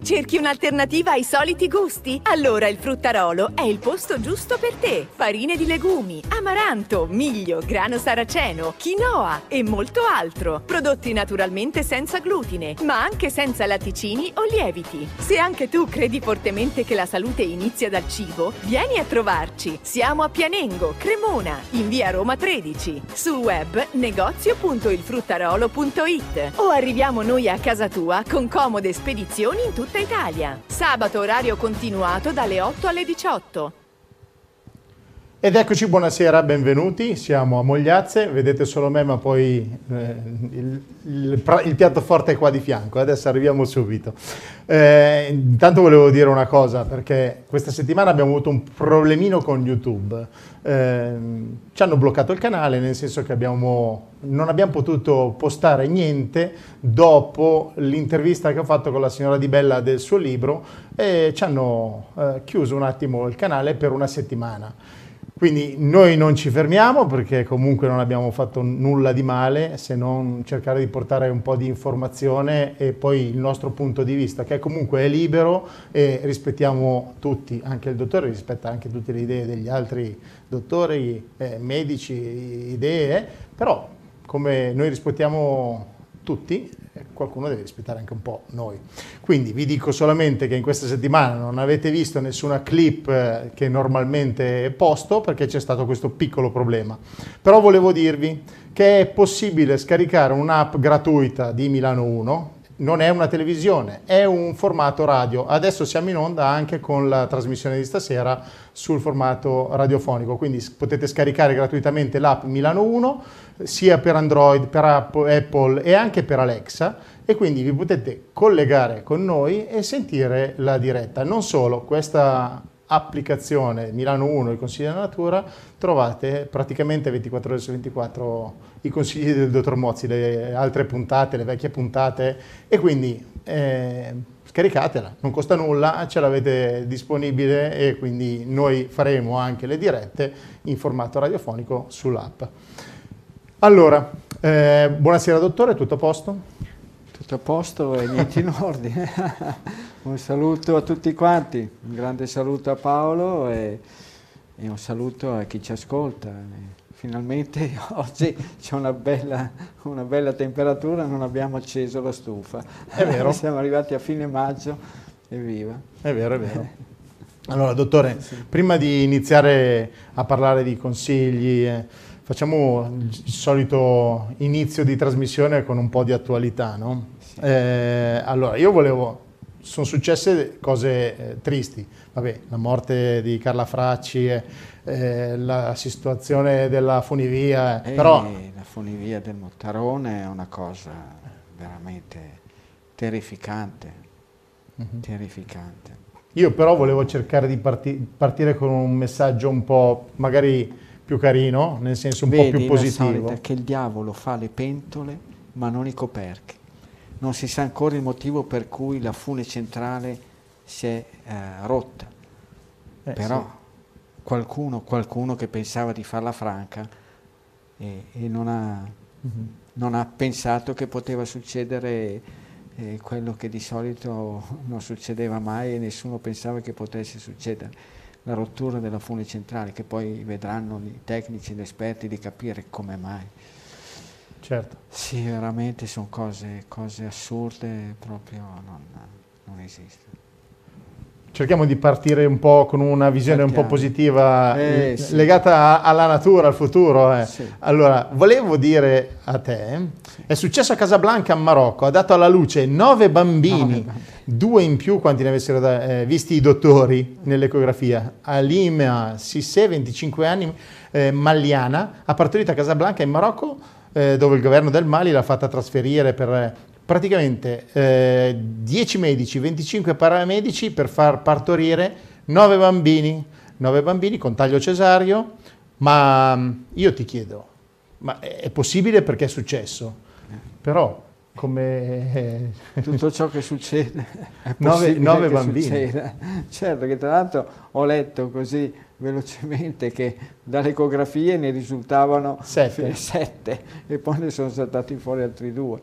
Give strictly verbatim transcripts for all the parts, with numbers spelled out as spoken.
Cerchi un'alternativa ai soliti gusti? Allora il Fruttarolo è il posto giusto per te. Farine di legumi, amaranto, miglio, grano saraceno, quinoa e molto altro. Prodotti naturalmente senza glutine, ma anche senza latticini o lieviti. Se anche tu credi fortemente che la salute inizia dal cibo, vieni a trovarci. Siamo a Pianengo, Cremona, in via Roma tredici. Sul web negozio punto il fruttarolo punto it o arriviamo noi a casa tua con comode spedizioni in tutta Italia. Sabato orario continuato dalle otto alle diciotto. Ed eccoci, buonasera, benvenuti, siamo a Mogliazze, vedete solo me ma poi eh, il, il, il piatto forte è qua di fianco, adesso arriviamo subito. Eh, intanto volevo dire una cosa, perché questa settimana abbiamo avuto un problemino con YouTube, eh, ci hanno bloccato il canale, nel senso che abbiamo, non abbiamo potuto postare niente dopo l'intervista che ho fatto con la signora Di Bella del suo libro e ci hanno eh, chiuso un attimo il canale per una settimana. Quindi noi non ci fermiamo perché comunque non abbiamo fatto nulla di male se non cercare di portare un po' di informazione e poi il nostro punto di vista, che comunque è libero e rispettiamo tutti, anche il dottore rispetta anche tutte le idee degli altri dottori, eh, medici, idee, però come noi rispettiamo tutti, qualcuno deve rispettare anche un po' noi. Quindi vi dico solamente che in questa settimana non avete visto nessuna clip che normalmente posto perché c'è stato questo piccolo problema. Però volevo dirvi che è possibile scaricare un'app gratuita di Milano uno, non è una televisione, è un formato radio. Adesso siamo in onda anche con la trasmissione di stasera sul formato radiofonico, quindi potete scaricare gratuitamente l'app Milano uno sia per Android, per Apple e anche per Alexa, e quindi vi potete collegare con noi e sentire la diretta. Non solo, questa applicazione Milano uno, i consigli della natura, trovate praticamente ventiquattro ore su ventiquattro i consigli del dottor Mozzi, le altre puntate, le vecchie puntate, e quindi eh, scaricatela, non costa nulla, ce l'avete disponibile e quindi noi faremo anche le dirette in formato radiofonico sull'app. Allora, eh, buonasera dottore, tutto a posto? Tutto a posto e niente in ordine. Un saluto a tutti quanti, un grande saluto a Paolo e, e un saluto a chi ci ascolta. Finalmente oggi c'è una bella, una bella temperatura, non abbiamo acceso la stufa. È vero. Siamo arrivati a fine maggio, evviva. È vero, è vero. Allora dottore, sì. Prima di iniziare a parlare di consigli, eh, facciamo il solito inizio di trasmissione con un po' di attualità, no? Sì. Eh, allora, io volevo... Sono successe cose eh, tristi, vabbè, la morte di Carla Fracci, eh, eh, la situazione della funivia, eh, però... La funivia del Mottarone è una cosa veramente terrificante, uh-huh. terrificante. Io però volevo cercare di parti- partire con un messaggio un po' magari più carino, nel senso un Vedi, po' più positivo. La solita, che il diavolo fa le pentole ma non i coperchi. Non si sa ancora il motivo per cui la fune centrale si è eh, rotta, eh, però sì. qualcuno, qualcuno che pensava di farla franca e, e non, ha, mm-hmm. non ha pensato che poteva succedere eh, quello che di solito non succedeva mai e nessuno pensava che potesse succedere, la rottura della fune centrale, che poi vedranno i tecnici, gli esperti di capire come mai. Certo. Sì, veramente sono cose, cose assurde, proprio non, non esistono. Cerchiamo di partire un po' con una visione Partiamo. un po' positiva, eh, eh, sì. legata alla natura, al futuro. Eh. Sì. Allora, volevo dire a te, sì. È successo a Casablanca, in Marocco, ha dato alla luce nove bambini, nove bambini. due in più quanti ne avessero da, eh, visti i dottori nell'ecografia. Alima Sissé, venticinque anni, eh, maliana, ha partorito a Casablanca, in Marocco, Eh, dove il governo del Mali l'ha fatta trasferire per eh, praticamente eh, dieci medici, venticinque paramedici per far partorire nove bambini, nove bambini con taglio cesareo, ma io ti chiedo, ma è possibile perché è successo? Però come... Eh, tutto ciò che succede è nove, nove che bambini. Succeda. Certo, che tra l'altro ho letto così velocemente che dalle ecografie ne risultavano sette. sette e poi ne sono saltati fuori altri due.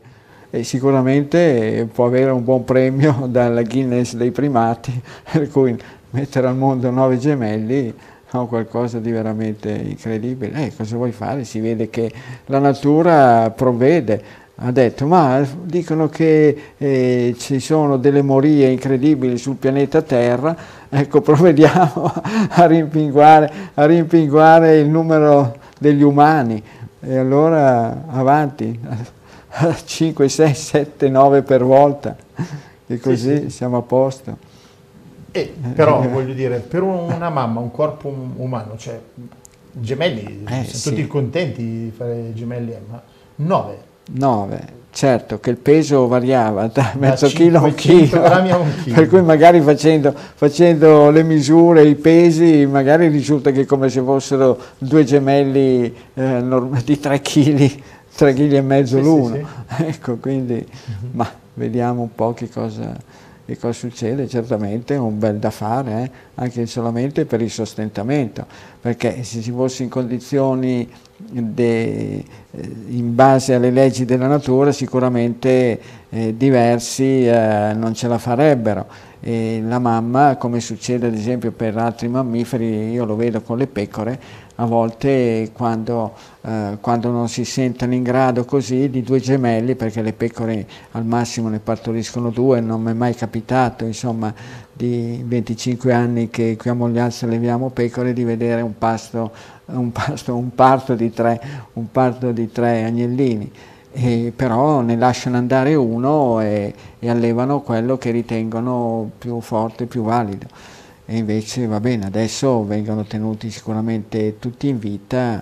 e sicuramente può avere un buon premio dalla Guinness dei primati, per cui mettere al mondo nove gemelli è qualcosa di veramente incredibile. Eh, cosa vuoi fare? Si vede che la natura provvede. Ha detto, ma dicono che eh, ci sono delle morie incredibili sul pianeta Terra, ecco, provvediamo a rimpinguare, a rimpinguare il numero degli umani, e allora avanti, cinque, sei, sette, nove per volta, e così sì, sì. Siamo a posto. E, però voglio dire, per una mamma, un corpo umano, cioè gemelli, eh, sono sì. tutti contenti di fare gemelli, ma nove. nove, certo che il peso variava da mezzo chilo a un chilo, a un chilo, per cui magari facendo, facendo le misure, i pesi, magari risulta che come se fossero due gemelli eh, di tre chili, tre chili e mezzo sì, l'uno, sì, sì. Ecco, quindi, uh-huh. Ma vediamo un po' che cosa, che cosa succede. Certamente è un bel da fare, eh? Anche solamente per il sostentamento, perché se si fosse in condizioni De, in base alle leggi della natura sicuramente eh, diversi eh, non ce la farebbero, e la mamma, come succede ad esempio per altri mammiferi, io lo vedo con le pecore, a volte quando, eh, quando non si sentono in grado così di due gemelli, perché le pecore al massimo ne partoriscono due, non mi è mai capitato, insomma, di venticinque anni che qui a Mogliazza alleviamo pecore, di vedere un pasto Un, pasto, un parto di tre, un parto di tre agnellini, e però ne lasciano andare uno e, e allevano quello che ritengono più forte, più valido, e invece va bene, adesso vengono tenuti sicuramente tutti in vita.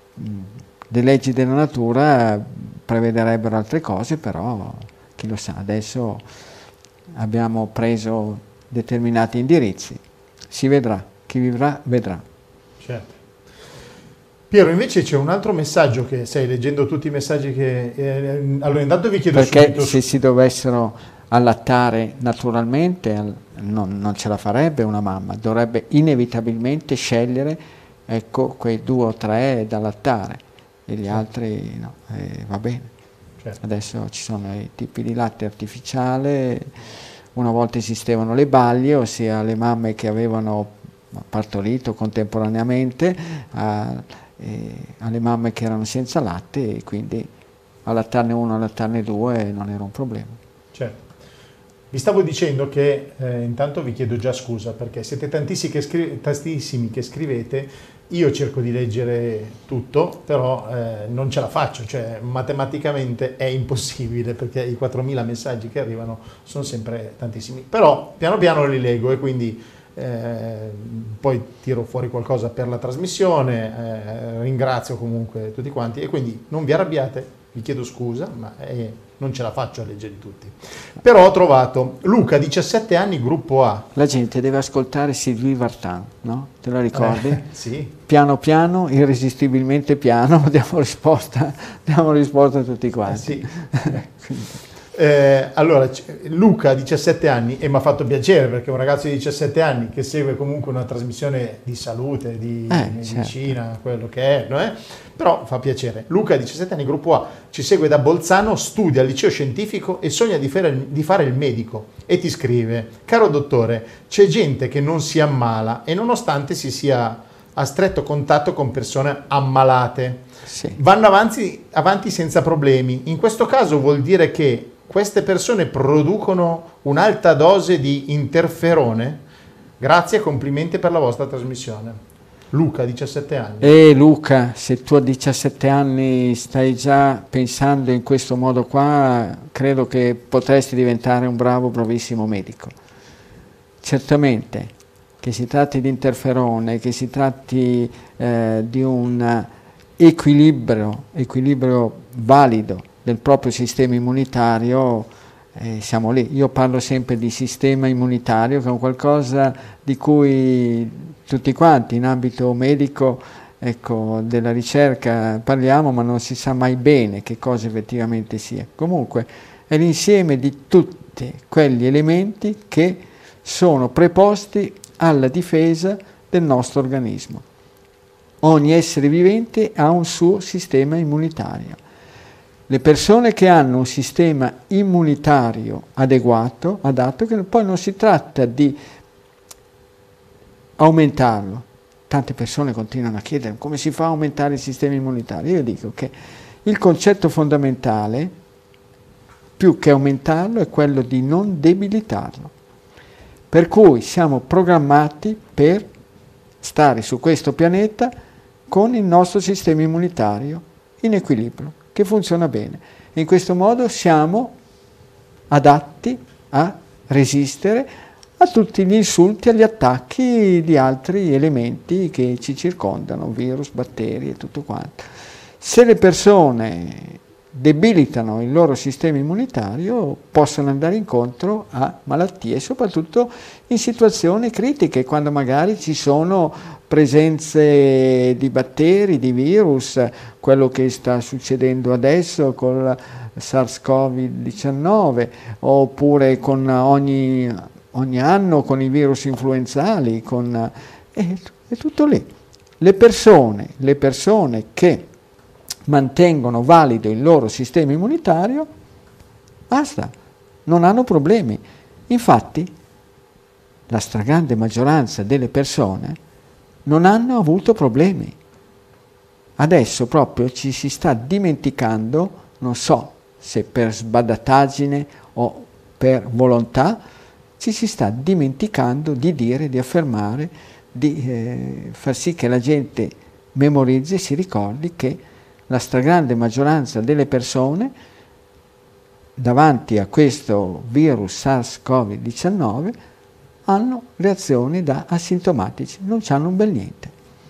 Le leggi della natura prevederebbero altre cose, però chi lo sa, adesso abbiamo preso determinati indirizzi, si vedrà, chi vivrà vedrà. Certo. Piero, invece c'è un altro messaggio che stai leggendo, tutti i messaggi che... Eh, allora intanto vi chiedo perché subito... se si dovessero allattare naturalmente non, non ce la farebbe una mamma, dovrebbe inevitabilmente scegliere, ecco, quei due o tre da allattare, e gli altri no, eh, va bene. Certo. Adesso ci sono i tipi di latte artificiale, una volta esistevano le baglie, ossia le mamme che avevano partorito contemporaneamente a, E alle mamme che erano senza latte, e quindi allattarne uno, allattarne due non era un problema. Certo. Vi stavo dicendo che eh, intanto vi chiedo già scusa, perché siete tantissimi che, scri- tantissimi che scrivete, io cerco di leggere tutto, però eh, non ce la faccio, cioè matematicamente è impossibile, perché i quattromila messaggi che arrivano sono sempre tantissimi, però piano piano li leggo, e quindi Eh, poi tiro fuori qualcosa per la trasmissione, eh, ringrazio comunque tutti quanti, e quindi non vi arrabbiate, vi chiedo scusa, ma eh, non ce la faccio a leggere tutti. Però ho trovato Luca, diciassette anni, gruppo A. La gente deve ascoltare Sylvie Vartan, no? Te la ricordi? Eh, sì. Piano piano, irresistibilmente piano, diamo risposta, diamo risposta a tutti quanti. Eh, sì. Eh, allora, Luca, diciassette anni, e mi ha fatto piacere, perché è un ragazzo di diciassette anni che segue comunque una trasmissione di salute, di eh, medicina, certo. Quello che è, no è? Però fa piacere. Luca, diciassette anni, gruppo A, ci segue da Bolzano, studia al liceo scientifico e sogna di fare, di fare il medico, e ti scrive: caro dottore, c'è gente che non si ammala e nonostante si sia a stretto contatto con persone ammalate, sì, vanno avanti, avanti senza problemi. In questo caso vuol dire che queste persone producono un'alta dose di interferone? Grazie e complimenti per la vostra trasmissione. Luca, diciassette anni. E Luca, se tu a diciassette anni stai già pensando in questo modo qua, credo che potresti diventare un bravo, bravissimo medico. Certamente, che si tratti di interferone, che si tratti eh, di un equilibrio, equilibrio valido del proprio sistema immunitario, eh, siamo lì. Io parlo sempre di sistema immunitario, che è un qualcosa di cui tutti quanti in ambito medico, ecco, della ricerca parliamo, ma non si sa mai bene che cosa effettivamente sia. Comunque è l'insieme di tutti quegli elementi che sono preposti alla difesa del nostro organismo. Ogni essere vivente ha un suo sistema immunitario. Le persone che hanno un sistema immunitario adeguato, adatto, che poi non si tratta di aumentarlo. Tante persone continuano a chiedere come si fa a aumentare il sistema immunitario. Io dico che il concetto fondamentale, più che aumentarlo, è quello di non debilitarlo. Per cui siamo programmati per stare su questo pianeta con il nostro sistema immunitario in equilibrio, che funziona bene. In questo modo siamo adatti a resistere a tutti gli insulti, agli attacchi di altri elementi che ci circondano, virus, batteri e tutto quanto. Se le persone debilitano il loro sistema immunitario, possono andare incontro a malattie, soprattutto in situazioni critiche, quando magari ci sono presenze di batteri, di virus, quello che sta succedendo adesso con la SARS-CoV diciannove, oppure con ogni, ogni anno con i virus influenzali, con, è, è tutto lì. Le persone, le persone che mantengono valido il loro sistema immunitario, basta, non hanno problemi. Infatti, la stragrande maggioranza delle persone non hanno avuto problemi. Adesso proprio ci si sta dimenticando, non so se per sbadataggine o per volontà, ci si sta dimenticando di dire, di affermare, di eh, far sì che la gente memorizzi e si ricordi che la stragrande maggioranza delle persone davanti a questo virus SARS-CoV diciannove hanno reazioni da asintomatici, non c'hanno un bel niente.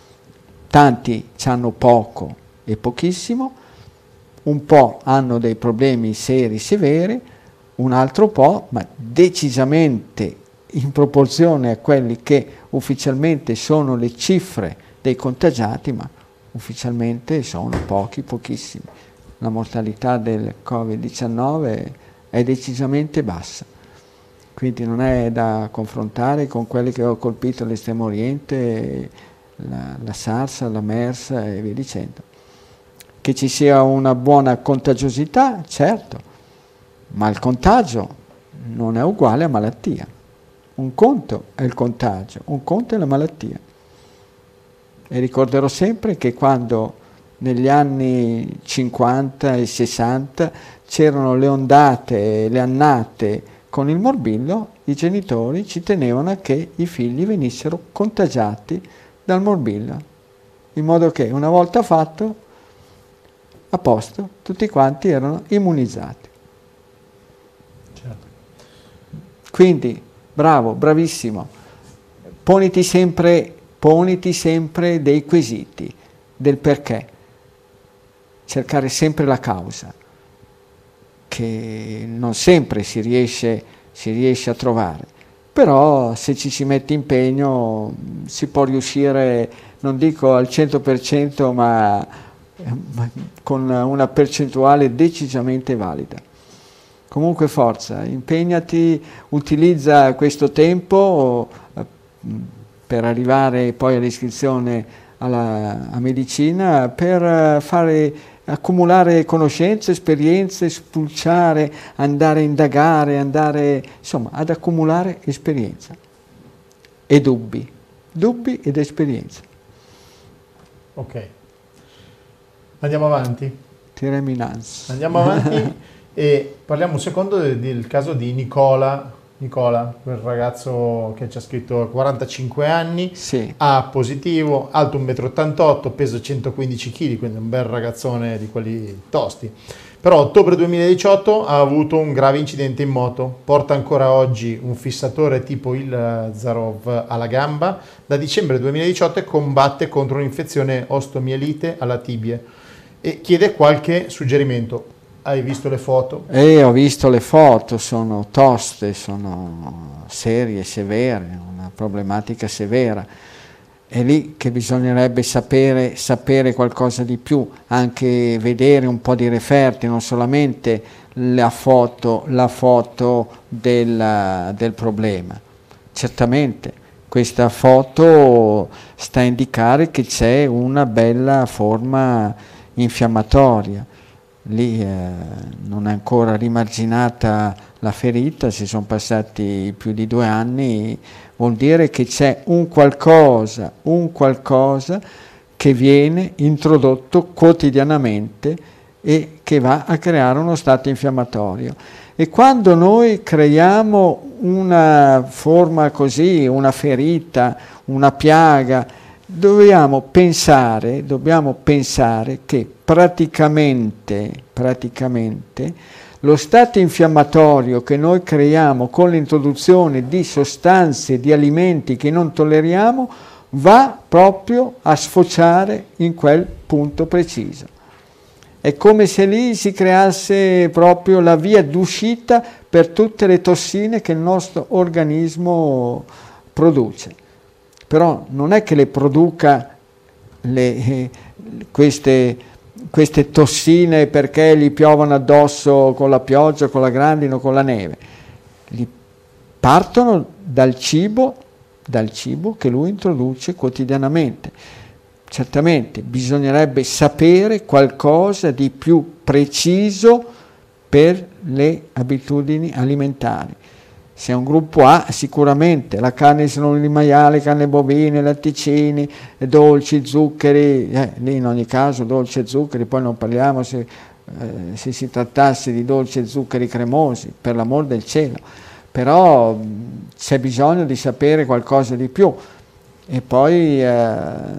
Tanti c'hanno poco e pochissimo, un po' hanno dei problemi seri, severi, un altro po', ma decisamente in proporzione a quelli che ufficialmente sono le cifre dei contagiati, ma ufficialmente sono pochi, pochissimi. La mortalità del Covid diciannove è decisamente bassa, quindi non è da confrontare con quelli che ho colpito all'estremo oriente, la, la SARS, la MERS e via dicendo. Che ci sia una buona contagiosità, certo, ma il contagio non è uguale a malattia. Un conto è il contagio, un conto è la malattia. E ricorderò sempre che quando negli anni cinquanta e sessanta c'erano le ondate, le annate con il morbillo, i genitori ci tenevano a che i figli venissero contagiati dal morbillo, in modo che una volta fatto, a posto, tutti quanti erano immunizzati. Certo. Quindi, bravo, bravissimo, poniti sempre, poniti sempre dei quesiti del perché, cercare sempre la causa, che non sempre si riesce, si riesce a trovare, però se ci si mette impegno si può riuscire, non dico al cento per cento, ma, ma con una percentuale decisamente valida. Comunque forza, impegnati, utilizza questo tempo eh, per arrivare poi all'iscrizione alla a medicina, per fare, accumulare conoscenze, esperienze, spulciare, andare a indagare, andare, insomma, ad accumulare esperienza e dubbi, dubbi ed esperienza. Ok, andiamo avanti. Tiriamo in ansia. Andiamo avanti e parliamo un secondo del, del caso di Nicola. Nicola, quel ragazzo che ci ha scritto quarantacinque anni, sì. A positivo, alto uno virgola ottantotto metri, peso centoquindici chili, quindi un bel ragazzone di quelli tosti. Però a ottobre duemiladiciotto ha avuto un grave incidente in moto, porta ancora oggi un fissatore tipo il Zarov alla gamba, da dicembre duemiladiciotto e combatte contro un'infezione osteomielite alla tibia e chiede qualche suggerimento. Hai visto le foto? Eh, ho visto le foto, sono toste, sono serie, severe, una problematica severa. È lì che bisognerebbe sapere, sapere qualcosa di più, anche vedere un po' di referti, non solamente la foto, la foto del, del problema. Certamente questa foto sta a indicare che c'è una bella forma infiammatoria. lì eh, non è ancora rimarginata la ferita, si sono passati più di due anni, vuol dire che c'è un qualcosa, un qualcosa che viene introdotto quotidianamente e che va a creare uno stato infiammatorio. E quando noi creiamo una forma così, una ferita, una piaga, dobbiamo pensare, dobbiamo pensare che praticamente, praticamente lo stato infiammatorio che noi creiamo con l'introduzione di sostanze, di alimenti che non tolleriamo, va proprio a sfociare in quel punto preciso. È come se lì si creasse proprio la via d'uscita per tutte le tossine che il nostro organismo produce. Però non è che le produca le, eh, queste, queste tossine perché gli piovono addosso con la pioggia, con la grandine o con la neve. Li partono dal cibo, dal cibo che lui introduce quotidianamente. Certamente bisognerebbe sapere qualcosa di più preciso per le abitudini alimentari. Se è un gruppo A, sicuramente la carne di maiale, carne bovine, latticini, dolci, zuccheri, eh, lì in ogni caso dolci e zuccheri, poi non parliamo se, eh, se si trattasse di dolci e zuccheri cremosi, per l'amor del cielo, però mh, c'è bisogno di sapere qualcosa di più e poi eh,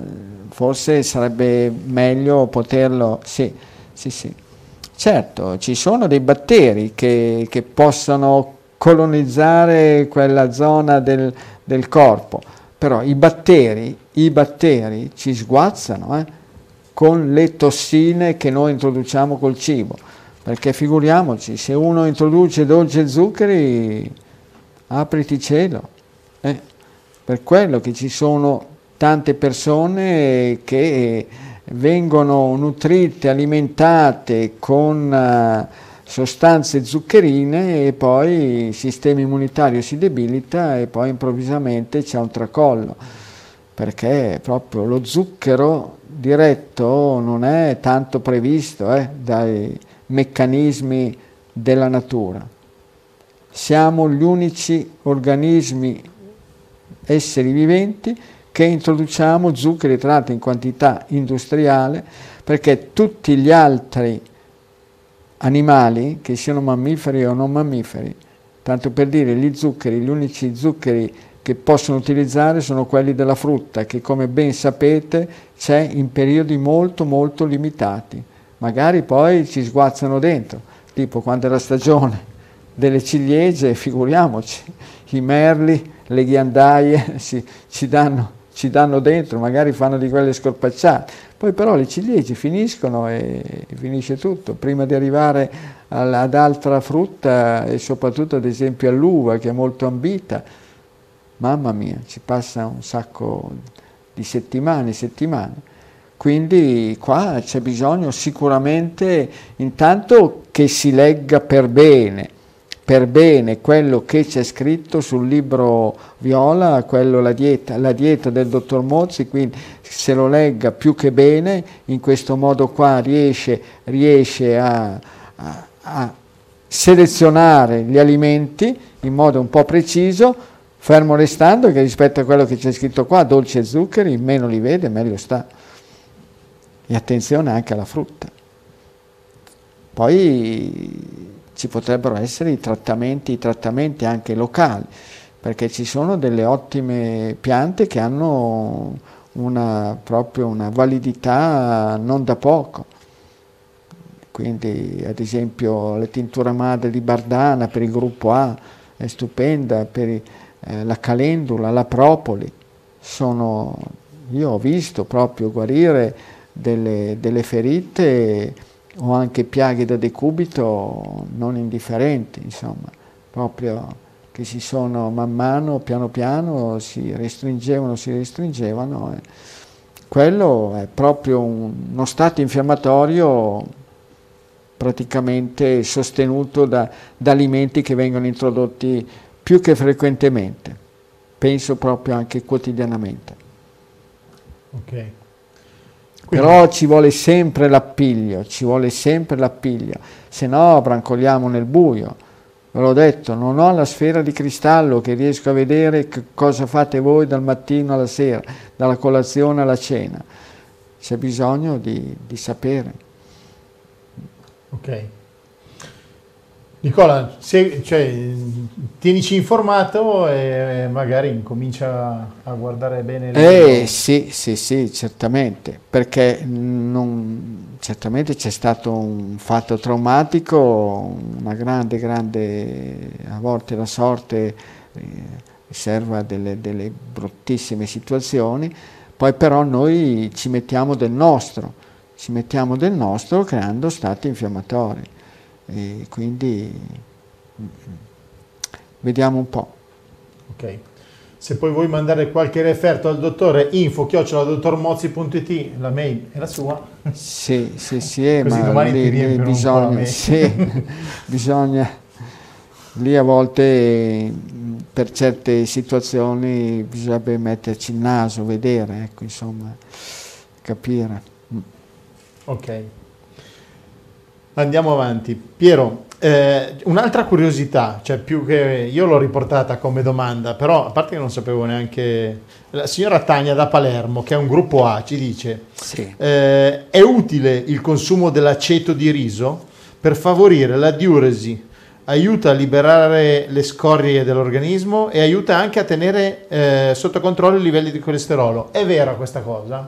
forse sarebbe meglio poterlo, sì, sì, sì. Certo, ci sono dei batteri che, che possono colonizzare quella zona del, del corpo, però i batteri, i batteri ci sguazzano eh, con le tossine che noi introduciamo col cibo, perché figuriamoci, se uno introduce dolci e zuccheri, apriti cielo, eh, per quello che ci sono tante persone che vengono nutrite, alimentate con uh, sostanze zuccherine e poi il sistema immunitario si debilita e poi improvvisamente c'è un tracollo, perché proprio lo zucchero diretto non è tanto previsto eh, dai meccanismi della natura. Siamo gli unici organismi, esseri viventi, che introduciamo zuccheri tratti in quantità industriale, perché tutti gli altri animali, che siano mammiferi o non mammiferi, tanto per dire, gli zuccheri, gli unici zuccheri che possono utilizzare sono quelli della frutta, che come ben sapete c'è in periodi molto molto limitati, magari poi ci sguazzano dentro, tipo quando è la stagione delle ciliegie, figuriamoci, i merli, le ghiandaie si, ci danno ci danno dentro, magari fanno di quelle scorpacciate, poi però le ciliegie finiscono e finisce tutto, prima di arrivare ad altra frutta e soprattutto ad esempio all'uva che è molto ambita, mamma mia, ci passa un sacco di settimane, settimane, quindi qua c'è bisogno sicuramente intanto che si legga per bene, per bene quello che c'è scritto sul libro viola, quello la dieta, la dieta del dottor Mozzi, quindi se lo legga più che bene, in questo modo qua riesce, riesce a, a, a selezionare gli alimenti in modo un po' preciso, fermo restando che rispetto a quello che c'è scritto qua, dolci e zuccheri, meno li vede, meglio sta. E attenzione anche alla frutta. Poi ci potrebbero essere i trattamenti, i trattamenti anche locali, perché ci sono delle ottime piante che hanno una, proprio una validità non da poco. Quindi ad esempio la tintura madre di Bardana per il gruppo A è stupenda, per eh, la calendula, la propoli, sono, io ho visto proprio guarire delle, delle ferite o anche piaghe da decubito non indifferenti, insomma, proprio che si sono man mano, piano piano, si restringevano, si restringevano. Eh. Quello è proprio un, uno stato infiammatorio praticamente sostenuto da, da alimenti che vengono introdotti più che frequentemente, penso proprio anche quotidianamente. Ok. Quindi... Però ci vuole sempre l'appiglio, ci vuole sempre l'appiglio, se no brancoliamo nel buio. Ve l'ho detto, non ho la sfera di cristallo che riesco a vedere che cosa fate voi dal mattino alla sera, dalla colazione alla cena. C'è bisogno di, di sapere. Ok. Nicola, se, cioè, tienici informato e magari incomincia a guardare bene le... Eh sì, sì, sì, certamente, perché non, certamente c'è stato un fatto traumatico, una grande, grande, a volte la sorte eh, riserva delle, delle bruttissime situazioni, poi però noi ci mettiamo del nostro, ci mettiamo del nostro creando stati infiammatori. E quindi vediamo un po'. Ok. Se poi vuoi mandare qualche referto al dottore, info chiocciola dottormozzi punto it, la mail è la sua. Sì, sì, sì, eh, Così ma domani lì, ti lì riempiono bisogna, un po' la sì, bisogna, lì a volte per certe situazioni bisognerebbe metterci il naso, vedere, ecco, insomma, capire. Ok. Andiamo avanti. Piero, eh, un'altra curiosità, cioè più che io l'ho riportata come domanda, però a parte che non sapevo neanche, la signora Tania da Palermo, che è un gruppo A, ci dice, Sì. eh, è utile il consumo dell'aceto di riso per favorire la diuresi, aiuta a liberare le scorie dell'organismo e aiuta anche a tenere eh, sotto controllo i livelli di colesterolo. È vera questa cosa?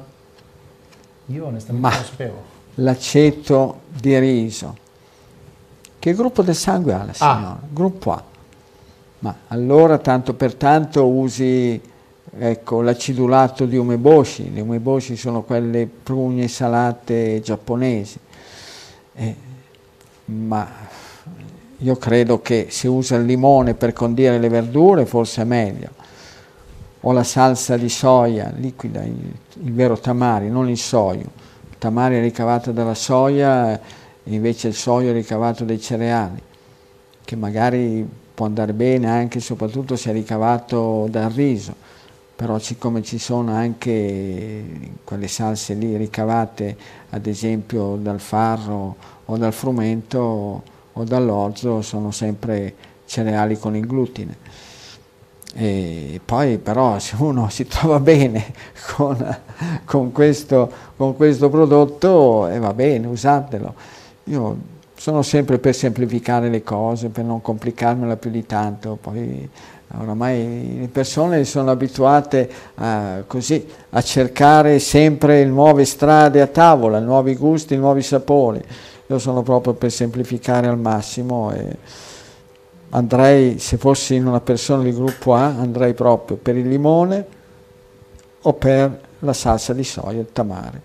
Io onestamente Ma... non lo sapevo. L'aceto di riso. Che gruppo del sangue ha la signora? A. Gruppo A. Ma allora tanto per tanto usi, ecco, l'acidulato di umeboshi. Le umeboshi sono quelle prugne salate giapponesi. Eh, ma io credo che se usa il limone per condire le verdure forse è meglio. O la salsa di soia liquida, il, il vero tamari, non il soio. Tamari è ricavato dalla soia, invece il soio è ricavato dai cereali, che magari può andare bene anche e soprattutto se è ricavato dal riso, però siccome ci sono anche quelle salse lì ricavate ad esempio dal farro o dal frumento o dall'orzo, sono sempre cereali con il glutine. E poi però se uno si trova bene con, con, questo, con questo prodotto e eh, va bene, usatelo. Io sono sempre per semplificare le cose, per non complicarmela più di tanto, poi oramai le persone sono abituate a, così, a cercare sempre nuove strade a tavola, nuovi gusti, nuovi sapori. Io sono proprio per semplificare al massimo e andrei, se fossi in una persona di gruppo A, andrei proprio per il limone o per la salsa di soia, il tamari.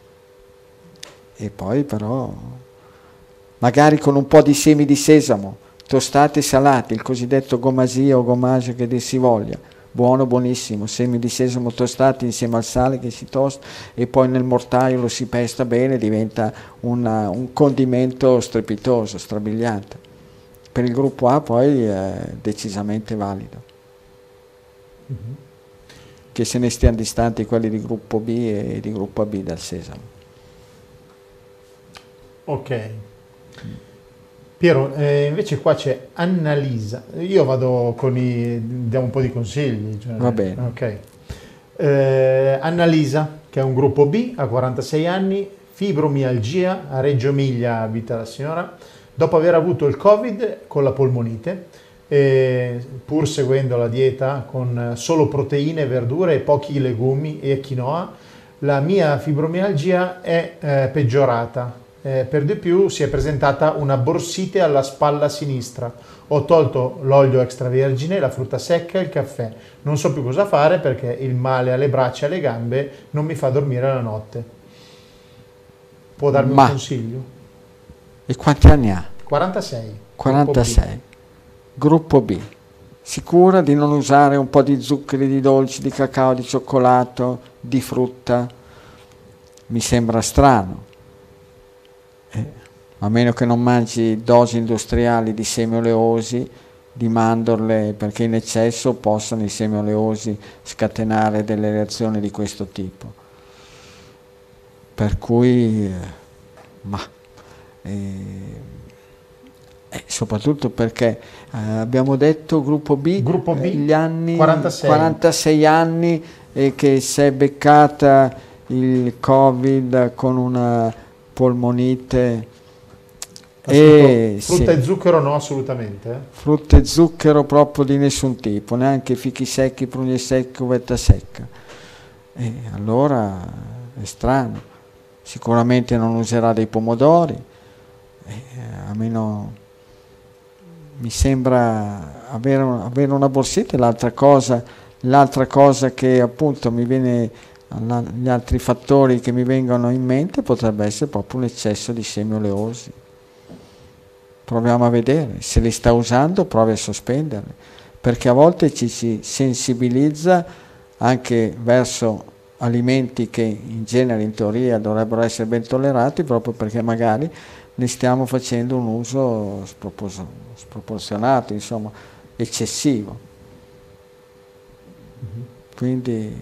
E poi però, magari con un po' di semi di sesamo, tostati e salati, il cosiddetto gomasia o gommage che dir si voglia, buono, buonissimo, semi di sesamo tostati insieme al sale che si tosta e poi nel mortaio lo si pesta bene, diventa una, un condimento strepitoso, strabiliante. Per il gruppo A poi è decisamente valido. Mm-hmm. Che se ne stiano distanti quelli di gruppo B e di gruppo A B dal sesamo. Ok. Piero, eh, invece qua c'è Annalisa. Io vado con i... diamo un po' di consigli. Cioè, va bene. Ok. Eh, Annalisa, che è un gruppo B, ha quarantasei anni, fibromialgia, a Reggio Emilia abita la signora. Dopo aver avuto il Covid con la polmonite, eh, pur seguendo la dieta con solo proteine, verdure e pochi legumi e quinoa, la mia fibromialgia è eh, peggiorata. Eh, per di più si è presentata una borsite alla spalla sinistra. Ho tolto l'olio extravergine, la frutta secca e il caffè. Non so più cosa fare perché il male alle braccia e alle gambe non mi fa dormire la notte. Può darmi Ma... un consiglio? E quanti anni ha? quarantasei. quarantasei. Gruppo B. Sicura di non usare un po' di zuccheri, di dolci, di cacao, di cioccolato, di frutta? Mi sembra strano. Eh, a meno che non mangi dosi industriali di semi oleosi, di mandorle, perché in eccesso possono i semi oleosi scatenare delle reazioni di questo tipo. per cui, eh, ma, eh, eh, soprattutto perché eh, abbiamo detto gruppo B, gruppo B eh, gli anni quarantasei, quarantasei anni e che si è beccata il Covid con una polmonite. E, frutta sì, e zucchero no, assolutamente. Eh? Frutta e zucchero proprio di nessun tipo, neanche fichi secchi, prugne secche, uvetta secca. E allora è strano, sicuramente non userà dei pomodori, e a meno mi sembra avere, avere una borsetta. L'altra cosa, l'altra cosa che appunto mi viene, gli altri fattori che mi vengono in mente potrebbe essere proprio un eccesso di semi oleosi. Proviamo a vedere, se li sta usando provi a sospenderli, perché a volte ci si sensibilizza anche verso alimenti che in genere, in teoria, dovrebbero essere ben tollerati, proprio perché magari ne stiamo facendo un uso spropos- sproporzionato, insomma, eccessivo. Mm-hmm. Quindi,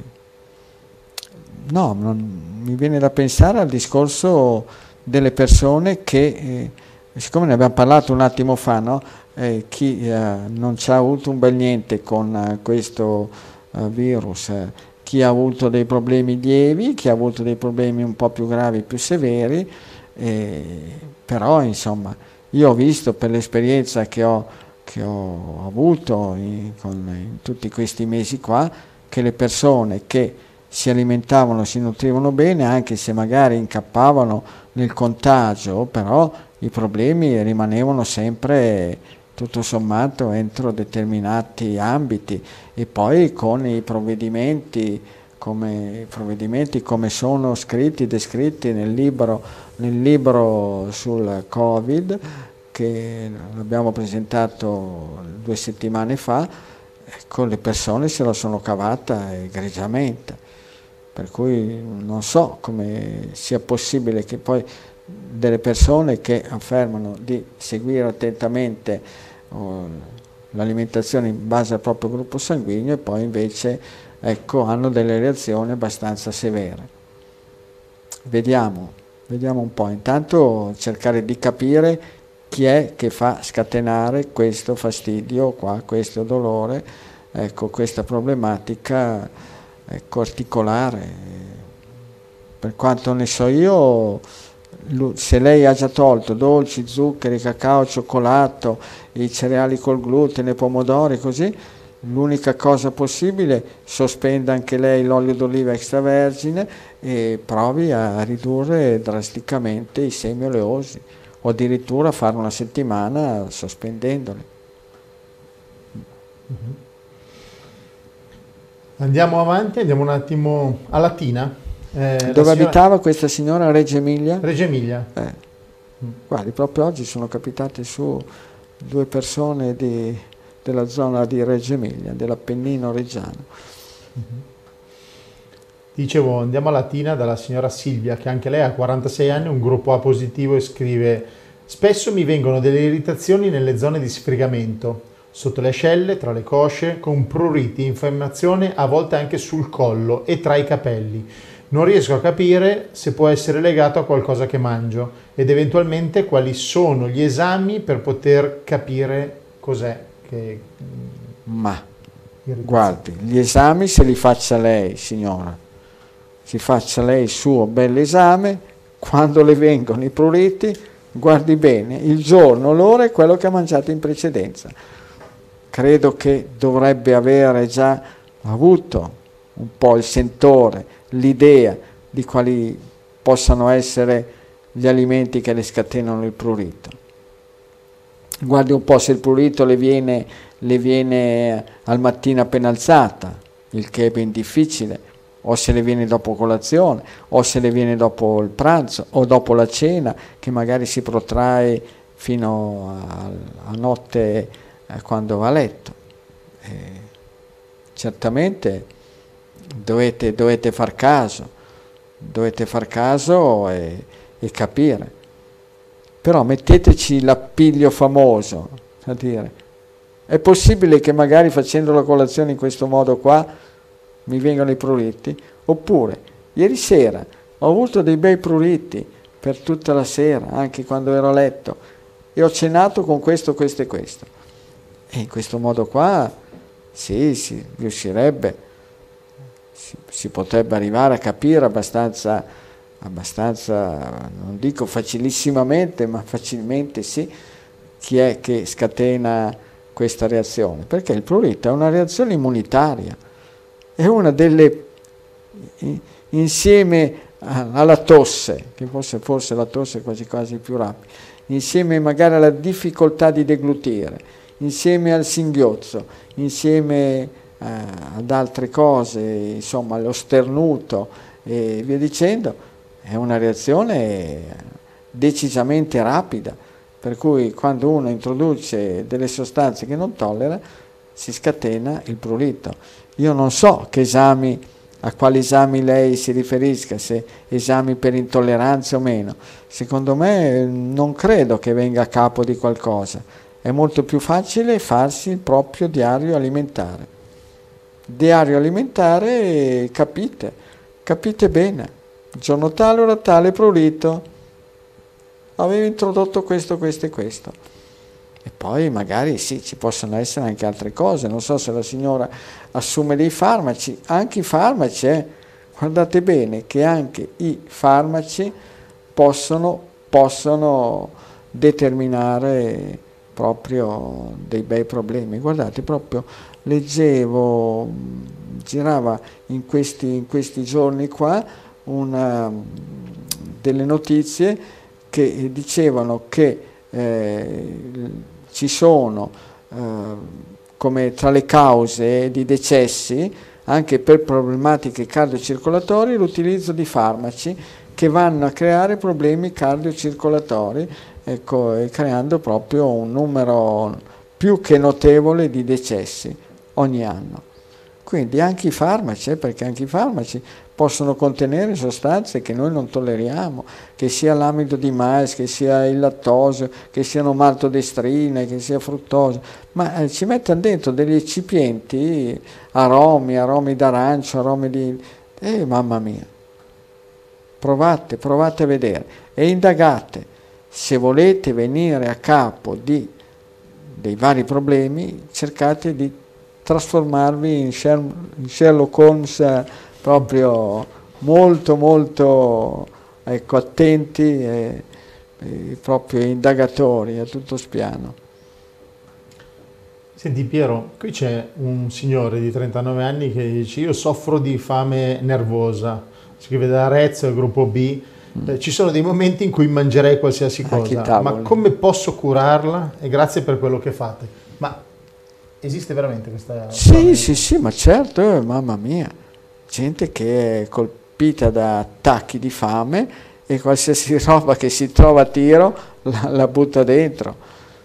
no, non, mi viene da pensare al discorso delle persone che... Eh, siccome ne abbiamo parlato un attimo fa, no? eh, chi eh, non ci ha avuto un bel niente con eh, questo eh, virus, eh, chi ha avuto dei problemi lievi, chi ha avuto dei problemi un po' più gravi, più severi, eh, però insomma io ho visto per l'esperienza che ho, che ho avuto in, con, in tutti questi mesi qua, che le persone che si alimentavano, si nutrivano bene, anche se magari incappavano nel contagio, però i problemi rimanevano sempre tutto sommato entro determinati ambiti, e poi con i provvedimenti come, i provvedimenti come sono scritti, descritti nel libro, nel libro sul Covid che abbiamo presentato due settimane fa, ecco, le persone se la sono cavata egregiamente, per cui non so come sia possibile che poi delle persone che affermano di seguire attentamente oh, l'alimentazione in base al proprio gruppo sanguigno e poi invece ecco, hanno delle reazioni abbastanza severe. Vediamo, vediamo un po', intanto cercare di capire chi è che fa scatenare questo fastidio qua, questo dolore, ecco, questa problematica ecco, articolare. Per quanto ne so io, se lei ha già tolto dolci, zuccheri, cacao, cioccolato, i cereali col glutine, pomodori, così, l'unica cosa possibile, sospenda anche lei l'olio d'oliva extravergine e provi a ridurre drasticamente i semi oleosi, o addirittura fare una settimana sospendendoli. Andiamo avanti, andiamo un attimo a Latina. Eh, Dove signora... abitava questa signora? Reggio Emilia? Reggio Emilia. Eh. Guardi, proprio oggi sono capitate su due persone di, della zona di Reggio Emilia, dell'Appennino reggiano. Mm-hmm. Dicevo, andiamo a Latina dalla signora Silvia, che anche lei ha quarantasei anni, un gruppo A positivo, e scrive: spesso mi vengono delle irritazioni nelle zone di sfregamento, sotto le ascelle, tra le cosce, con pruriti, infiammazione, a volte anche sul collo e tra i capelli. Non riesco a capire se può essere legato a qualcosa che mangio ed eventualmente quali sono gli esami per poter capire cos'è che... Ma, guardi, gli esami se li faccia lei, signora. Si faccia lei il suo bell'esame, quando le vengono i pruriti, guardi bene il giorno, l'ora e quello che ha mangiato in precedenza. Credo che dovrebbe avere già avuto un po' il sentore, l'idea di quali possano essere gli alimenti che le scatenano il prurito. Guardi un po' se il prurito le viene, le viene al mattino appena alzata, il che è ben difficile, o se le viene dopo colazione, o se le viene dopo il pranzo, o dopo la cena, che magari si protrae fino a, a notte eh, quando va a letto. Eh, certamente dovete, dovete far caso, dovete far caso e, e capire. Però metteteci l'appiglio famoso, a dire, è possibile che magari facendo la colazione in questo modo qua mi vengano i pruriti? Oppure, ieri sera ho ho avuto dei bei pruriti per tutta la sera, anche quando ero a letto, e ho cenato con questo, questo e questo. E in questo modo qua, sì, si riuscirebbe, si, si potrebbe arrivare a capire abbastanza, abbastanza, non dico facilissimamente, ma facilmente sì, chi è che scatena questa reazione, perché il prurito è una reazione immunitaria, è una delle, insieme alla tosse, che forse, forse la tosse è quasi quasi più rapida, insieme magari alla difficoltà di deglutire, insieme al singhiozzo, insieme eh, ad altre cose, insomma allo sternuto e via dicendo, è una reazione decisamente rapida, per cui quando uno introduce delle sostanze che non tollera si scatena il prurito. Io non so che esami, a quali esami lei si riferisca, se esami per intolleranza o meno. Secondo me non credo che venga a capo di qualcosa. È molto più facile farsi il proprio diario alimentare. Diario alimentare, capite, capite bene. Giorno tale, ora tale, prurito. Avevo introdotto questo, questo e questo. E poi magari sì, ci possono essere anche altre cose. Non so se la signora assume dei farmaci. Anche i farmaci, eh, guardate bene che anche i farmaci possono, possono determinare proprio dei bei problemi. Guardate, proprio leggevo, girava in questi, in questi giorni qua una, delle notizie che dicevano che eh, ci sono eh, come tra le cause di decessi anche per problematiche cardiocircolatori l'utilizzo di farmaci che vanno a creare problemi cardiocircolatori, ecco, e creando proprio un numero più che notevole di decessi ogni anno. Quindi anche i farmaci, eh, perché anche i farmaci possono contenere sostanze che noi non tolleriamo, che sia l'amido di mais, che sia il lattosio, che siano maltodestrine, che sia fruttosio, ma eh, ci mettono dentro degli eccipienti, aromi, aromi d'arancio, aromi di... Eh, mamma mia! Provate, provate a vedere e indagate. Se volete venire a capo di, dei vari problemi, cercate di trasformarvi in, Sher- in Sherlock Holmes, eh, proprio molto molto ecco, attenti e, e proprio indagatori a tutto spiano. Senti Piero, qui c'è un signore di trentanove anni che dice io soffro di fame nervosa, scrive da Arezzo, gruppo B, mm. eh, ci sono dei momenti in cui mangerei qualsiasi cosa, ma come posso curarla? E grazie per quello che fate. Ma esiste veramente questa... Sì, fame? sì, sì, ma certo, eh, mamma mia. Gente che è colpita da attacchi di fame e qualsiasi roba che si trova a tiro la, la butta dentro.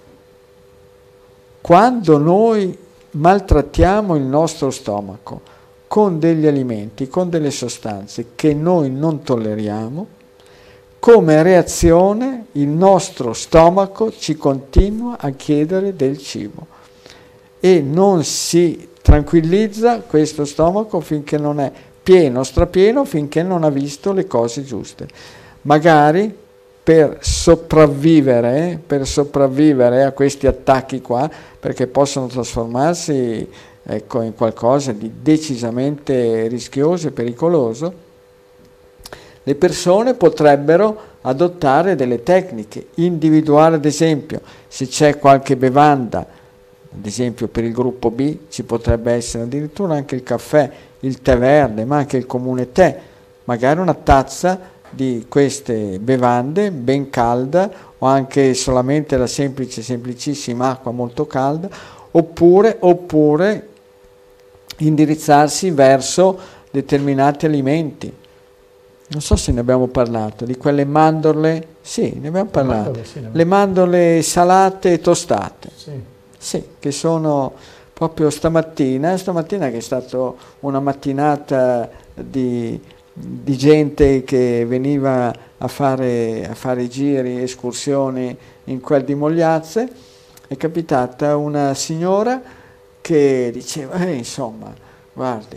Quando noi maltrattiamo il nostro stomaco con degli alimenti, con delle sostanze che noi non tolleriamo, come reazione il nostro stomaco ci continua a chiedere del cibo e non si tranquillizza questo stomaco finché non è pieno, strapieno, finché non ha visto le cose giuste. Magari per sopravvivere, per sopravvivere a questi attacchi qua, perché possono trasformarsi ecco, in qualcosa di decisamente rischioso e pericoloso, le persone potrebbero adottare delle tecniche, individuare ad esempio se c'è qualche bevanda. Ad esempio per il gruppo B ci potrebbe essere addirittura anche il caffè, il tè verde, ma anche il comune tè, magari una tazza di queste bevande ben calda o anche solamente la semplice, semplicissima acqua molto calda, oppure, oppure indirizzarsi verso determinati alimenti. Non so se ne abbiamo parlato, di quelle mandorle, sì, ne abbiamo parlato, mandorle, sì, ne abbiamo... le mandorle salate e tostate. Sì. Sì, che sono proprio stamattina, stamattina che è stata una mattinata di, di gente che veniva a fare, a fare giri, escursioni in quel di Mogliazze, è capitata una signora che diceva, eh, insomma, guardi,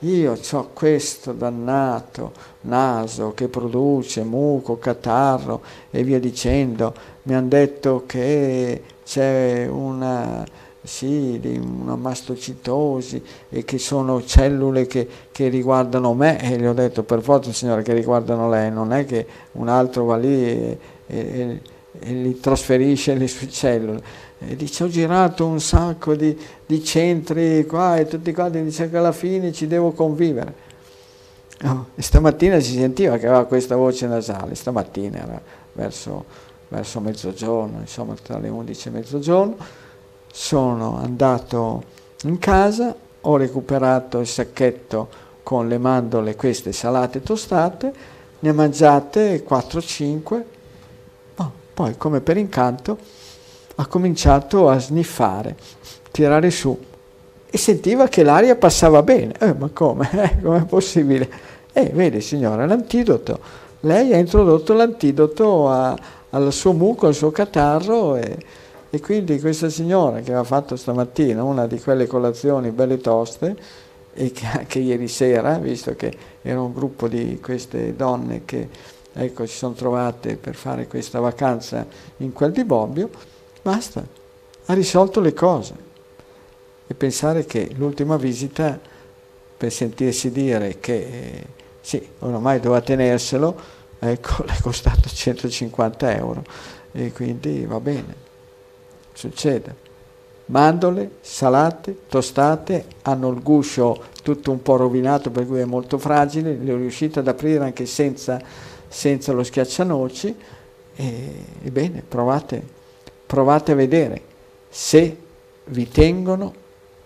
io ho questo dannato naso che produce muco, catarro e via dicendo, mi hanno detto che c'è una, sì, una mastocitosi e che sono cellule che, che riguardano me, e gli ho detto per forza signora che riguardano lei, non è che un altro va lì e, e, e li trasferisce le sue cellule. E dice ho girato un sacco di, di centri qua e tutti quanti dice che alla fine ci devo convivere. Oh, e stamattina si sentiva che aveva questa voce nasale, stamattina era verso, verso mezzogiorno, insomma tra le undici e mezzogiorno, sono andato in casa, ho recuperato il sacchetto con le mandorle, queste salate tostate, ne ho mangiate quattro cinque, oh, poi come per incanto ha cominciato a sniffare, tirare su e sentiva che l'aria passava bene. Eh, ma come? Eh, com'è possibile? Eh, vede signora, l'antidoto. Lei ha introdotto l'antidoto a, al suo muco, al suo catarro e, e quindi questa signora che aveva fatto stamattina una di quelle colazioni belle toste e che anche ieri sera, visto che era un gruppo di queste donne che ecco, si sono trovate per fare questa vacanza in quel di Bobbio, basta, ha risolto le cose. E pensare che l'ultima visita, per sentirsi dire che eh, sì, ormai doveva tenerselo, ecco, le è costato centocinquanta euro e quindi va bene, succede. Mandorle, salate, tostate, hanno il guscio tutto un po' rovinato per cui è molto fragile, le ho riuscito ad aprire anche senza, senza lo schiaccianoci e, e bene, provate provate a vedere se vi tengono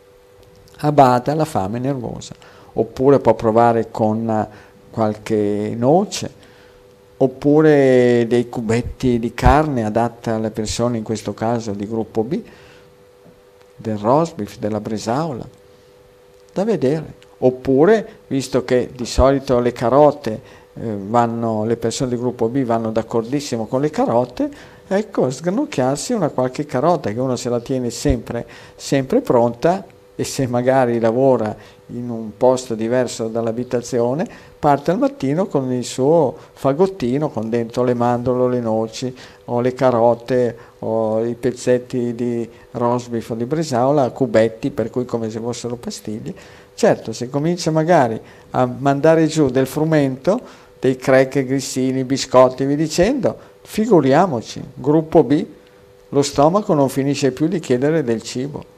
a bada la fame nervosa, oppure può provare con qualche noce, oppure dei cubetti di carne adatta alle persone, in questo caso di gruppo B, del roast beef, della bresaola, da vedere. Oppure, visto che di solito le carote eh, vanno, le persone del gruppo B vanno d'accordissimo con le carote, ecco, sgranocchiarsi una qualche carota che uno se la tiene sempre, sempre pronta, e se magari lavora in un posto diverso dall'abitazione, parte al mattino con il suo fagottino con dentro le mandorle, le noci o le carote o i pezzetti di roast beef o di bresaola a cubetti, per cui come se fossero pastiglie. Certo, se comincia magari a mandare giù del frumento, dei cracker, grissini, biscotti, vi dicendo, figuriamoci, gruppo B, lo stomaco non finisce più di chiedere del cibo.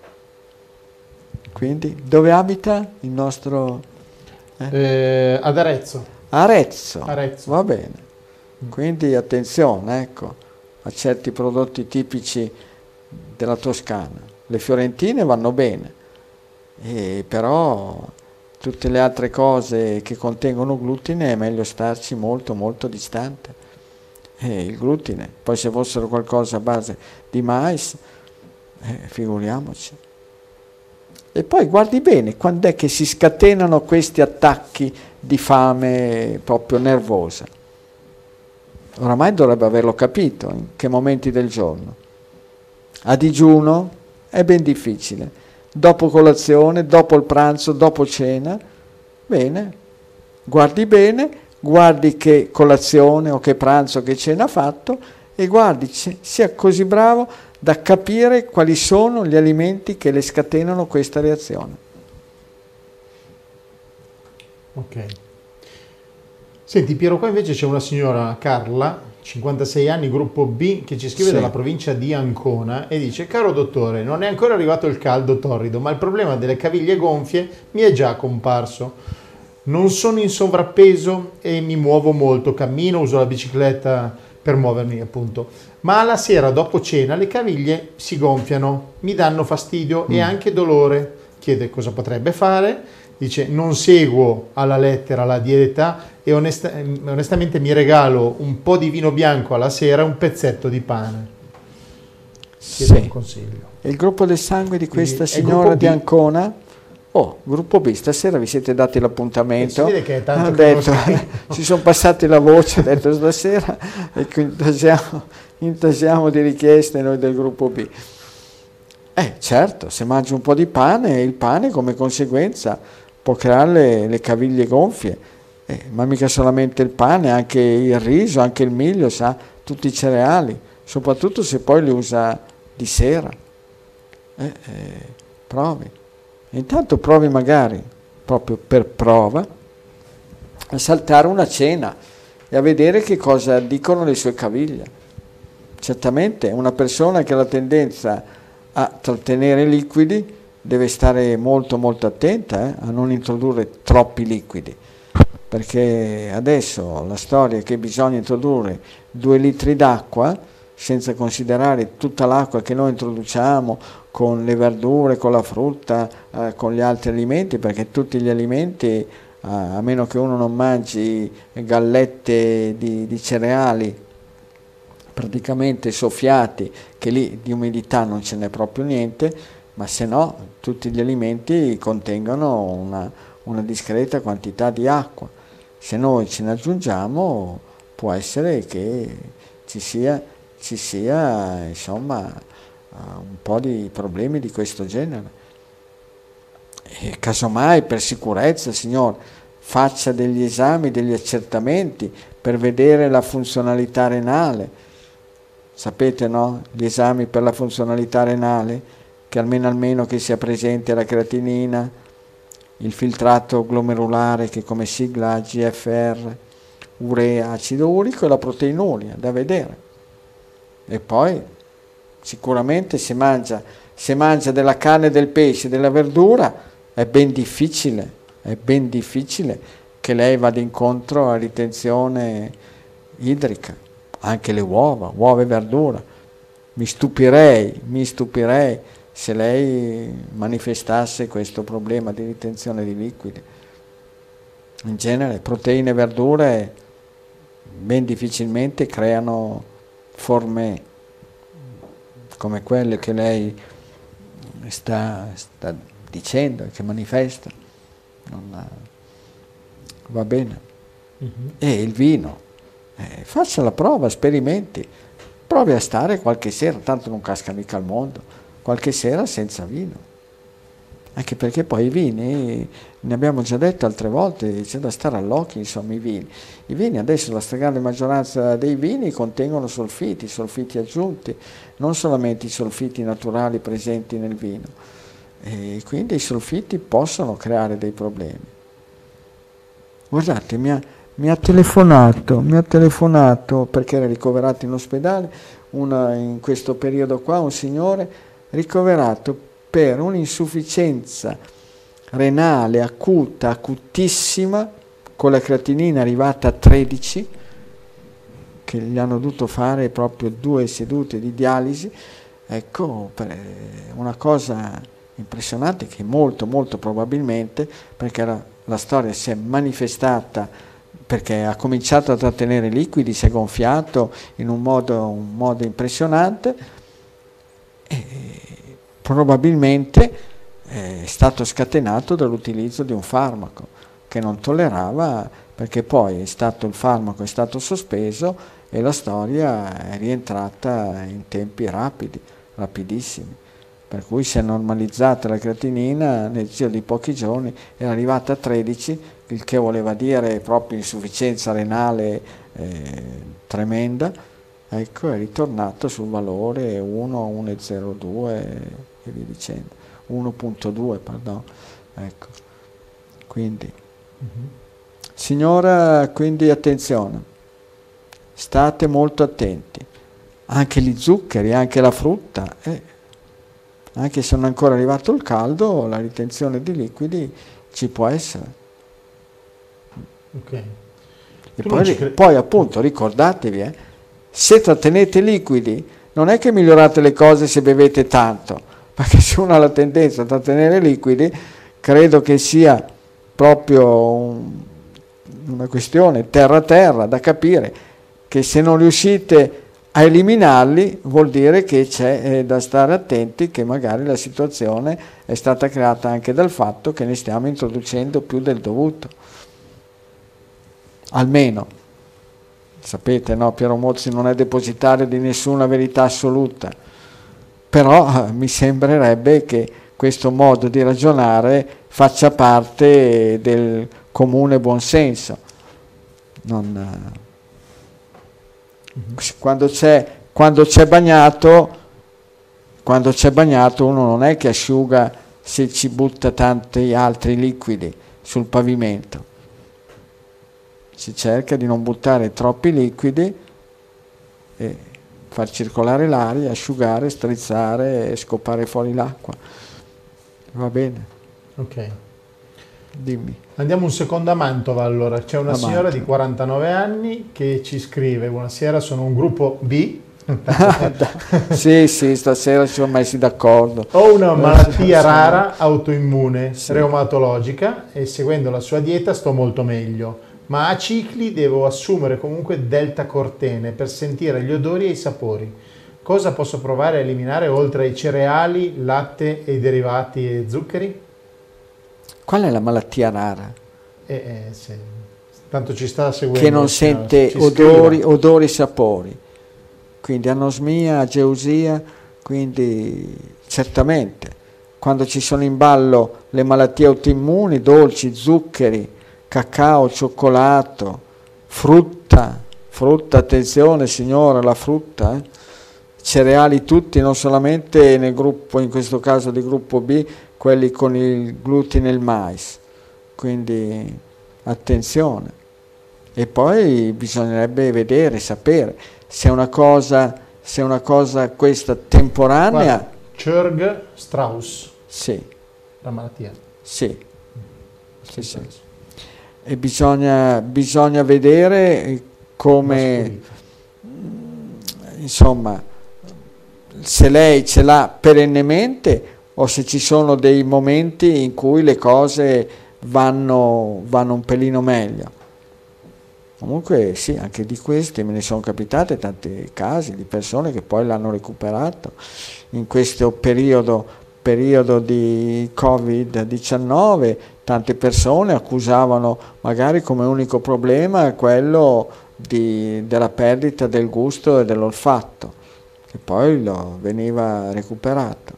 Quindi, dove abita il nostro... Eh? Eh, ad Arezzo. Arezzo. Arezzo. Va bene. Quindi attenzione, ecco, a certi prodotti tipici della Toscana. Le fiorentine vanno bene, e però tutte le altre cose che contengono glutine è meglio starci molto molto distante. E il glutine, poi se fossero qualcosa a base di mais, eh, figuriamoci. E poi guardi bene, quando è che si scatenano questi attacchi di fame proprio nervosa? Oramai dovrebbe averlo capito, in che momenti del giorno. A digiuno è ben difficile, dopo colazione, dopo il pranzo, dopo cena, bene, guardi bene, guardi che colazione o che pranzo, che cena ha fatto e guardi, sia così bravo da capire quali sono gli alimenti che le scatenano questa reazione. Ok. Senti Piero, qua invece c'è una signora, Carla, cinquantasei anni, gruppo B, che ci scrive sì. dalla provincia di Ancona e dice: caro dottore, non è ancora arrivato il caldo torrido, ma il problema delle caviglie gonfie mi è già comparso. Non sono in sovrappeso e mi muovo molto, cammino, uso la bicicletta per muovermi appunto, ma alla sera dopo cena le caviglie si gonfiano, mi danno fastidio mm. e anche dolore. Chiede cosa potrebbe fare, dice non seguo alla lettera la dieta e onesta- onestamente mi regalo un po' di vino bianco alla sera e un pezzetto di pane. Chiede sì. un consiglio. Il gruppo del sangue di questa Quindi, signora di Ancona. Oh, gruppo B, stasera vi siete dati l'appuntamento, si vede che è tanto ha detto, si sono passati la voce, ha detto stasera e intasiamo, intasiamo di richieste noi del gruppo B. Eh certo, se mangi un po' di pane, il pane come conseguenza può creare le, le caviglie gonfie, eh, ma mica solamente il pane, anche il riso, anche il miglio, sa, tutti i cereali, soprattutto se poi li usa di sera. Eh, eh, provi. Intanto provi magari, proprio per prova, a saltare una cena e a vedere che cosa dicono le sue caviglie. Certamente una persona che ha la tendenza a trattenere liquidi deve stare molto molto attenta eh, a non introdurre troppi liquidi, perché adesso la storia è che bisogna introdurre due litri d'acqua, senza considerare tutta l'acqua che noi introduciamo con le verdure, con la frutta, eh, con gli altri alimenti, perché tutti gli alimenti, eh, a meno che uno non mangi gallette di, di cereali praticamente soffiati, che lì di umidità non ce n'è proprio niente, ma se no tutti gli alimenti contengono una, una discreta quantità di acqua. Se noi ce ne aggiungiamo può essere che ci sia, ci sia insomma un po' di problemi di questo genere. E casomai per sicurezza, signor, faccia degli esami, degli accertamenti per vedere la funzionalità renale. Sapete, no? Gli esami per la funzionalità renale, che almeno almeno che sia presente la creatinina, il filtrato glomerulare che come sigla ha G F R, urea, acido urico e la proteinuria, da vedere. E poi sicuramente se mangia, se mangia della carne, del pesce, della verdura, è ben difficile, è ben difficile che lei vada incontro a ritenzione idrica. Anche le uova, uova e verdura. Mi stupirei, mi stupirei se lei manifestasse questo problema di ritenzione di liquidi. In genere proteine e verdure ben difficilmente creano forme come quelle che lei sta, sta dicendo e che manifesta. Non ha... Va bene. Mm-hmm. E il vino. Eh, faccia la prova, sperimenti, provi a stare qualche sera, tanto non casca mica al mondo, qualche sera senza vino, anche perché poi i vini, ne abbiamo già detto altre volte, c'è da stare all'occhio, insomma, i vini. I vini adesso, la stragrande maggioranza dei vini contengono solfiti, solfiti aggiunti, non solamente i solfiti naturali presenti nel vino, e quindi i solfiti possono creare dei problemi. Guardate, mi ha Mi ha telefonato, mi ha telefonato perché era ricoverato in ospedale una, in questo periodo qua, un signore ricoverato per un'insufficienza renale acuta, acutissima, con la creatinina arrivata a tredici, che gli hanno dovuto fare proprio due sedute di dialisi. Ecco, una cosa impressionante che molto molto probabilmente, perché la, la storia si è manifestata perché ha cominciato a trattenere liquidi, si è gonfiato in un modo, un modo impressionante e probabilmente è stato scatenato dall'utilizzo di un farmaco che non tollerava, perché poi è stato, il farmaco è stato sospeso e la storia è rientrata in tempi rapidi, rapidissimi. Per cui si è normalizzata la creatinina nel giro di pochi giorni, è arrivata a tredici, il che voleva dire proprio insufficienza renale eh, tremenda. Ecco, è ritornato sul valore uno, uno virgola zero due e via dicendo, uno virgola due, pardon. Ecco. Quindi, mm-hmm. Signora, quindi attenzione, state molto attenti, anche gli zuccheri, anche la frutta, eh, anche se non è ancora arrivato il caldo, la ritenzione di liquidi ci può essere. Okay. E poi, cre- poi appunto ricordatevi, eh, se trattenete liquidi non è che migliorate le cose se bevete tanto, perché se uno ha la tendenza a trattenere liquidi, credo che sia proprio un, una questione terra terra da capire, che se non riuscite a eliminarli vuol dire che c'è eh, da stare attenti, che magari la situazione è stata creata anche dal fatto che ne stiamo introducendo più del dovuto. Almeno, sapete, no, Piero Mozzi non è depositario di nessuna verità assoluta, però eh, mi sembrerebbe che questo modo di ragionare faccia parte del comune buonsenso. Non, mm-hmm. quando, c'è, quando c'è bagnato, quando c'è bagnato uno non è che asciuga se ci butta tanti altri liquidi sul pavimento. Si cerca di non buttare troppi liquidi e far circolare l'aria, asciugare, strizzare e scopare fuori l'acqua. Va bene. Ok. Dimmi. Andiamo un secondo a Mantova allora. C'è una A signora Mantova. di quarantanove anni che ci scrive: buonasera, sono un gruppo B. Sì, sì, stasera ci siamo messi d'accordo. Ho una malattia rara autoimmune, sì. reumatologica, e seguendo la sua dieta sto molto meglio, ma a cicli devo assumere comunque deltacortene per sentire gli odori e i sapori. Cosa posso provare a eliminare oltre ai cereali, latte e i derivati e zuccheri? Qual è la malattia rara? Eh, eh, se, tanto ci sta seguendo. Che non sente odori, odori e sapori. Quindi anosmia, ageusia, quindi certamente quando ci sono in ballo le malattie autoimmuni, dolci, zuccheri, cacao, cioccolato, frutta, frutta, attenzione signora, la frutta, eh? Cereali tutti, non solamente nel gruppo, in questo caso di gruppo B, quelli con il glutine e il mais, quindi attenzione. E poi bisognerebbe vedere, sapere se è una cosa, se è una cosa questa temporanea. Churg Strauss. Sì. La malattia. Sì. Sì, sì. E bisogna, bisogna vedere come, insomma, se lei ce l'ha perennemente o se ci sono dei momenti in cui le cose vanno, vanno un pelino meglio. Comunque sì, anche di questi me ne sono capitate tanti casi di persone che poi l'hanno recuperato in questo periodo, periodo di covid diciannove. Tante persone accusavano magari come unico problema quello di, della perdita del gusto e dell'olfatto, che poi lo veniva recuperato.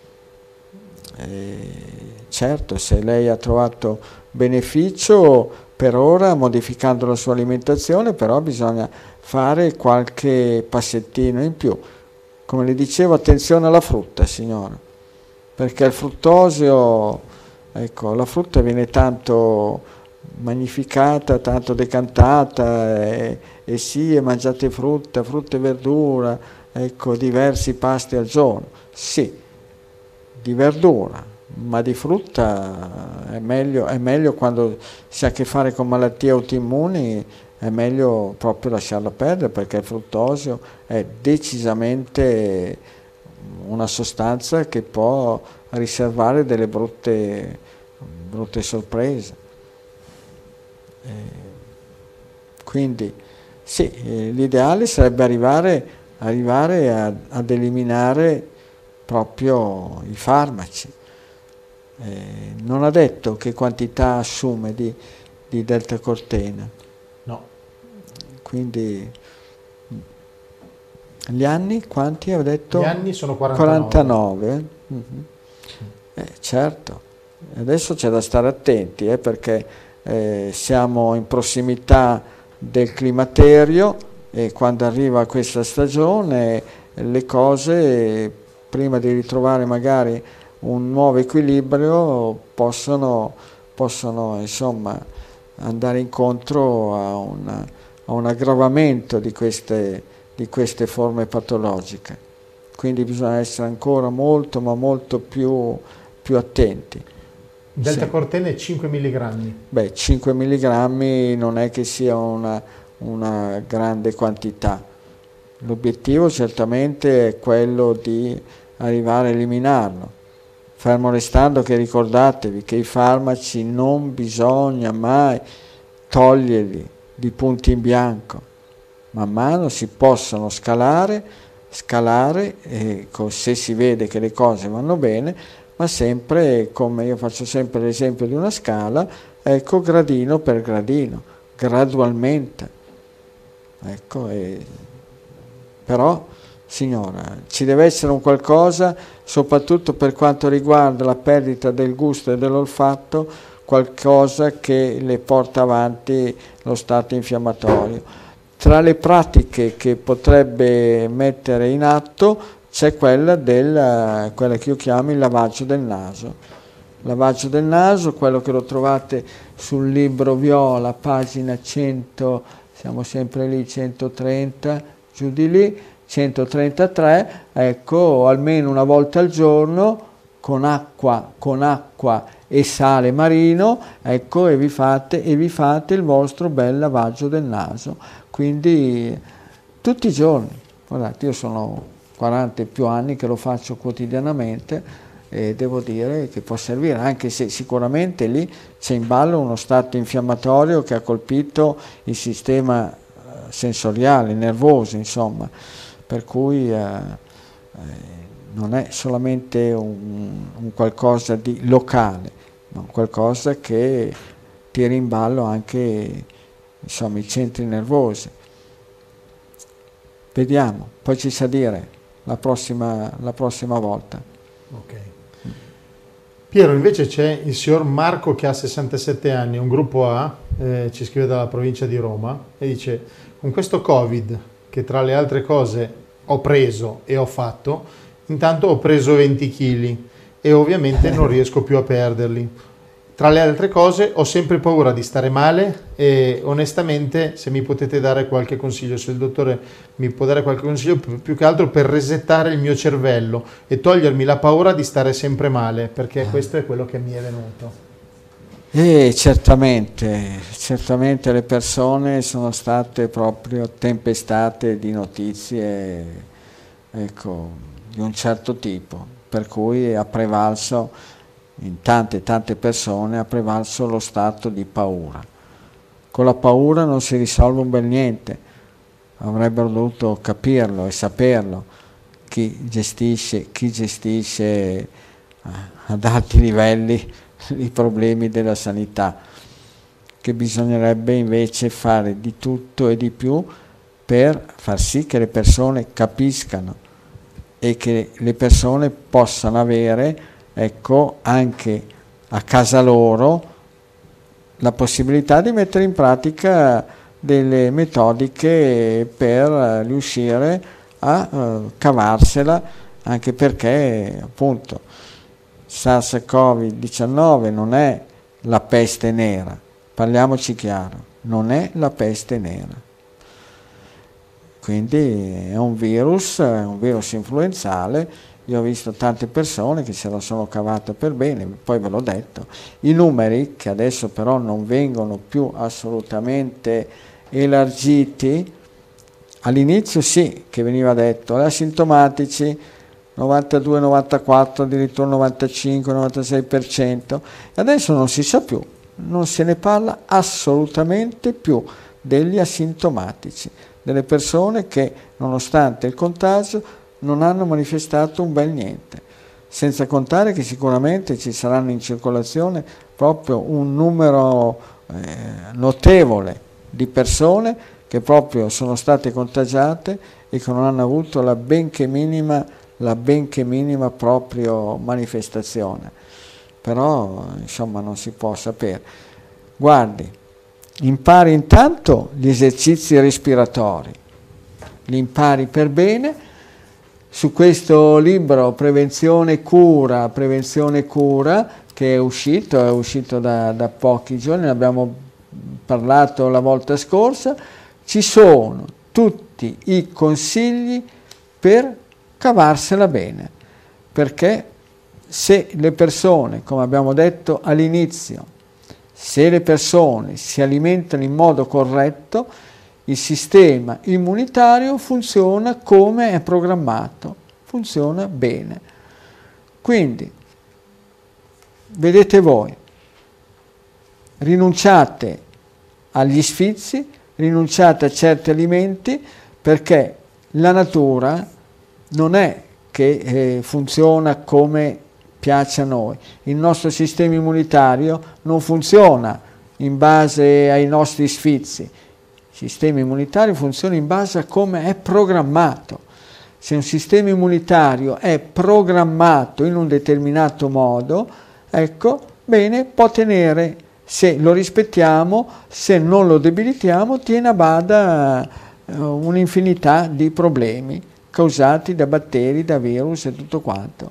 E certo, se lei ha trovato beneficio per ora modificando la sua alimentazione, però bisogna fare qualche passettino in più. Come le dicevo, attenzione alla frutta, signora, perché il fruttosio, ecco, la frutta viene tanto magnificata, tanto decantata, e, e sì, e mangiate frutta, frutta e verdura, ecco, diversi pasti al giorno. Sì, di verdura, ma di frutta è meglio, è meglio quando si ha a che fare con malattie autoimmuni, è meglio proprio lasciarla perdere, perché il fruttosio è decisamente una sostanza che può riservare delle brutte, brutte sorprese. Eh, quindi sì, eh, l'ideale sarebbe arrivare, arrivare a, ad eliminare proprio i farmaci. Eh, non ha detto che quantità assume di, di deltacortena. No. Quindi gli anni quanti ha detto? Gli anni sono quarantanove. quarantanove. Mm-hmm. Eh, certo, adesso c'è da stare attenti, eh, perché eh, siamo in prossimità del climaterio e quando arriva questa stagione le cose, prima di ritrovare magari un nuovo equilibrio, possono, possono insomma andare incontro a, una, a un aggravamento di queste, di queste forme patologiche. Quindi bisogna essere ancora molto ma molto più, più attenti. Deltacortene è cinque milligrammi. Beh, cinque milligrammi non è che sia una, una grande quantità. L'obiettivo certamente è quello di arrivare a eliminarlo. Fermo restando che ricordatevi che i farmaci non bisogna mai toglierli di punto in bianco. Man mano si possono scalare, scalare e se si vede che le cose vanno bene, ma sempre, come io faccio sempre l'esempio di una scala, ecco, gradino per gradino, gradualmente. Ecco, e, però signora, ci deve essere un qualcosa, soprattutto per quanto riguarda la perdita del gusto e dell'olfatto, qualcosa che le porta avanti lo stato infiammatorio. Tra le pratiche che potrebbe mettere in atto c'è quella, del, quella che io chiamo il lavaggio del naso. Lavaggio del naso, quello che lo trovate sul libro Viola, pagina cento, siamo sempre lì, centotrenta, giù di lì, centotrentatré, ecco, almeno una volta al giorno con acqua, con acqua e sale marino, ecco, e vi fate, e vi fate il vostro bel lavaggio del naso. Quindi tutti i giorni, guardate, io sono quaranta e più anni che lo faccio quotidianamente e devo dire che può servire, anche se sicuramente lì c'è in ballo uno stato infiammatorio che ha colpito il sistema sensoriale, nervoso, insomma, per cui eh, eh, non è solamente un, un qualcosa di locale, ma un qualcosa che tira in ballo anche, insomma, i centri nervosi. Vediamo, poi ci sa dire la prossima, la prossima volta. Ok. Piero, invece c'è il signor Marco che ha sessantasette anni, un gruppo A, eh, ci scrive dalla provincia di Roma e dice: con questo Covid, che tra le altre cose ho preso e ho fatto, intanto ho preso venti chili e ovviamente non riesco più a perderli. Tra le altre cose ho sempre paura di stare male e onestamente se mi potete dare qualche consiglio, se il dottore mi può dare qualche consiglio più che altro per resettare il mio cervello e togliermi la paura di stare sempre male, perché questo è quello che mi è venuto. E certamente, certamente le persone sono state proprio tempestate di notizie, ecco, di un certo tipo, per cui ha prevalso in tante tante persone ha prevalso lo stato di paura. Con la paura non si risolve un bel niente, avrebbero dovuto capirlo e saperlo chi gestisce, chi gestisce ad alti livelli i problemi della sanità, che bisognerebbe invece fare di tutto e di più per far sì che le persone capiscano e che le persone possano avere, ecco, anche a casa loro la possibilità di mettere in pratica delle metodiche per riuscire a uh, cavarsela, anche perché appunto SARS-CoV diciannove non è la peste nera, parliamoci chiaro, non è la peste nera. Quindi è un virus, è un virus influenzale. Io ho visto tante persone che se la sono cavata per bene, poi ve l'ho detto. I numeri, che adesso però non vengono più assolutamente elargiti, all'inizio sì, che veniva detto, gli asintomatici novantadue novantaquattro, addirittura novantacinque novantasei per cento, e adesso non si sa più, non se ne parla assolutamente più degli asintomatici, delle persone che nonostante il contagio non hanno manifestato un bel niente, senza contare che sicuramente ci saranno in circolazione proprio un numero eh, notevole di persone che proprio sono state contagiate e che non hanno avuto la benché minima, la benché minima proprio manifestazione. Però insomma non si può sapere. Guardi, impari intanto gli esercizi respiratori, li impari per bene. Su questo libro Prevenzione Cura, Prevenzione Cura, che è uscito, è uscito da, da pochi giorni, ne abbiamo parlato la volta scorsa, ci sono tutti i consigli per cavarsela bene, perché se le persone, come abbiamo detto all'inizio, se le persone si alimentano in modo corretto, il sistema immunitario funziona come è programmato, funziona bene. Quindi, vedete voi, rinunciate agli sfizi, rinunciate a certi alimenti, perché la natura non è che eh, funziona come piace a noi. Il nostro sistema immunitario non funziona in base ai nostri sfizi. Il sistema immunitario funziona in base a come è programmato. Se un sistema immunitario è programmato in un determinato modo, ecco, bene, può tenere, se lo rispettiamo, se non lo debilitiamo, tiene a bada uh, un'infinità di problemi causati da batteri, da virus e tutto quanto.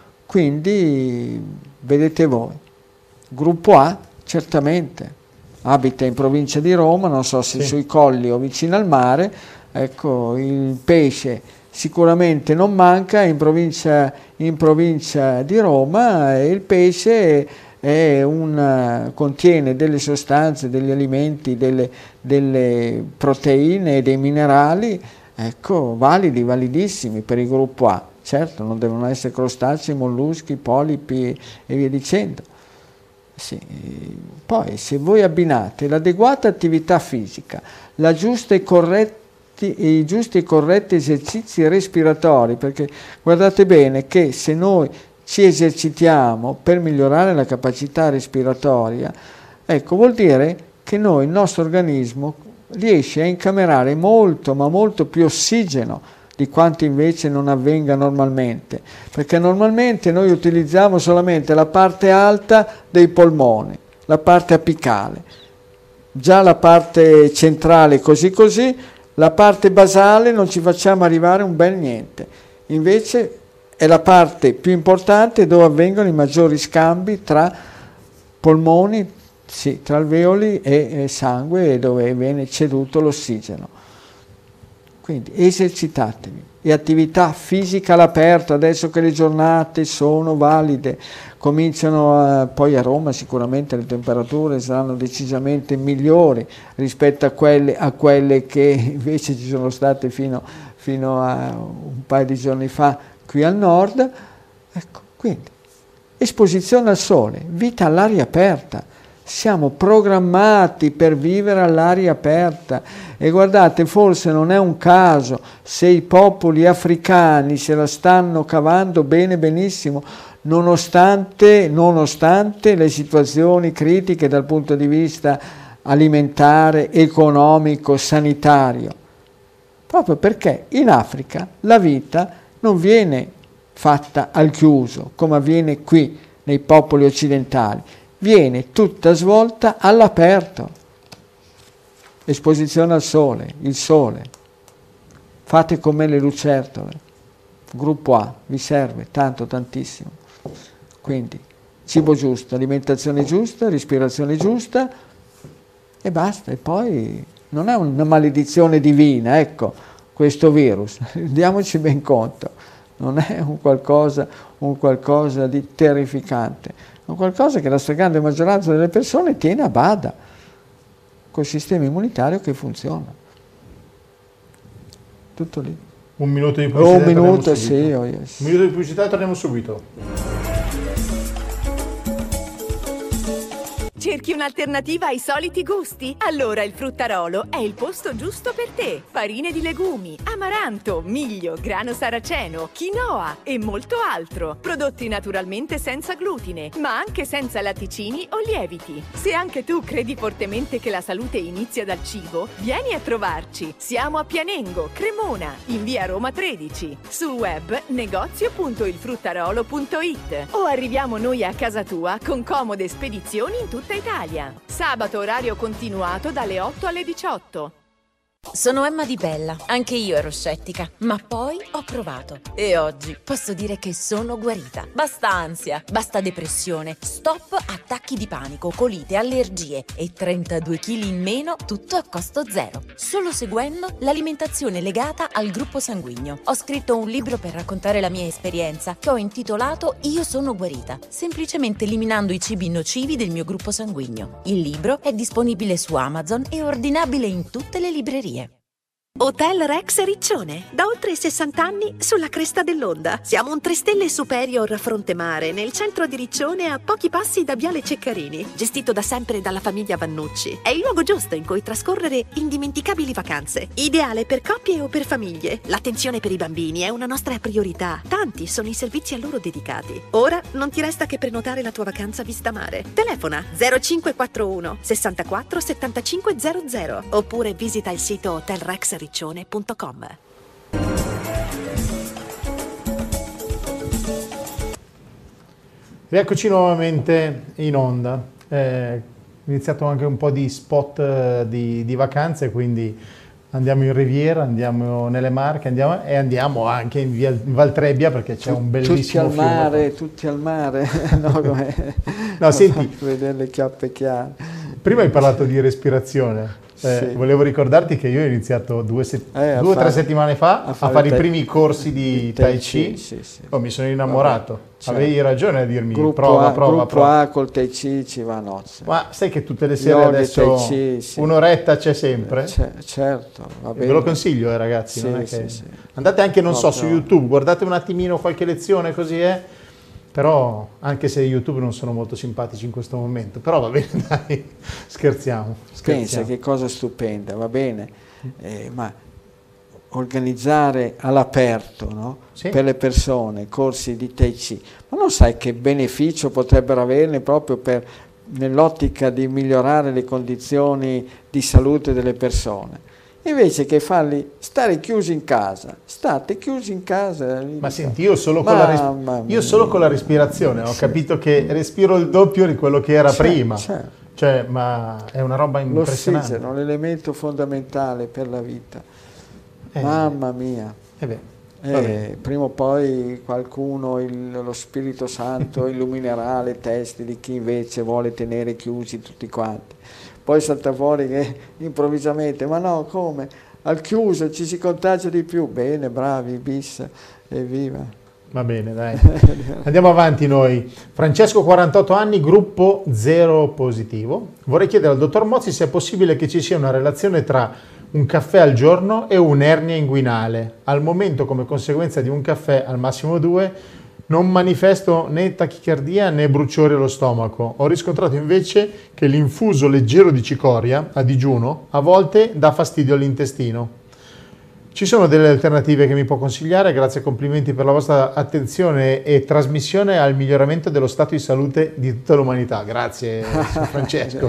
Quindi, vedete voi, gruppo A, certamente, abita in provincia di Roma, non so se sì. sui colli o vicino al mare, ecco, il pesce sicuramente non manca in provincia, in provincia di Roma, e il pesce è un, contiene delle sostanze, degli alimenti, delle, delle proteine e dei minerali, ecco, validi, validissimi per il gruppo A. Certo, non devono essere crostacei, molluschi, polipi e via dicendo. Sì. Poi, se voi abbinate l'adeguata attività fisica, la giusta e corretti, i giusti e corretti esercizi respiratori, perché guardate bene che se noi ci esercitiamo per migliorare la capacità respiratoria, ecco, vuol dire che noi, il nostro organismo, riesce a incamerare molto, ma molto più ossigeno di quanto invece non avvenga normalmente, perché normalmente noi utilizziamo solamente la parte alta dei polmoni, la parte apicale, già la parte centrale così così, la parte basale non ci facciamo arrivare un bel niente, invece è la parte più importante dove avvengono i maggiori scambi tra polmoni, sì, tra alveoli e, e sangue, e dove viene ceduto l'ossigeno. Quindi esercitatevi, e attività fisica all'aperto, adesso che le giornate sono valide, cominciano a, poi a Roma sicuramente le temperature saranno decisamente migliori rispetto a quelle, a quelle che invece ci sono state fino, fino a un paio di giorni fa qui al nord. Ecco, quindi esposizione al sole, vita all'aria aperta. Siamo programmati per vivere all'aria aperta, e guardate, forse non è un caso se i popoli africani se la stanno cavando bene benissimo, nonostante, nonostante le situazioni critiche dal punto di vista alimentare, economico, sanitario, proprio perché in Africa la vita non viene fatta al chiuso come avviene qui nei popoli occidentali, viene tutta svolta all'aperto. Esposizione al sole, il sole. Fate con me le lucertole. Gruppo A, vi serve tanto, tantissimo. Quindi, cibo giusto, alimentazione giusta, respirazione giusta, e basta. E poi non è una maledizione divina, ecco, questo virus. Diamoci ben conto. Non è un qualcosa, un qualcosa di terrificante. Qualcosa che la stragrande maggioranza delle persone tiene a bada, col sistema immunitario che funziona. Tutto lì. Un minuto di pubblicità. Oh, un minuto, sì. Oh, yes. Un minuto di pubblicità e torniamo subito. Cerchi un'alternativa ai soliti gusti? Allora il Fruttarolo è il posto giusto per te. Farine di legumi, amaranto, miglio, grano saraceno, quinoa e molto altro. Prodotti naturalmente senza glutine, ma anche senza latticini o lieviti. Se anche tu credi fortemente che la salute inizia dal cibo, vieni a trovarci. Siamo a Pianengo, Cremona, in via Roma tredici. Sul web negozio punto il fruttarolo punto it, o arriviamo noi a casa tua con comode spedizioni in tutta Italia. Sabato orario continuato dalle otto alle diciotto. Sono Emma Di Bella, anche io ero scettica, ma poi ho provato e oggi posso dire che sono guarita. Basta ansia, basta depressione, stop attacchi di panico, colite, allergie e trentadue chili in meno, tutto a costo zero, solo seguendo l'alimentazione legata al gruppo sanguigno. Ho scritto un libro per raccontare la mia esperienza che ho intitolato Io sono guarita, semplicemente eliminando i cibi nocivi del mio gruppo sanguigno. Il libro è disponibile su Amazon e ordinabile in tutte le librerie. Hotel Rex Riccione, da oltre sessanta anni sulla cresta dell'onda. Siamo un tre stelle superior fronte mare, nel centro di Riccione, a pochi passi da Viale Ceccarini, gestito da sempre dalla famiglia Vannucci. È il luogo giusto in cui trascorrere indimenticabili vacanze, ideale per coppie o per famiglie. L'attenzione per i bambini è una nostra priorità, tanti sono i servizi a loro dedicati. Ora non ti resta che prenotare la tua vacanza vista mare. Telefona zero cinque quattro uno sessantaquattro settantacinque zero zero oppure visita il sito hotel rex riccione punto com. Rieccoci nuovamente in onda. Eh, ho iniziato anche un po' di spot eh, di, di vacanze, quindi andiamo in Riviera, andiamo nelle Marche, andiamo, e andiamo anche in, via, in Val Trebbia perché c'è un bellissimo tutti al mare, fiume. Tutti al mare, no, come no, senti, vedere le chiappe chiare. Prima hai parlato di respirazione. Eh, sì. Volevo ricordarti che io ho iniziato due, set- eh, due o fare, tre settimane fa a fare, a fare i primi corsi di Tai Chi. Sì, sì. Oh, mi sono innamorato. Vabbè, certo. Avevi ragione a dirmi gruppo prova, A, prova, gruppo prova. A col Tai Chi ci va a nozze. Ma sai che tutte le sere Yoga, adesso Tai Chi, sì. un'oretta c'è sempre? C- certo, va bene. Ve lo consiglio, eh, ragazzi. Sì, non è sì, che... sì. Andate anche, non Proprio... so, su YouTube, guardate un attimino qualche lezione, così è. Però, anche se YouTube non sono molto simpatici in questo momento, però va bene, dai, scherziamo. scherziamo. Pensa che cosa stupenda, va bene, eh, ma organizzare all'aperto, no? Sì. Per le persone corsi di Tai Chi, ma non sai che beneficio potrebbero averne proprio per, nell'ottica di migliorare le condizioni di salute delle persone? Invece che farli stare chiusi in casa, state chiusi in casa. Ma senti, io solo con, la, ris- io solo con la respirazione ho sì. capito che respiro il doppio di quello che era c'è, prima. C'è. Cioè, ma è una roba impressionante. L'ossigeno, l'elemento fondamentale per la vita. Eh, Mamma mia. Eh beh, eh, prima o poi qualcuno, il, lo Spirito Santo illuminerà le teste di chi invece vuole tenere chiusi tutti quanti. Poi salta fuori che improvvisamente, ma no, come? Al chiuso ci si contagia di più. Bene, bravi, bis, evviva. Va bene, dai. Andiamo avanti noi. Francesco, quarantotto anni, gruppo zero positivo. Vorrei chiedere al dottor Mozzi se è possibile che ci sia una relazione tra un caffè al giorno e un'ernia inguinale. Al momento, come conseguenza di un caffè, al massimo due, non manifesto né tachicardia né bruciori allo stomaco. Ho riscontrato invece che l'infuso leggero di cicoria a digiuno a volte dà fastidio all'intestino. Ci sono delle alternative che mi può consigliare? Grazie e complimenti per la vostra attenzione e trasmissione al miglioramento dello stato di salute di tutta l'umanità. Grazie Francesco.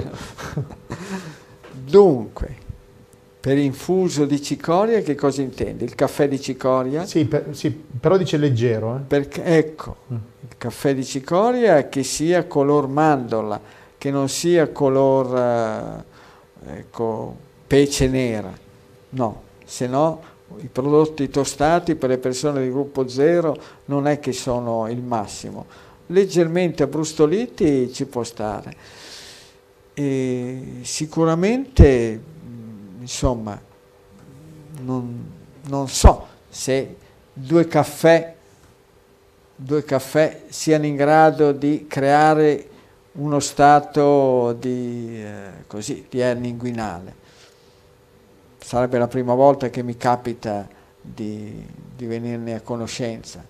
Dunque, per infuso di cicoria che cosa intendi? Il caffè di cicoria? Sì, per, sì però dice leggero. Eh? Perché, ecco, mm. il caffè di cicoria che sia color mandorla, che non sia color eh, ecco, pece nera. No, se no i prodotti tostati per le persone di gruppo zero non è che sono il massimo. Leggermente abbrustoliti ci può stare. E sicuramente... Insomma, non, non so se due caffè, due caffè siano in grado di creare uno stato di, eh, così, di ernia inguinale. Sarebbe la prima volta che mi capita di, di venirne a conoscenza.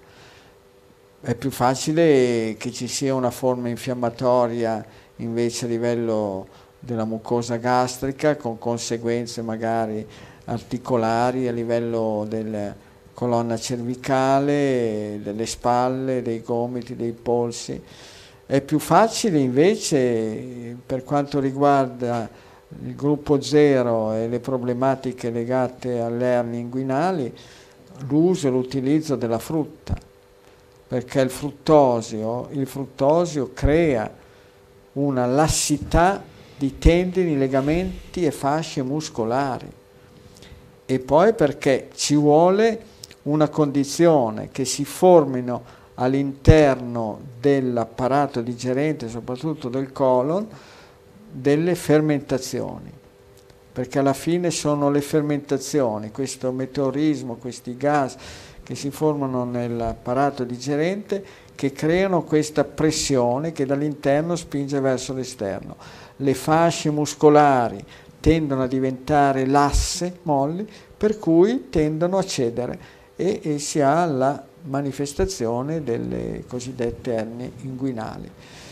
È più facile che ci sia una forma infiammatoria invece a livello della mucosa gastrica, con conseguenze magari articolari a livello della colonna cervicale, delle spalle, dei gomiti, dei polsi. È più facile invece per quanto riguarda il gruppo zero e le problematiche legate alle ernie inguinali l'uso e l'utilizzo della frutta, perché il fruttosio, il fruttosio crea una lassità di tendini, legamenti e fasce muscolari, e poi perché ci vuole una condizione che si formino all'interno dell'apparato digerente, soprattutto del colon, delle fermentazioni, perché alla fine sono le fermentazioni, questo meteorismo, questi gas che si formano nell'apparato digerente che creano questa pressione che dall'interno spinge verso l'esterno. Le fasce muscolari tendono a diventare lasse, molli, per cui tendono a cedere e, e si ha la manifestazione delle cosiddette ernie inguinali.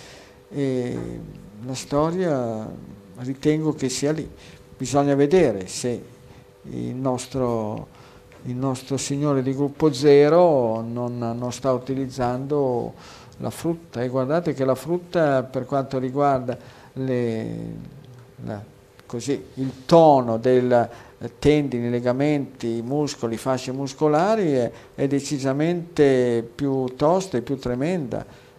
E la storia ritengo che sia lì. Bisogna vedere se il nostro, il nostro signore di gruppo zero non, non sta utilizzando la frutta, e guardate che la frutta, per quanto riguarda le, la, così, il tono del tendini, legamenti, muscoli, fasce muscolari è, è decisamente più tosta e più tremenda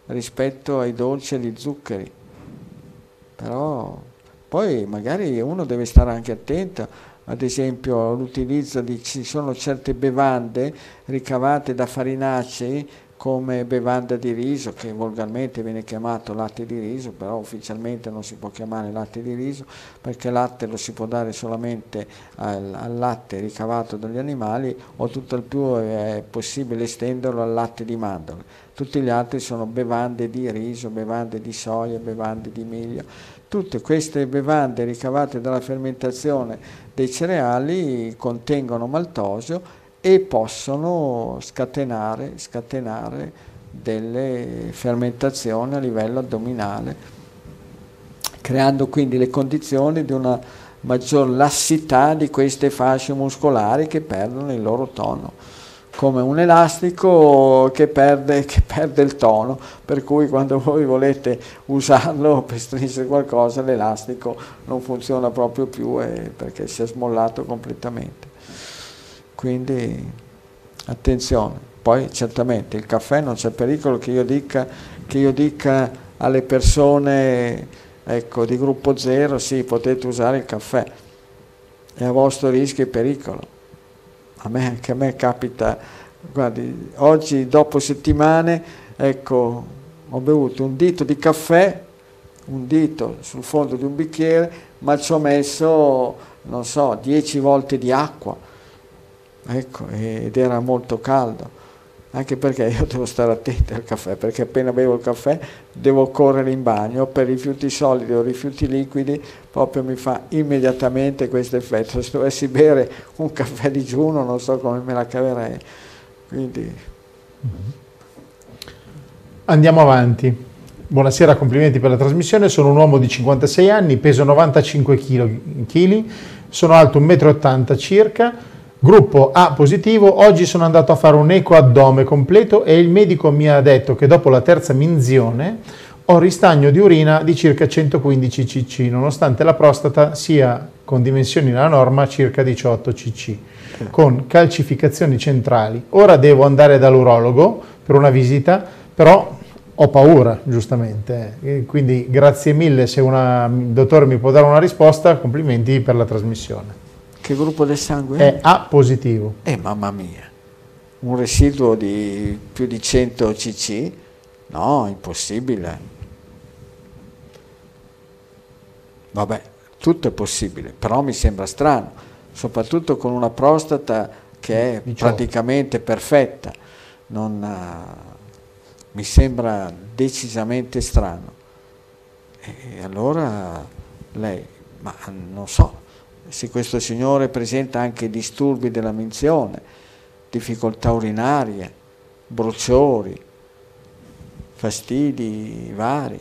rispetto ai dolci e agli zuccheri. Però poi magari uno deve stare anche attento, ad esempio all'utilizzo di, ci sono certe bevande ricavate da farinacei come bevanda di riso, che volgarmente viene chiamato latte di riso, però ufficialmente non si può chiamare latte di riso, perché latte lo si può dare solamente al, al latte ricavato dagli animali, o tutto al più è possibile estenderlo al latte di mandorle. Tutti gli altri sono bevande di riso, bevande di soia, bevande di miglio. Tutte queste bevande ricavate dalla fermentazione dei cereali contengono maltosio e possono scatenare, scatenare delle fermentazioni a livello addominale, creando quindi le condizioni di una maggior lassità di queste fasce muscolari che perdono il loro tono, come un elastico che perde, che perde il tono, per cui quando voi volete usarlo per stringere qualcosa l'elastico non funziona proprio più, eh, perché si è smollato completamente. Quindi attenzione. Poi certamente il caffè, non c'è pericolo che io dica, che io dica alle persone, ecco, di gruppo zero, sì, potete usare il caffè, è a vostro rischio e pericolo. A me, anche a me capita, guardi, oggi dopo settimane, ecco, ho bevuto un dito di caffè, un dito sul fondo di un bicchiere, ma ci ho messo, non so, dieci volte di acqua. Ecco, ed era molto caldo, anche perché io devo stare attento al caffè, perché appena bevo il caffè devo correre in bagno, per rifiuti solidi o rifiuti liquidi proprio mi fa immediatamente questo effetto. Se dovessi bere un caffè digiuno non so come me la caverei. Quindi andiamo avanti. Buonasera, complimenti per la trasmissione. Sono un uomo di cinquantasei anni, peso novantacinque chili, sono alto un metro e ottanta circa. Gruppo A positivo, oggi sono andato a fare un eco addome completo e il medico mi ha detto che dopo la terza minzione ho ristagno di urina di circa centoquindici cc, nonostante la prostata sia con dimensioni nella norma circa diciotto cc, con calcificazioni centrali. Ora devo andare dall'urologo per una visita, però ho paura, giustamente. E quindi grazie mille, se il dottore mi può dare una risposta, complimenti per la trasmissione. Che gruppo del sangue è? È A positivo. Eh, mamma mia, un residuo di più di cento cc? No, impossibile. Vabbè, tutto è possibile, però mi sembra strano, soprattutto con una prostata che è diciotto. Praticamente perfetta. Non, uh, mi sembra decisamente strano. E allora lei, ma non so, se questo signore presenta anche disturbi della minzione, difficoltà urinarie, bruciori, fastidi vari,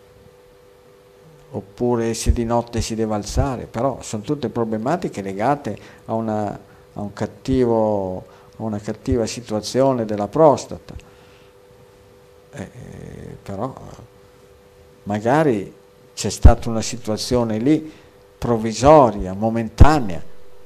oppure se di notte si deve alzare, però sono tutte problematiche legate a una, a un cattivo, a una cattiva situazione della prostata. Eh, però magari c'è stata una situazione lì provvisoria, momentanea,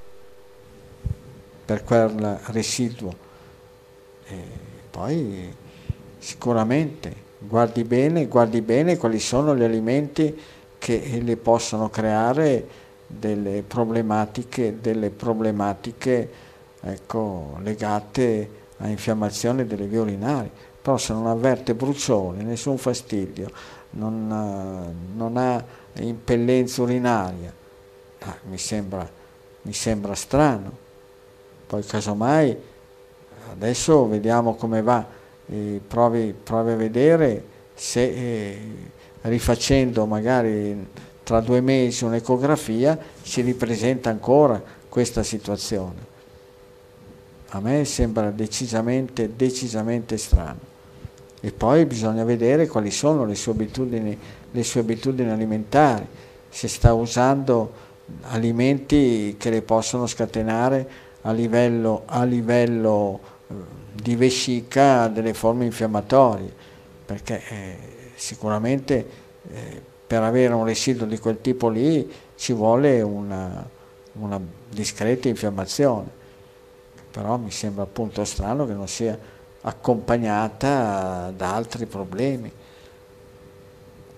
per quel residuo. E poi sicuramente guardi bene, guardi bene quali sono gli alimenti che le possono creare delle problematiche, delle problematiche ecco, legate a infiammazione delle vie urinarie. Però se non avverte bruciore, nessun fastidio, non, non ha impellenza urinaria, ah, mi sembra, mi sembra strano. Poi casomai adesso vediamo come va, eh, provi, provi a vedere se eh, rifacendo magari tra due mesi un'ecografia si ripresenta ancora questa situazione. A me sembra decisamente, decisamente strano. E poi bisogna vedere quali sono le sue abitudini, le sue abitudini alimentari, se sta usando alimenti che le possono scatenare a livello, a livello eh, di vescica delle forme infiammatorie, perché eh, sicuramente eh, per avere un residuo di quel tipo lì ci vuole una, una discreta infiammazione, però mi sembra appunto strano che non sia accompagnata da altri problemi.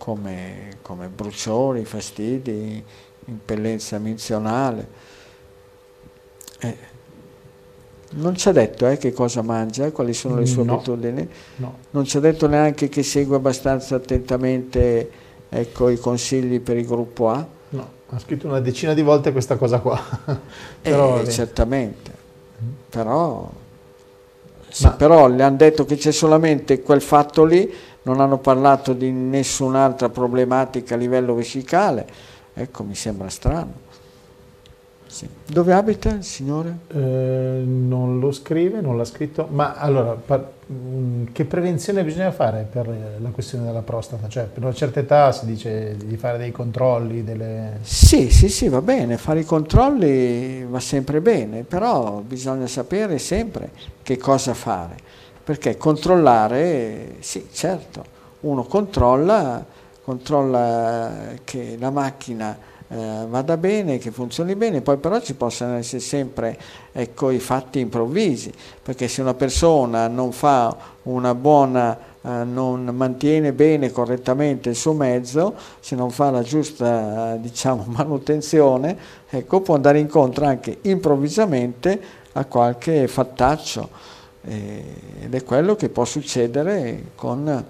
come, come bruciori, fastidi, impellenza menzionale. Eh, non ci ha detto eh, che cosa mangia, quali sono le sue No. abitudini, No. non ci ha detto neanche che segue abbastanza attentamente, ecco, i consigli per il gruppo A. No, ha scritto una decina di volte questa cosa qua. Però, Eh, vabbè. certamente, però, se Ma- però le hanno detto che c'è solamente quel fatto lì, non hanno parlato di nessun'altra problematica a livello vescicale, ecco, mi sembra strano. Sì. Dove abita il signore? Eh, non lo scrive, non l'ha scritto, ma allora, par- mh, che prevenzione bisogna fare per la questione della prostata? Cioè, per una certa età si dice di fare dei controlli, delle... Sì, sì, sì, va bene, fare i controlli va sempre bene, però bisogna sapere sempre che cosa fare, perché controllare, sì, certo, uno controlla, controlla che la macchina eh, vada bene, che funzioni bene, poi però ci possono essere sempre, ecco, i fatti improvvisi, perché se una persona non fa una buona, eh, non mantiene bene, correttamente il suo mezzo, se non fa la giusta, eh, diciamo, manutenzione, ecco, può andare incontro anche improvvisamente a qualche fattaccio, eh, ed è quello che può succedere con,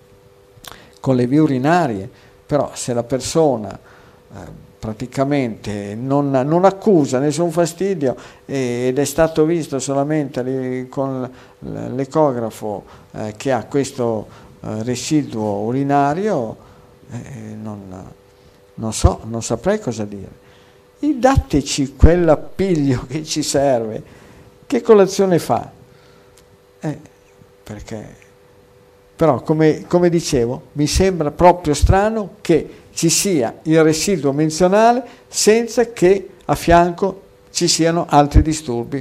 con le vie urinarie. Però se la persona eh, praticamente non, non accusa nessun fastidio eh, ed è stato visto solamente li- con l'ecografo eh, che ha questo eh, residuo urinario, eh, non, non so, non saprei cosa dire. E dateci quell'appiglio che ci serve, che colazione fa? Eh, perché, però come, come dicevo, mi sembra proprio strano che ci sia il residuo menzionale senza che a fianco ci siano altri disturbi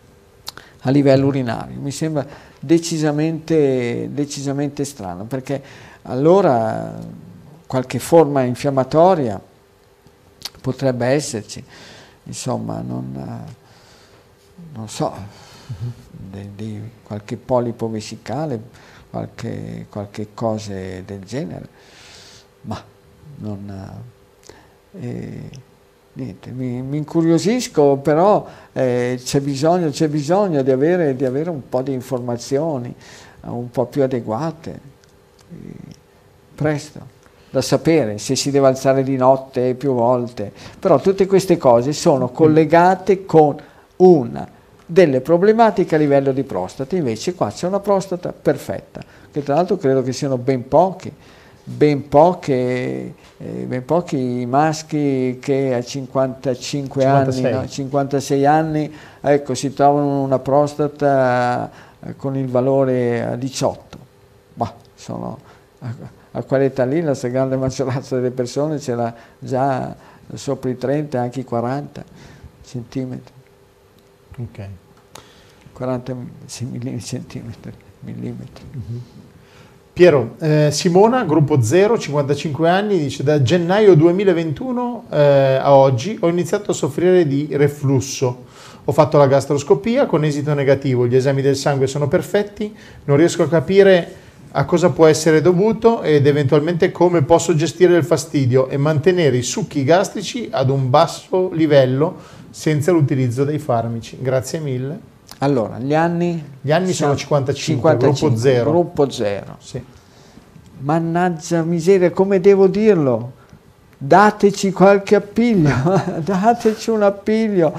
a livello urinario. Mi sembra decisamente, decisamente strano, perché allora qualche forma infiammatoria potrebbe esserci, insomma, non, non so, di, di qualche polipo vescicale, qualche, qualche cose del genere, ma non, eh, niente, mi, mi incuriosisco, però eh, c'è bisogno, c'è bisogno di avere, di avere un po' di informazioni un po' più adeguate, eh, presto, da sapere se si deve alzare di notte più volte, però tutte queste cose sono collegate con una delle problematiche a livello di prostata. Invece qua c'è una prostata perfetta, che tra l'altro credo che siano ben pochi, ben poche, eh, ben pochi maschi che a cinquantacinque cinquantasei. anni, no, cinquantasei anni, ecco, si trovano una prostata eh, con il valore a diciotto. Bah, sono, a, a quell'età lì la stragrande maggioranza delle persone ce l'ha già sopra i trenta, anche i quaranta centimetri. Ok. quaranta centimetri, millimetri. Mm-hmm. Piero, eh, Simona, gruppo zero, cinquantacinque anni, dice: da gennaio duemilaventuno eh, a oggi ho iniziato a soffrire di reflusso. Ho fatto la gastroscopia con esito negativo, gli esami del sangue sono perfetti, non riesco a capire a cosa può essere dovuto ed eventualmente come posso gestire il fastidio e mantenere i succhi gastrici ad un basso livello senza l'utilizzo dei farmaci. Grazie mille. Allora, gli anni? Gli anni sono cinquantacinque, cinquantacinque, gruppo zero. Gruppo zero. Sì. Mannaggia miseria, come devo dirlo? Dateci qualche appiglio, dateci un appiglio.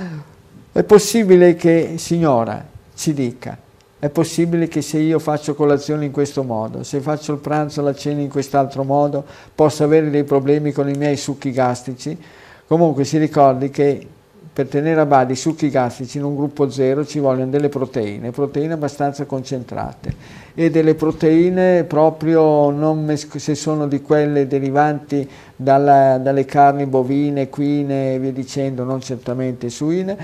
È possibile che, signora, ci dica, è possibile che se io faccio colazione in questo modo, se faccio il pranzo o la cena in quest'altro modo, possa avere dei problemi con i miei succhi gastrici? Comunque si ricordi che per tenere a bada i succhi gastrici in un gruppo zero ci vogliono delle proteine, proteine abbastanza concentrate e delle proteine proprio, non mes- se sono di quelle derivanti dalla, dalle carni bovine, equine e via dicendo, non certamente suine,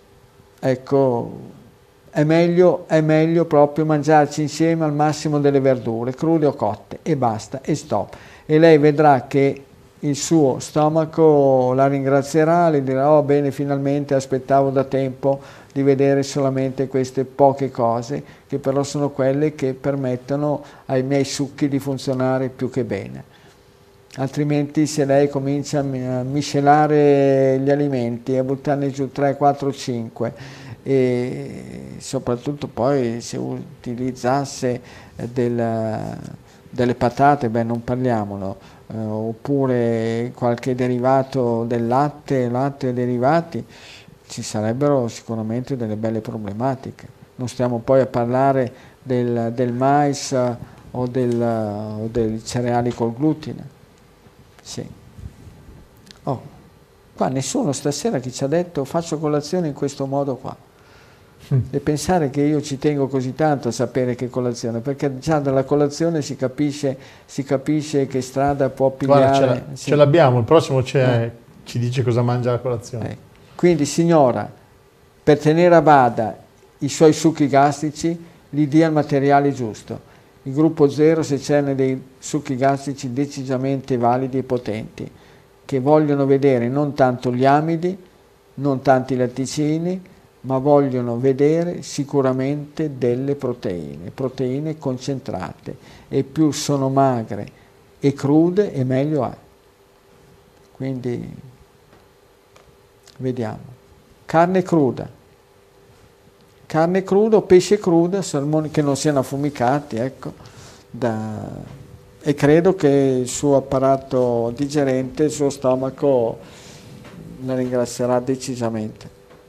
ecco, è meglio, è meglio proprio mangiarci insieme al massimo delle verdure, crude o cotte, e basta, e stop. E lei vedrà che il suo stomaco la ringrazierà, le dirà: oh bene, finalmente aspettavo da tempo di vedere solamente queste poche cose, che però sono quelle che permettono ai miei succhi di funzionare più che bene. altrimenti se lei comincia a miscelare gli alimenti, a buttarne giù tre, quattro, cinque, e soprattutto poi se utilizzasse del, delle patate, beh non parliamolo, eh, oppure qualche derivato del latte, latte e derivati, ci sarebbero sicuramente delle belle problematiche. Non stiamo poi a parlare del, del mais o, del, o dei cereali col glutine. Sì. Oh, qua nessuno stasera che ci ha detto faccio colazione in questo modo qua. Mm. E pensare che io ci tengo così tanto a sapere che colazione, perché già dalla colazione si capisce, si capisce che strada può pigliare. Guarda, ce, sì. ce l'abbiamo, il prossimo eh. ci dice cosa mangia la colazione. Eh. Quindi signora, per tenere a bada i suoi succhi gastrici, gli dia il materiale giusto. Il gruppo zero se c'è dei succhi gastrici decisamente validi e potenti, che vogliono vedere non tanto gli amidi, non tanto i latticini, ma vogliono vedere sicuramente delle proteine, proteine concentrate, e più sono magre e crude e meglio è. Quindi vediamo. Carne cruda. Carne cruda o pesce crudo, salmoni che non siano affumicati, ecco, da, e credo che il suo apparato digerente, il suo stomaco la ringrazierà decisamente.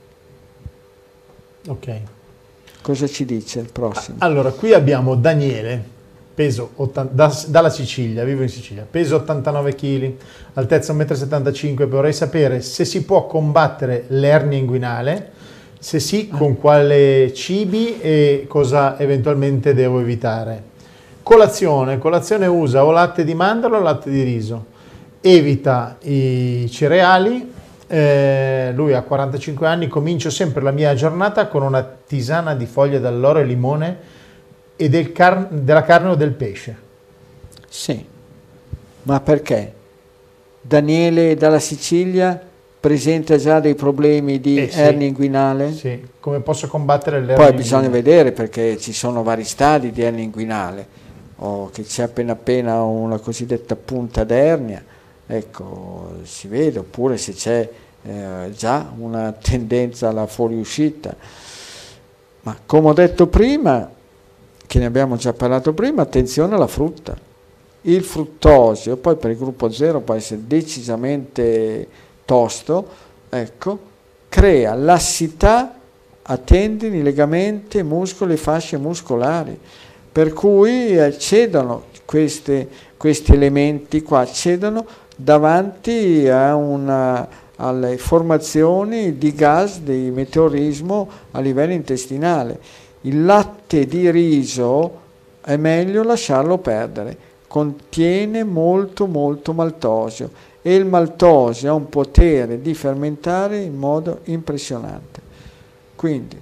Ok. Cosa ci dice il prossimo? Allora, qui abbiamo Daniele, peso ottanta, da, dalla Sicilia, vivo in Sicilia, peso ottantanove chili, altezza uno virgola settantacinque metri, vorrei sapere se si può combattere l'ernia inguinale. Se sì, con quale cibi e cosa eventualmente devo evitare. Colazione. Colazione usa o latte di mandorla o latte di riso. Evita i cereali. Eh, lui ha quarantacinque anni. Comincio sempre la mia giornata con una tisana di foglie d'alloro e limone e del car- della carne o del pesce. Sì, ma perché? Daniele dalla Sicilia presenta già dei problemi di eh sì, ernia inguinale? Sì, come posso combattere l'ernia Poi inguinale? bisogna vedere, perché ci sono vari stadi di ernia inguinale, o che c'è appena appena una cosiddetta punta d'ernia, ecco, si vede, oppure se c'è eh, già una tendenza alla fuoriuscita. Ma come ho detto prima, che ne abbiamo già parlato prima, attenzione alla frutta. Il fruttosio, poi per il gruppo zero può essere decisamente tosto, ecco, crea lassità a tendini, legamenti, muscoli e fasce muscolari, per cui accedono queste, questi elementi qua, accedono davanti a una, alle formazioni di gas di meteorismo a livello intestinale. Il latte di riso è meglio lasciarlo perdere, contiene molto molto maltosio, e il maltosio ha un potere di fermentare in modo impressionante. Quindi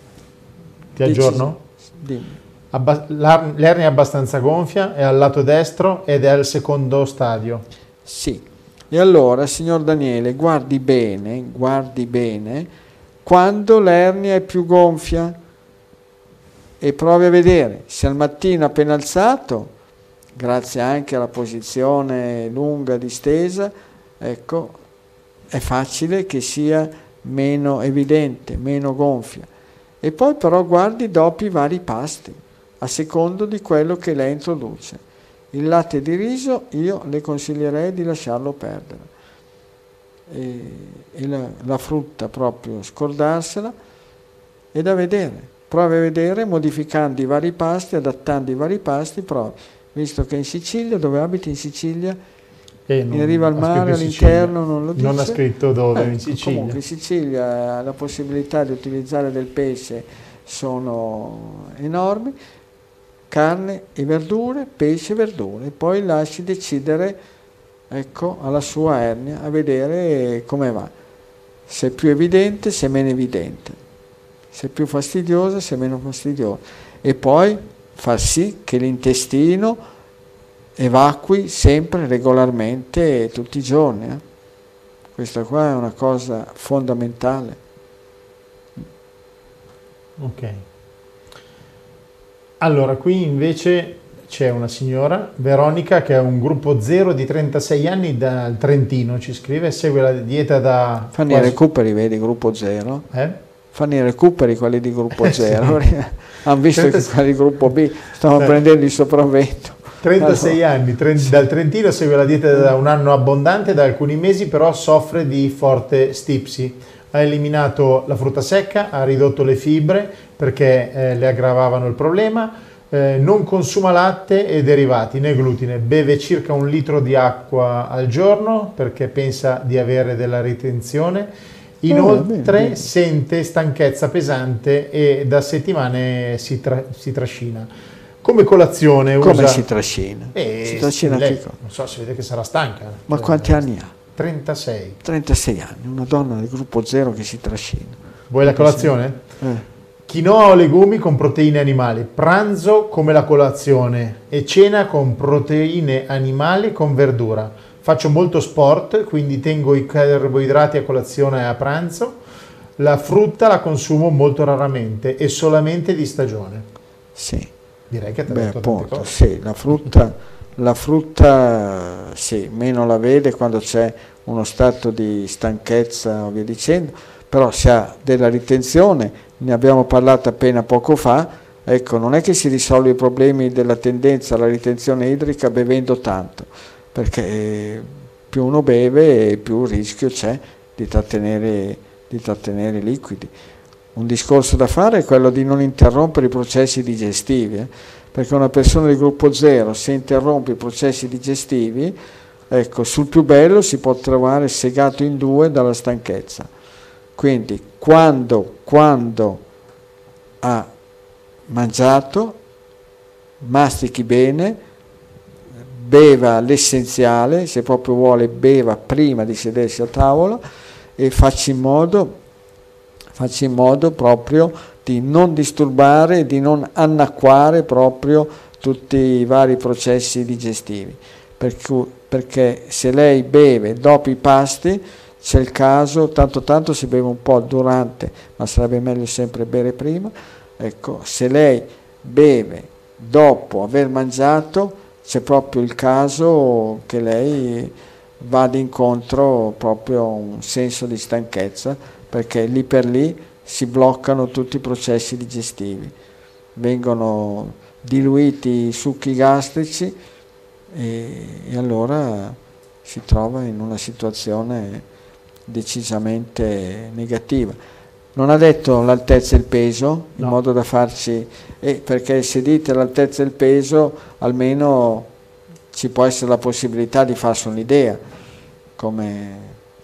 ti aggiorno? Dimmi. Abba- l'ernia è abbastanza gonfia, è al lato destro ed è al secondo stadio. Sì. E allora, signor Daniele, guardi bene, guardi bene quando l'ernia è più gonfia e provi a vedere se al mattino appena alzato, grazie anche alla posizione lunga distesa, ecco, è facile che sia meno evidente, meno gonfia. E poi però guardi dopo i vari pasti, a secondo di quello che lei introduce. Il latte di riso io le consiglierei di lasciarlo perdere. E, e la, la frutta proprio scordarsela, e da vedere. Provi a vedere, modificando i vari pasti, adattando i vari pasti, provi. Visto che in Sicilia, dove abiti in Sicilia, eh, non, in riva al mare, all'interno, non lo dice. Non ha scritto dove, eh, in Sicilia. Comunque in Sicilia la possibilità di utilizzare del pesce sono enormi, carne e verdure, pesce e verdure, e poi lasci decidere, ecco, alla sua ernia, a vedere come va, se è più evidente, se è meno evidente, se è più fastidiosa, se è meno fastidiosa, e poi far sì che l'intestino evacui sempre, regolarmente, tutti i giorni. Eh? Questa qua è una cosa fondamentale. Ok. Allora, qui invece c'è una signora, Veronica, che ha un gruppo zero di trentasei anni dal Trentino, ci scrive, segue la dieta da... Fanno quasi... i recuperi, vedi, gruppo zero. Eh? Fanno i recuperi quelli di gruppo Eh, zero. sì. Hanno visto trentasei... che quelli di gruppo B stavano eh. prendendo il sopravvento. trentasei allora. anni, trenta, dal Trentino, segue la dieta da un anno abbondante, da alcuni mesi però soffre di forte stipsi. Ha eliminato la frutta secca, ha ridotto le fibre perché eh, le aggravavano il problema, eh, non consuma latte e derivati né glutine, beve circa un litro di acqua al giorno perché pensa di avere della ritenzione, inoltre oh, bene, bene. sente stanchezza pesante e da settimane si, tra, si trascina. Come colazione Come usa... si trascina? Eh, si trascina lei, che cosa? Non so, si vede che sarà stanca. Ma cioè, quanti anni ha? trentasei. trentasei anni, una donna del gruppo zero che si trascina. Vuoi la colazione? Eh. Quinoa o legumi con proteine animali, pranzo come la colazione e cena con proteine animali con verdura. Faccio molto sport, quindi tengo i carboidrati a colazione e a pranzo. La frutta la consumo molto raramente e solamente di stagione. Sì. Direi che te Beh, l'ho detto appunto, tante cose. sì, la frutta, la frutta sì, meno la vede quando c'è uno stato di stanchezza o via dicendo, però se ha della ritenzione, ne abbiamo parlato appena poco fa, ecco, non è che si risolve i problemi della tendenza alla ritenzione idrica bevendo tanto, perché più uno beve più rischio c'è di trattenere, di trattenere liquidi. Un discorso da fare è quello di non interrompere i processi digestivi, eh? Perché una persona di gruppo zero, se interrompe i processi digestivi, ecco, sul più bello si può trovare segato in due dalla stanchezza. Quindi quando, quando ha mangiato, mastichi bene, beva l'essenziale, se proprio vuole beva prima di sedersi a tavola e faccia in modo, faccia in modo proprio di non disturbare, di non annacquare proprio tutti i vari processi digestivi. Per cui, perché se lei beve dopo i pasti, c'è il caso, tanto tanto si beve un po' durante, ma sarebbe meglio sempre bere prima. Ecco, se lei beve dopo aver mangiato, c'è proprio il caso che lei vada incontro proprio a un senso di stanchezza, perché lì per lì si bloccano tutti i processi digestivi, vengono diluiti i succhi gastrici e, e allora si trova in una situazione decisamente negativa. Non ha detto l'altezza e il peso, in no. modo da farci, eh, perché se dite l'altezza e il peso almeno ci può essere la possibilità di farsi un'idea come,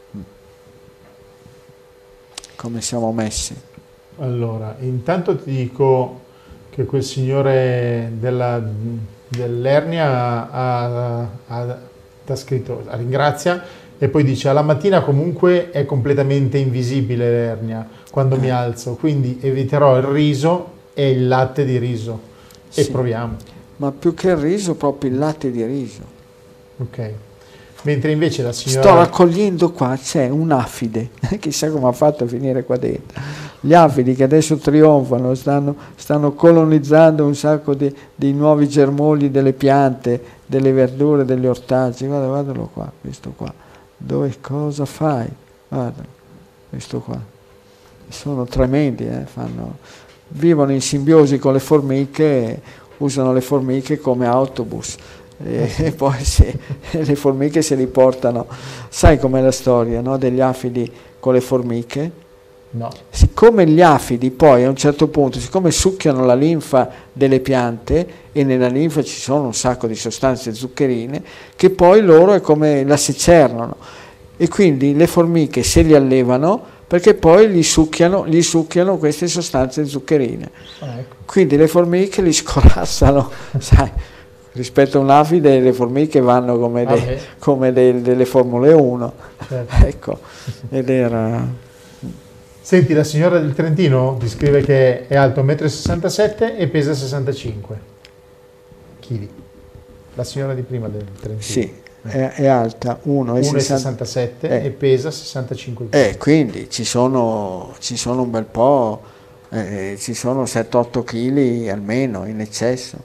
come siamo messi. Allora, intanto ti dico che quel signore della, dell'ernia ha, ha, ha, ha scritto, ringrazia, e poi dice alla mattina comunque è completamente invisibile l'ernia quando eh. mi alzo, quindi eviterò il riso e il latte di riso e sì. proviamo. Ma più che il riso, proprio il latte di riso. Ok. Mentre invece la signora... Sto raccogliendo qua, c'è un'afide, chissà come ha fatto a finire qua dentro. Gli afidi che adesso trionfano, stanno, stanno colonizzando un sacco di, di nuovi germogli delle piante, delle verdure, degli ortaggi. Guarda, guardalo qua, questo qua. Dove cosa fai? Guarda, questo qua. Sono tremendi, eh? Fanno, vivono in simbiosi con le formiche, usano le formiche come autobus. E, e poi se, le formiche se li portano. Sai com'è la storia, no? Degli afidi con le formiche? No. Siccome gli afidi poi a un certo punto, siccome succhiano la linfa delle piante e nella linfa ci sono un sacco di sostanze zuccherine, che poi loro è come la secernano e quindi le formiche se li allevano perché poi gli succhiano, gli succhiano queste sostanze zuccherine. Ah, ecco. Quindi le formiche li scorazzano, sai. Rispetto a un'afide le formiche vanno come, ah, de, come de, delle Formule uno. Certo. Ecco, ed era... Senti, la signora del Trentino ti scrive che è alto uno virgola sessantasette metri e pesa sessantacinque chili. La signora di prima del Trentino. Sì, è, è alta uno virgola sessantasette eh. e pesa sessantacinque chili. Eh, quindi ci sono, ci sono un bel po', eh, ci sono sette otto chili almeno in eccesso.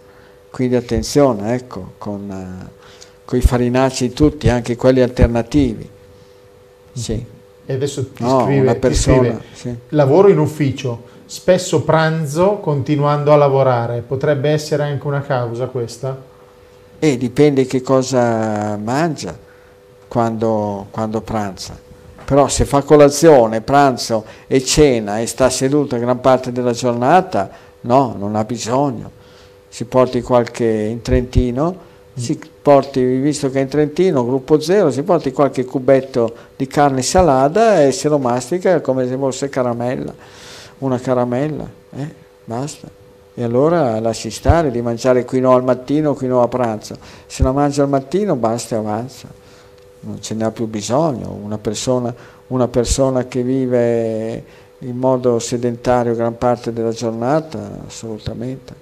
quindi attenzione, ecco, con, uh, i farinacei tutti, anche quelli alternativi. Sì. E adesso ti no, scrive, una persona, ti scrive sì. lavoro in ufficio, spesso pranzo continuando a lavorare, potrebbe essere anche una causa questa? E dipende che cosa mangia quando, quando pranza. Però se fa colazione, pranzo e cena e sta seduto gran parte della giornata, no, non ha bisogno. Si porti qualche in Trentino, mm. si porti, visto che è in Trentino, gruppo zero, si porti qualche cubetto di carne salata e se lo mastica come se fosse caramella, una caramella, eh, basta. E allora lasci stare di mangiare quinoa al mattino, quinoa a pranzo. Se la mangia al mattino basta e avanza, non ce n'è più bisogno. Una persona, una persona che vive in modo sedentario gran parte della giornata, assolutamente.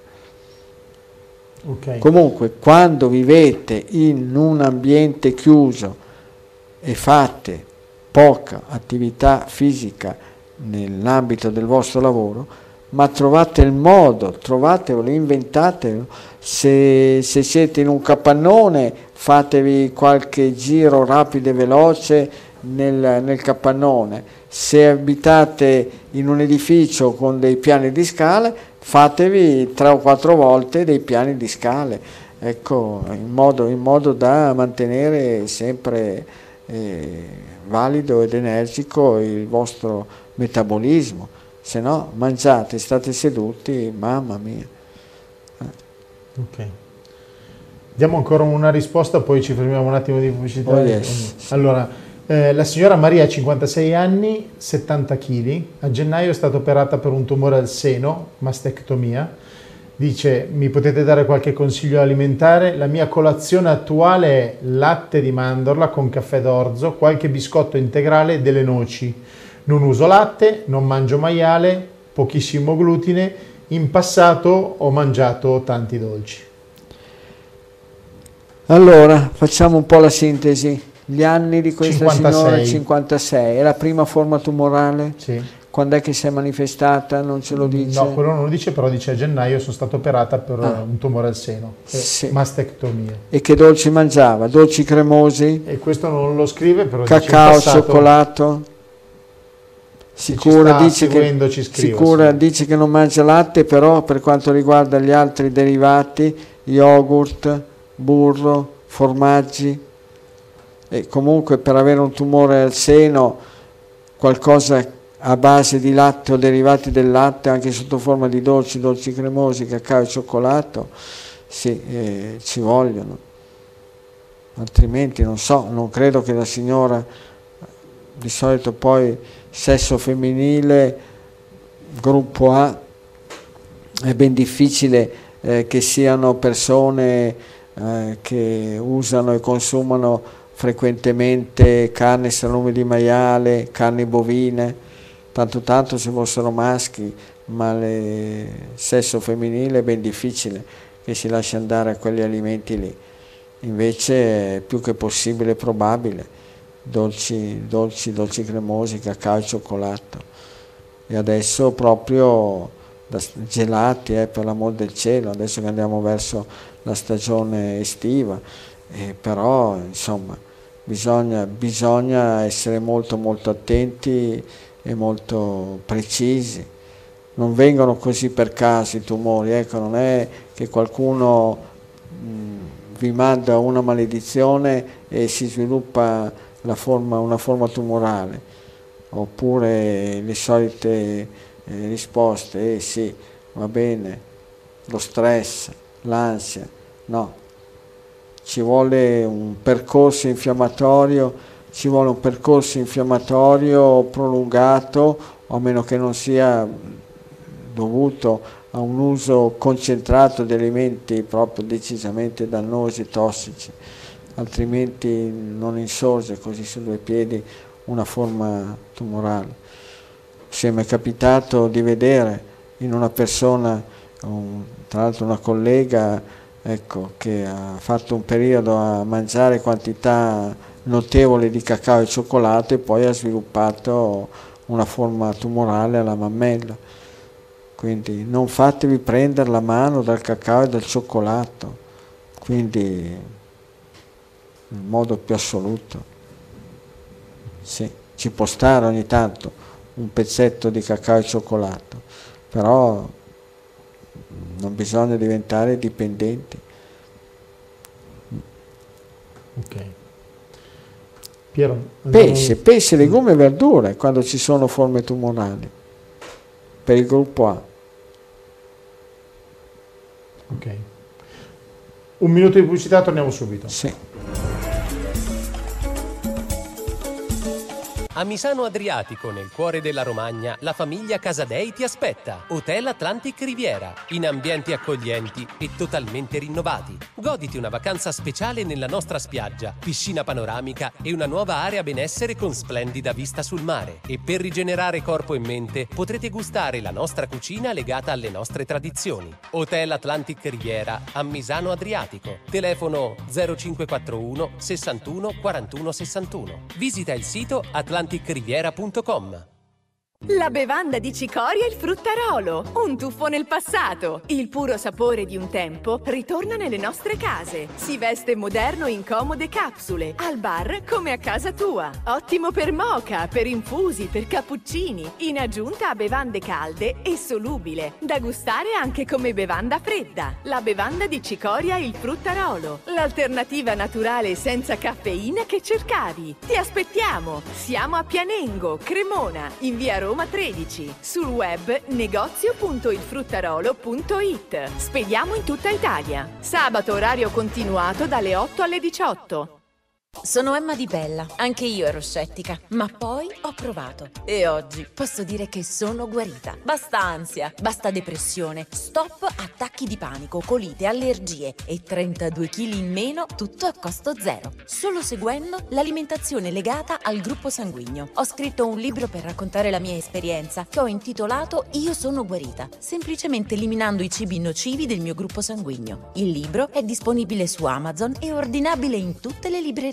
Okay. Comunque, quando vivete in un ambiente chiuso e fate poca attività fisica nell'ambito del vostro lavoro, ma trovate il modo, trovatelo, inventatelo. Se, se siete in un capannone, fatevi qualche giro rapido e veloce nel, nel capannone. Se abitate in un edificio con dei piani di scale, fatevi tre o quattro volte dei piani di scale, ecco, in modo, in modo da mantenere sempre eh, valido ed energico il vostro metabolismo. Se no mangiate, state seduti, mamma mia. Eh. Ok. Diamo ancora una risposta, poi ci fermiamo un attimo di pubblicità. Oh yes. Allora, eh, la signora Maria ha cinquantasei anni, settanta chili, a gennaio è stata operata per un tumore al seno, mastectomia. Dice, mi potete dare qualche consiglio alimentare? La mia colazione attuale è latte di mandorla con caffè d'orzo, qualche biscotto integrale e delle noci. Non uso latte, non mangio maiale, pochissimo glutine. In passato ho mangiato tanti dolci. Allora, facciamo un po' la sintesi. Gli anni di questa cinquantasei. Signora, cinquantasei. È la prima forma tumorale? Sì. Quando è che si è manifestata? Non ce lo dice? No, quello non lo dice, però dice a gennaio sono stata operata per ah. un tumore al seno. Sì. Mastectomia. E che dolci mangiava? Dolci cremosi? E questo non lo scrive, però cacao, dice passato, cioccolato? Sicura, dice che, scrivo, sicura sì. dice che non mangia latte, però per quanto riguarda gli altri derivati, yogurt, burro, formaggi, e comunque per avere un tumore al seno qualcosa a base di latte o derivati del latte, anche sotto forma di dolci, dolci cremosi, cacao e cioccolato, sì, eh, ci vogliono. Altrimenti non so, non credo che la signora, di solito poi sesso femminile, gruppo A, è ben difficile eh, che siano persone eh, che usano e consumano frequentemente carne, salumi di maiale, carni bovine, tanto tanto se fossero maschi, ma il sesso femminile è ben difficile che si lasci andare a quegli alimenti lì. Invece è più che possibile probabile. Dolci, dolci, dolci cremosi, cacao e cioccolato. E adesso proprio da gelati, eh, per l'amor del cielo, adesso che andiamo verso la stagione estiva, eh, però insomma bisogna, bisogna essere molto molto attenti e molto precisi. Non vengono così per caso i tumori, ecco, non è che qualcuno mh, vi manda una maledizione e si sviluppa la forma, una forma tumorale, oppure le solite eh, risposte, eh sì, va bene, lo stress, l'ansia, no, ci vuole un percorso infiammatorio, ci vuole un percorso infiammatorio prolungato, a meno che non sia dovuto a un uso concentrato di alimenti proprio decisamente dannosi e tossici. Altrimenti non insorge così su due piedi una forma tumorale. Se mi è capitato di vedere in una persona, un, tra l'altro una collega, ecco, che ha fatto un periodo a mangiare quantità notevoli di cacao e cioccolato e poi ha sviluppato una forma tumorale alla mammella. quindi non fatevi prendere la mano dal cacao e dal cioccolato, quindi in modo più assoluto. Sì, ci può stare ogni tanto un pezzetto di cacao e cioccolato, però non bisogna diventare dipendenti. Ok. Piero, Pesce, pesce, legumi e verdure quando ci sono forme tumorali per il gruppo A. Ok. Un minuto di pubblicità, torniamo subito. Sì. A Misano Adriatico, nel cuore della Romagna, la famiglia Casadei ti aspetta. Hotel Atlantic Riviera, in ambienti accoglienti e totalmente rinnovati. Goditi una vacanza speciale nella nostra spiaggia, piscina panoramica e una nuova area benessere con splendida vista sul mare. E per rigenerare corpo e mente potrete gustare la nostra cucina legata alle nostre tradizioni. Hotel Atlantic Riviera a Misano Adriatico. Telefono zero cinque quattro uno sessantuno quarantuno sessantuno. Visita il sito atlantic riviera punto com. La bevanda di cicoria il fruttarolo, un tuffo nel passato. Il puro sapore di un tempo ritorna nelle nostre case. Si veste moderno in comode capsule, al bar come a casa tua. Ottimo per moka, per infusi, per cappuccini, in aggiunta a bevande calde e solubile, da gustare anche come bevanda fredda. La bevanda di cicoria il fruttarolo, l'alternativa naturale senza caffeina che cercavi. Ti aspettiamo! Siamo a Pianengo, Cremona, in via Roma Roma tredici, sul web negozio punto il fruttarolo punto it. Spediamo in tutta Italia. Sabato orario continuato dalle otto alle diciotto. Sono Emma Di Bella, anche io ero scettica, ma poi ho provato e oggi posso dire che sono guarita. Basta ansia, basta depressione, stop attacchi di panico, colite, allergie e trentadue chili in meno, tutto a costo zero, solo seguendo l'alimentazione legata al gruppo sanguigno. Ho scritto un libro per raccontare la mia esperienza che ho intitolato Io sono guarita, semplicemente eliminando i cibi nocivi del mio gruppo sanguigno. Il libro è disponibile su Amazon e ordinabile in tutte le librerie.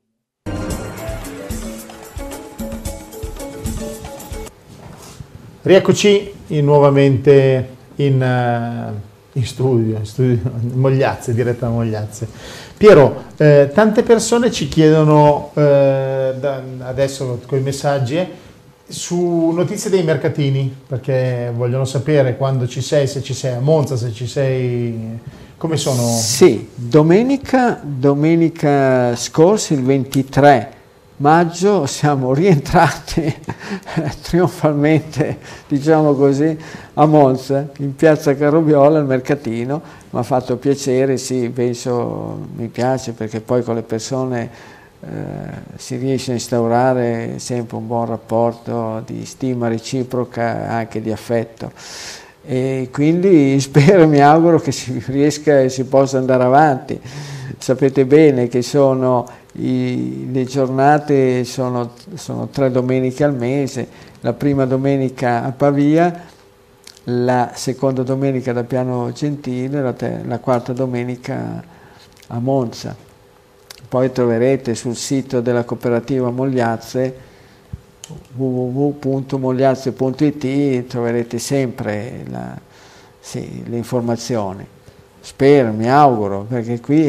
Rieccoci in, nuovamente in, uh, in studio, in studio Mogliazze, diretta da Mogliazze. Piero, eh, tante persone ci chiedono eh, da, adesso con i messaggi eh, su notizie dei mercatini, perché vogliono sapere quando ci sei, se ci sei a Monza, se ci sei, come sono? Sì, domenica, domenica scorsa, il ventitré maggio, siamo rientrati trionfalmente, diciamo così, a Monza, in piazza Carroviola, al mercatino. Mi ha fatto piacere, sì, penso, mi piace perché poi con le persone eh, si riesce a instaurare sempre un buon rapporto di stima reciproca, anche di affetto. E quindi spero, mi auguro che si riesca e si possa andare avanti. Sapete bene che sono i, le giornate sono, sono tre domeniche al mese, la prima domenica a Pavia, la seconda domenica da Piano Gentile, la, te, la quarta domenica a Monza. Poi troverete sul sito della cooperativa Mogliazze w w w punto mogliazze punto it, troverete sempre la, sì, le informazioni. Spero, mi auguro, perché qui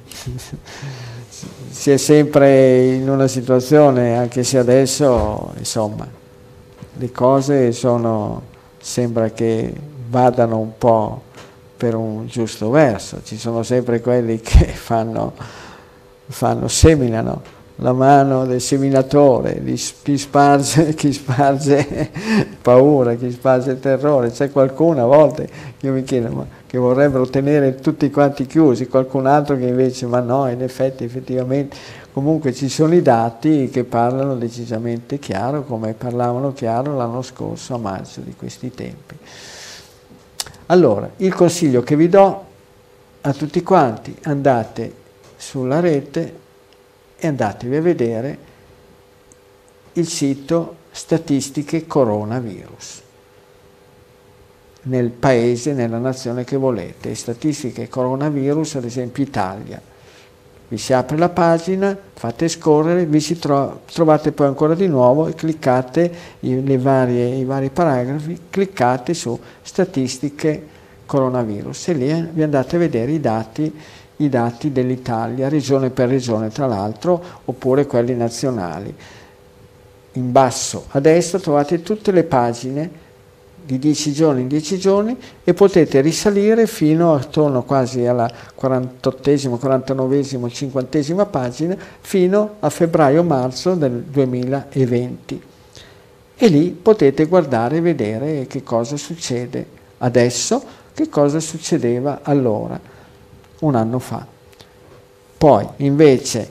si è sempre in una situazione, anche se adesso, insomma, le cose sono, sembra che vadano un po' per un giusto verso. Ci sono sempre quelli che fanno, fanno seminano la mano del seminatore, chi sparge, chi sparge paura, chi sparge terrore. C'è qualcuno a volte, io mi chiedo, ma che vorrebbero tenere tutti quanti chiusi, qualcun altro che invece, ma no, in effetti, effettivamente, comunque ci sono i dati che parlano decisamente chiaro, come parlavano chiaro l'anno scorso a maggio di questi tempi. Allora, il consiglio che vi do a tutti quanti, andate sulla rete e andatevi a vedere il sito Statistiche Coronavirus nel paese, nella nazione che volete. Statistiche Coronavirus, ad esempio Italia, vi si apre la pagina, fate scorrere, vi si tro- trovate poi ancora di nuovo e cliccate i, le varie, i vari paragrafi, cliccate su statistiche coronavirus e lì vi andate a vedere i dati, i dati dell'Italia, regione per regione tra l'altro, oppure quelli nazionali. In basso a destra trovate tutte le pagine di dieci giorni in dieci giorni e potete risalire fino attorno quasi alla quarantottesima, quarantanovesima, cinquantesima pagina fino a febbraio-marzo del duemilaventi. E lì potete guardare e vedere che cosa succede adesso, che cosa succedeva allora, un anno fa. Poi invece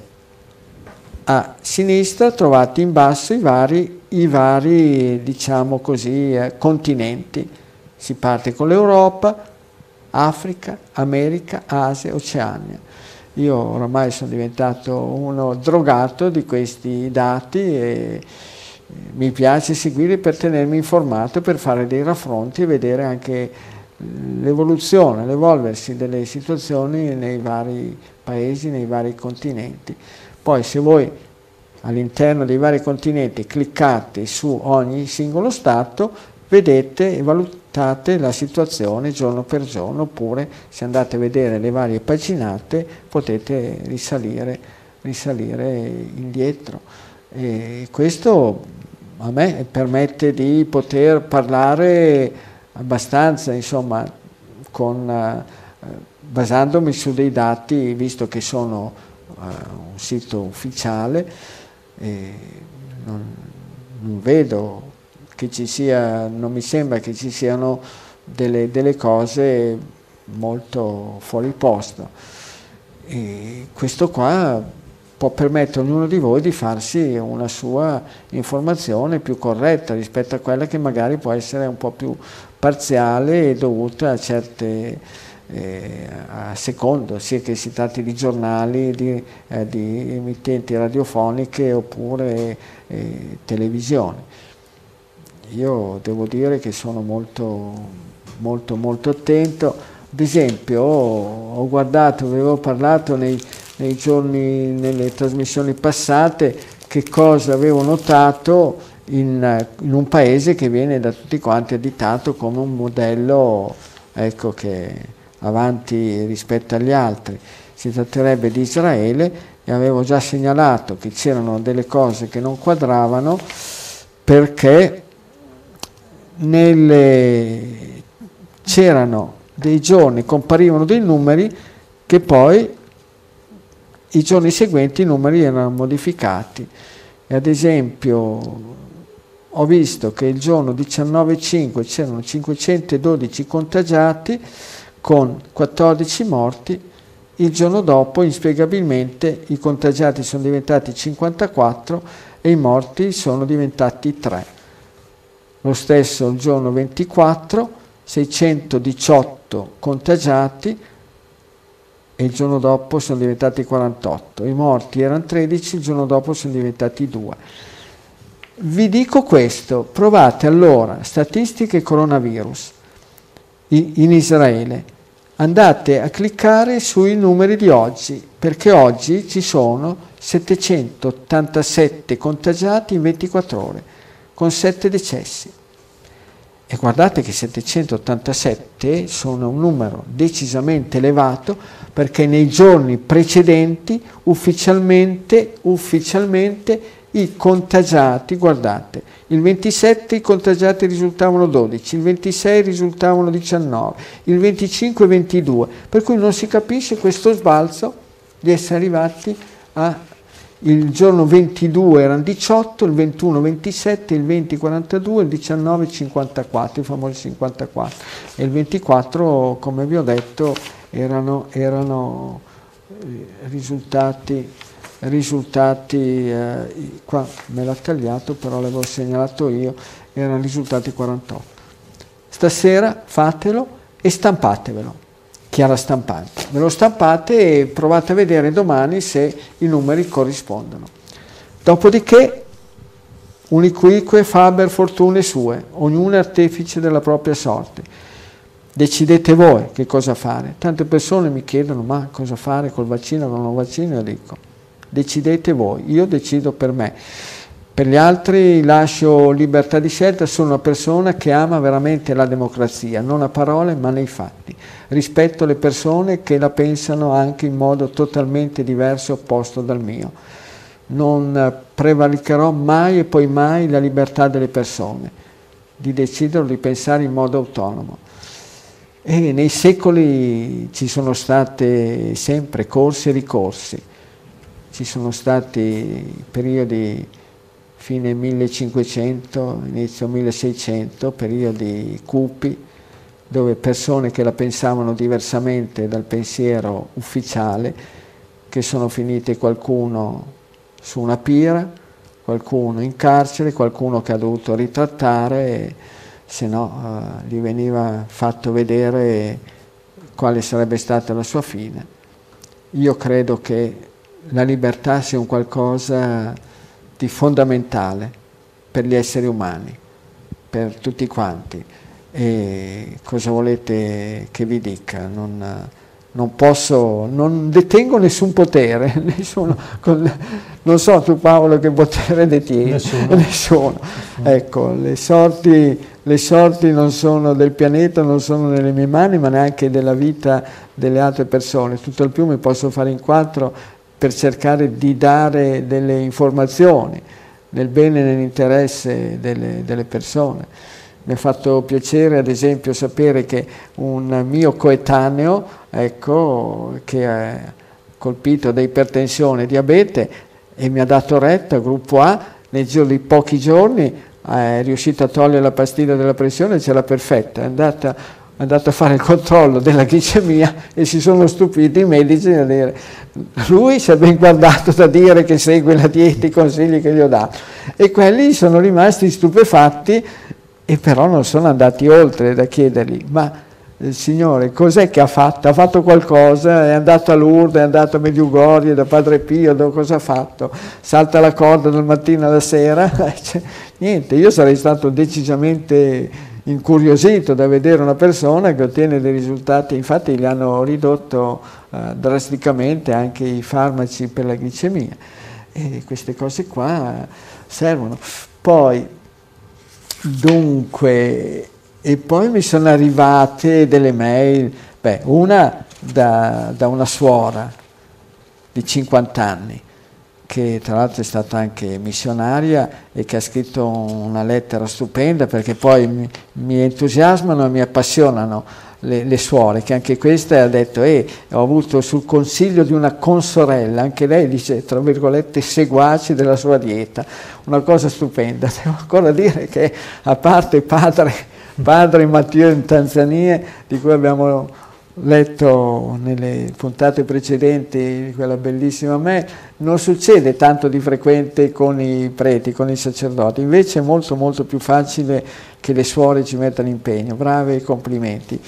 a sinistra trovate in basso i vari, i vari diciamo così, eh, continenti. Si parte con l'Europa, Africa, America, Asia, Oceania. Io oramai sono diventato uno drogato di questi dati e mi piace seguire per tenermi informato, per fare dei raffronti e vedere anche l'evoluzione, l'evolversi delle situazioni nei vari paesi, nei vari continenti. Poi se voi all'interno dei vari continenti cliccate su ogni singolo stato, vedete e valutate la situazione giorno per giorno, oppure se andate a vedere le varie paginate potete risalire, risalire indietro. E questo a me permette di poter parlare abbastanza, insomma, con, eh, basandomi su dei dati, visto che sono un sito ufficiale, e non, non vedo che ci sia, non mi sembra che ci siano delle, delle cose molto fuori posto, e questo qua può permettere a ognuno di voi di farsi una sua informazione più corretta rispetto a quella che magari può essere un po' più parziale e dovuta a certe Eh, a secondo, sia che si tratti di giornali, di, eh, di emittenti radiofoniche oppure eh, televisioni. Io devo dire che sono molto, molto, molto attento. Ad esempio, ho, ho guardato, avevo parlato nei, nei giorni, nelle trasmissioni passate, che cosa avevo notato in, in un paese che viene da tutti quanti additato come un modello, ecco, che avanti rispetto agli altri. Si tratterebbe di Israele, e avevo già segnalato che c'erano delle cose che non quadravano, perché nelle... c'erano dei giorni, comparivano dei numeri che poi i giorni seguenti i numeri erano modificati. E ad esempio ho visto che il giorno diciannove cinque c'erano cinquecentododici contagiati con quattordici morti, il giorno dopo inspiegabilmente i contagiati sono diventati cinquantaquattro e i morti sono diventati tre. Lo stesso il giorno ventiquattro, seicentodiciotto contagiati e il giorno dopo sono diventati quarantotto. I morti erano tredici, il giorno dopo sono diventati due. Vi dico questo, provate allora statistiche coronavirus in Israele. Andate a cliccare sui numeri di oggi, perché oggi ci sono settecentottantasette contagiati in ventiquattro ore, con sette decessi. E guardate che settecentottantasette sono un numero decisamente elevato, perché nei giorni precedenti ufficialmente, ufficialmente i contagiati, guardate, il ventisette i contagiati risultavano dodici, il ventisei risultavano diciannove, il venticinque ventidue, per cui non si capisce questo sbalzo di essere arrivati a, il giorno ventidue erano diciotto, il ventuno ventisette, il venti quarantadue, il diciannove cinquantaquattro, i famosi cinquantaquattro, e il ventiquattro, come vi ho detto, erano, erano risultati risultati, eh, qua me l'ha tagliato, però l'avevo segnalato io, erano risultati quarantotto. Stasera fatelo e stampatevelo, chiara stampante. Ve lo stampate e provate a vedere domani se i numeri corrispondono. Dopodiché, unicuique faber fortune sue, ognuno è artefice della propria sorte. decidete voi che cosa fare. Tante persone mi chiedono, ma cosa fare col vaccino, con non vaccino? Io dico, decidete voi, io decido per me. Per gli altri lascio libertà di scelta, sono una persona che ama veramente la democrazia, non a parole ma nei fatti. Rispetto le persone che la pensano anche in modo totalmente diverso e opposto dal mio. Non prevaricherò mai e poi mai la libertà delle persone, di decidere, di pensare in modo autonomo. E nei secoli ci sono state sempre corsi e ricorsi, ci sono stati periodi fine millecinquecento, inizio milleseicento, periodi cupi, dove persone che la pensavano diversamente dal pensiero ufficiale, che sono finite qualcuno su una pira, qualcuno in carcere, qualcuno che ha dovuto ritrattare, se no eh, gli veniva fatto vedere quale sarebbe stata la sua fine. Io credo che la libertà sia un qualcosa di fondamentale per gli esseri umani, per tutti quanti. E cosa volete che vi dica? Non, non posso, non detengo nessun potere, nessuno, non so tu Paolo che potere detieni, nessuno. nessuno. Ecco, le sorti, le sorti non sono del pianeta, non sono nelle mie mani, ma neanche della vita delle altre persone. Tutto al più mi posso fare in quattro per cercare di dare delle informazioni nel bene e nell'interesse delle, delle persone. Mi ha fatto piacere ad esempio sapere che un mio coetaneo, ecco, che è colpito da ipertensione e diabete e mi ha dato retta, gruppo A, nel giro di pochi giorni è riuscito a togliere la pastiglia della pressione e ce l'ha perfetta, è andata è andato a fare il controllo della glicemia e si sono stupiti i medici a dire lui si è ben guardato da dire che segue la dieta, i consigli che gli ho dato, e quelli sono rimasti stupefatti e però non sono andati oltre da chiedergli ma il Signore cos'è che ha fatto? Ha fatto qualcosa? È andato a Lourdes, è andato a Medjugorje da Padre Pio, cosa ha fatto? Salta la corda dal mattino alla sera? Cioè, niente, io sarei stato decisamente incuriosito da vedere una persona che ottiene dei risultati, infatti gli hanno ridotto uh, drasticamente anche i farmaci per la glicemia e queste cose qua servono. Poi, dunque, e poi mi sono arrivate delle mail, beh, una da, da una suora di cinquanta anni, che tra l'altro è stata anche missionaria e che ha scritto una lettera stupenda, perché poi mi, mi entusiasmano e mi appassionano le, le suore, che anche questa ha detto eh, ho avuto sul consiglio di una consorella, anche lei dice tra virgolette seguaci della sua dieta, una cosa stupenda. Devo ancora dire che a parte padre, padre Matteo in Tanzania, di cui abbiamo letto nelle puntate precedenti di quella bellissima mail, non succede tanto di frequente con i preti, con i sacerdoti, invece è molto molto più facile che le suore ci mettano impegno, brave, complimenti.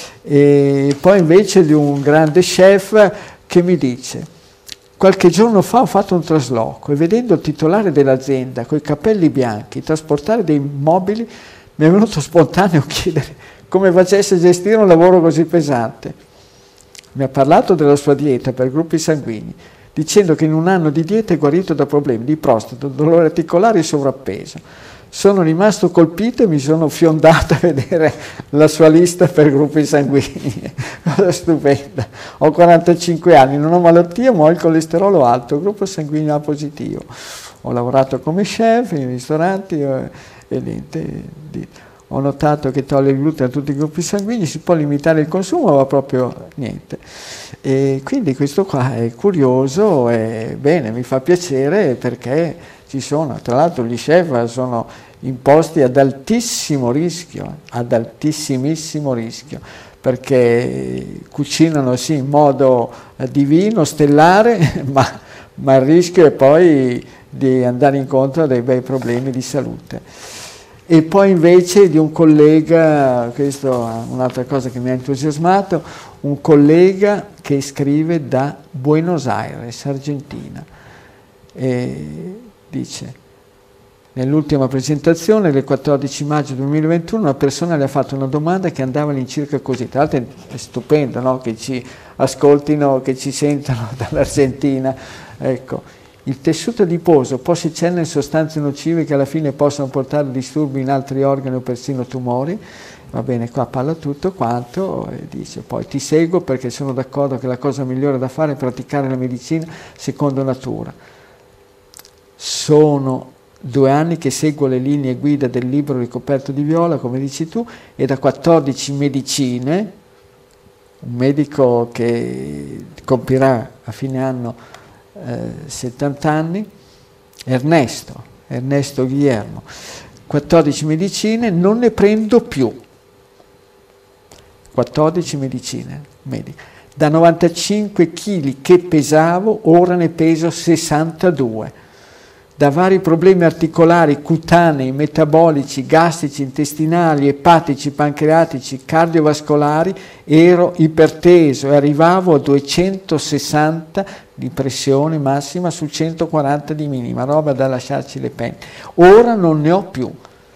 E poi invece di un grande chef che mi dice: qualche giorno fa ho fatto un trasloco e vedendo il titolare dell'azienda coi capelli bianchi trasportare dei mobili mi è venuto spontaneo chiedere come facesse a gestire un lavoro così pesante. Mi ha parlato della sua dieta per gruppi sanguigni, dicendo che in un anno di dieta è guarito da problemi di prostata, dolore articolare e sovrappeso. Sono rimasto colpito e mi sono fiondato a vedere la sua lista per gruppi sanguigni. Cosa stupenda. Ho quarantacinque anni, non ho malattia, ma ho il colesterolo alto, gruppo sanguigno A positivo. Ho lavorato come chef in ristoranti e, e niente. Di, Ho notato che toglie il glutine a tutti i gruppi sanguigni, si può limitare il consumo, ma proprio niente. E quindi questo qua è curioso e bene, mi fa piacere perché ci sono, tra l'altro gli chef sono imposti ad altissimo rischio, ad altissimissimo rischio, perché cucinano sì in modo divino, stellare, ma, ma il rischio è poi di andare incontro a dei bei problemi di salute. E poi invece di un collega, questo è un'altra cosa che mi ha entusiasmato, un collega che scrive da Buenos Aires, Argentina, e dice: Nell'ultima presentazione, del quattordici maggio duemilaventuno, una persona le ha fatto una domanda che andava all'incirca così. Tra l'altro è stupendo, no? Che ci ascoltino, che ci sentano dall'Argentina. Ecco. Il tessuto adiposo possiede sostanze nocive che alla fine possono portare disturbi in altri organi o persino tumori. Va bene, qua parla tutto quanto e dice poi ti seguo perché sono d'accordo che la cosa migliore da fare è praticare la medicina secondo natura. Sono due anni che seguo le linee guida del libro ricoperto di viola, come dici tu, e da quattordici medicine, un medico che compirà a fine anno eh, settanta anni, Ernesto, Ernesto Guillermo, quattordici medicine, non ne prendo più. quattordici medicine, mediche. Da novantacinque chili che pesavo, ora ne peso sessantadue. Da vari problemi articolari, cutanei, metabolici, gastrici, intestinali, epatici, pancreatici, cardiovascolari, ero iperteso e arrivavo a duecentosessanta di pressione massima su centoquaranta di minima, roba da lasciarci le penne. Ora non ne ho più.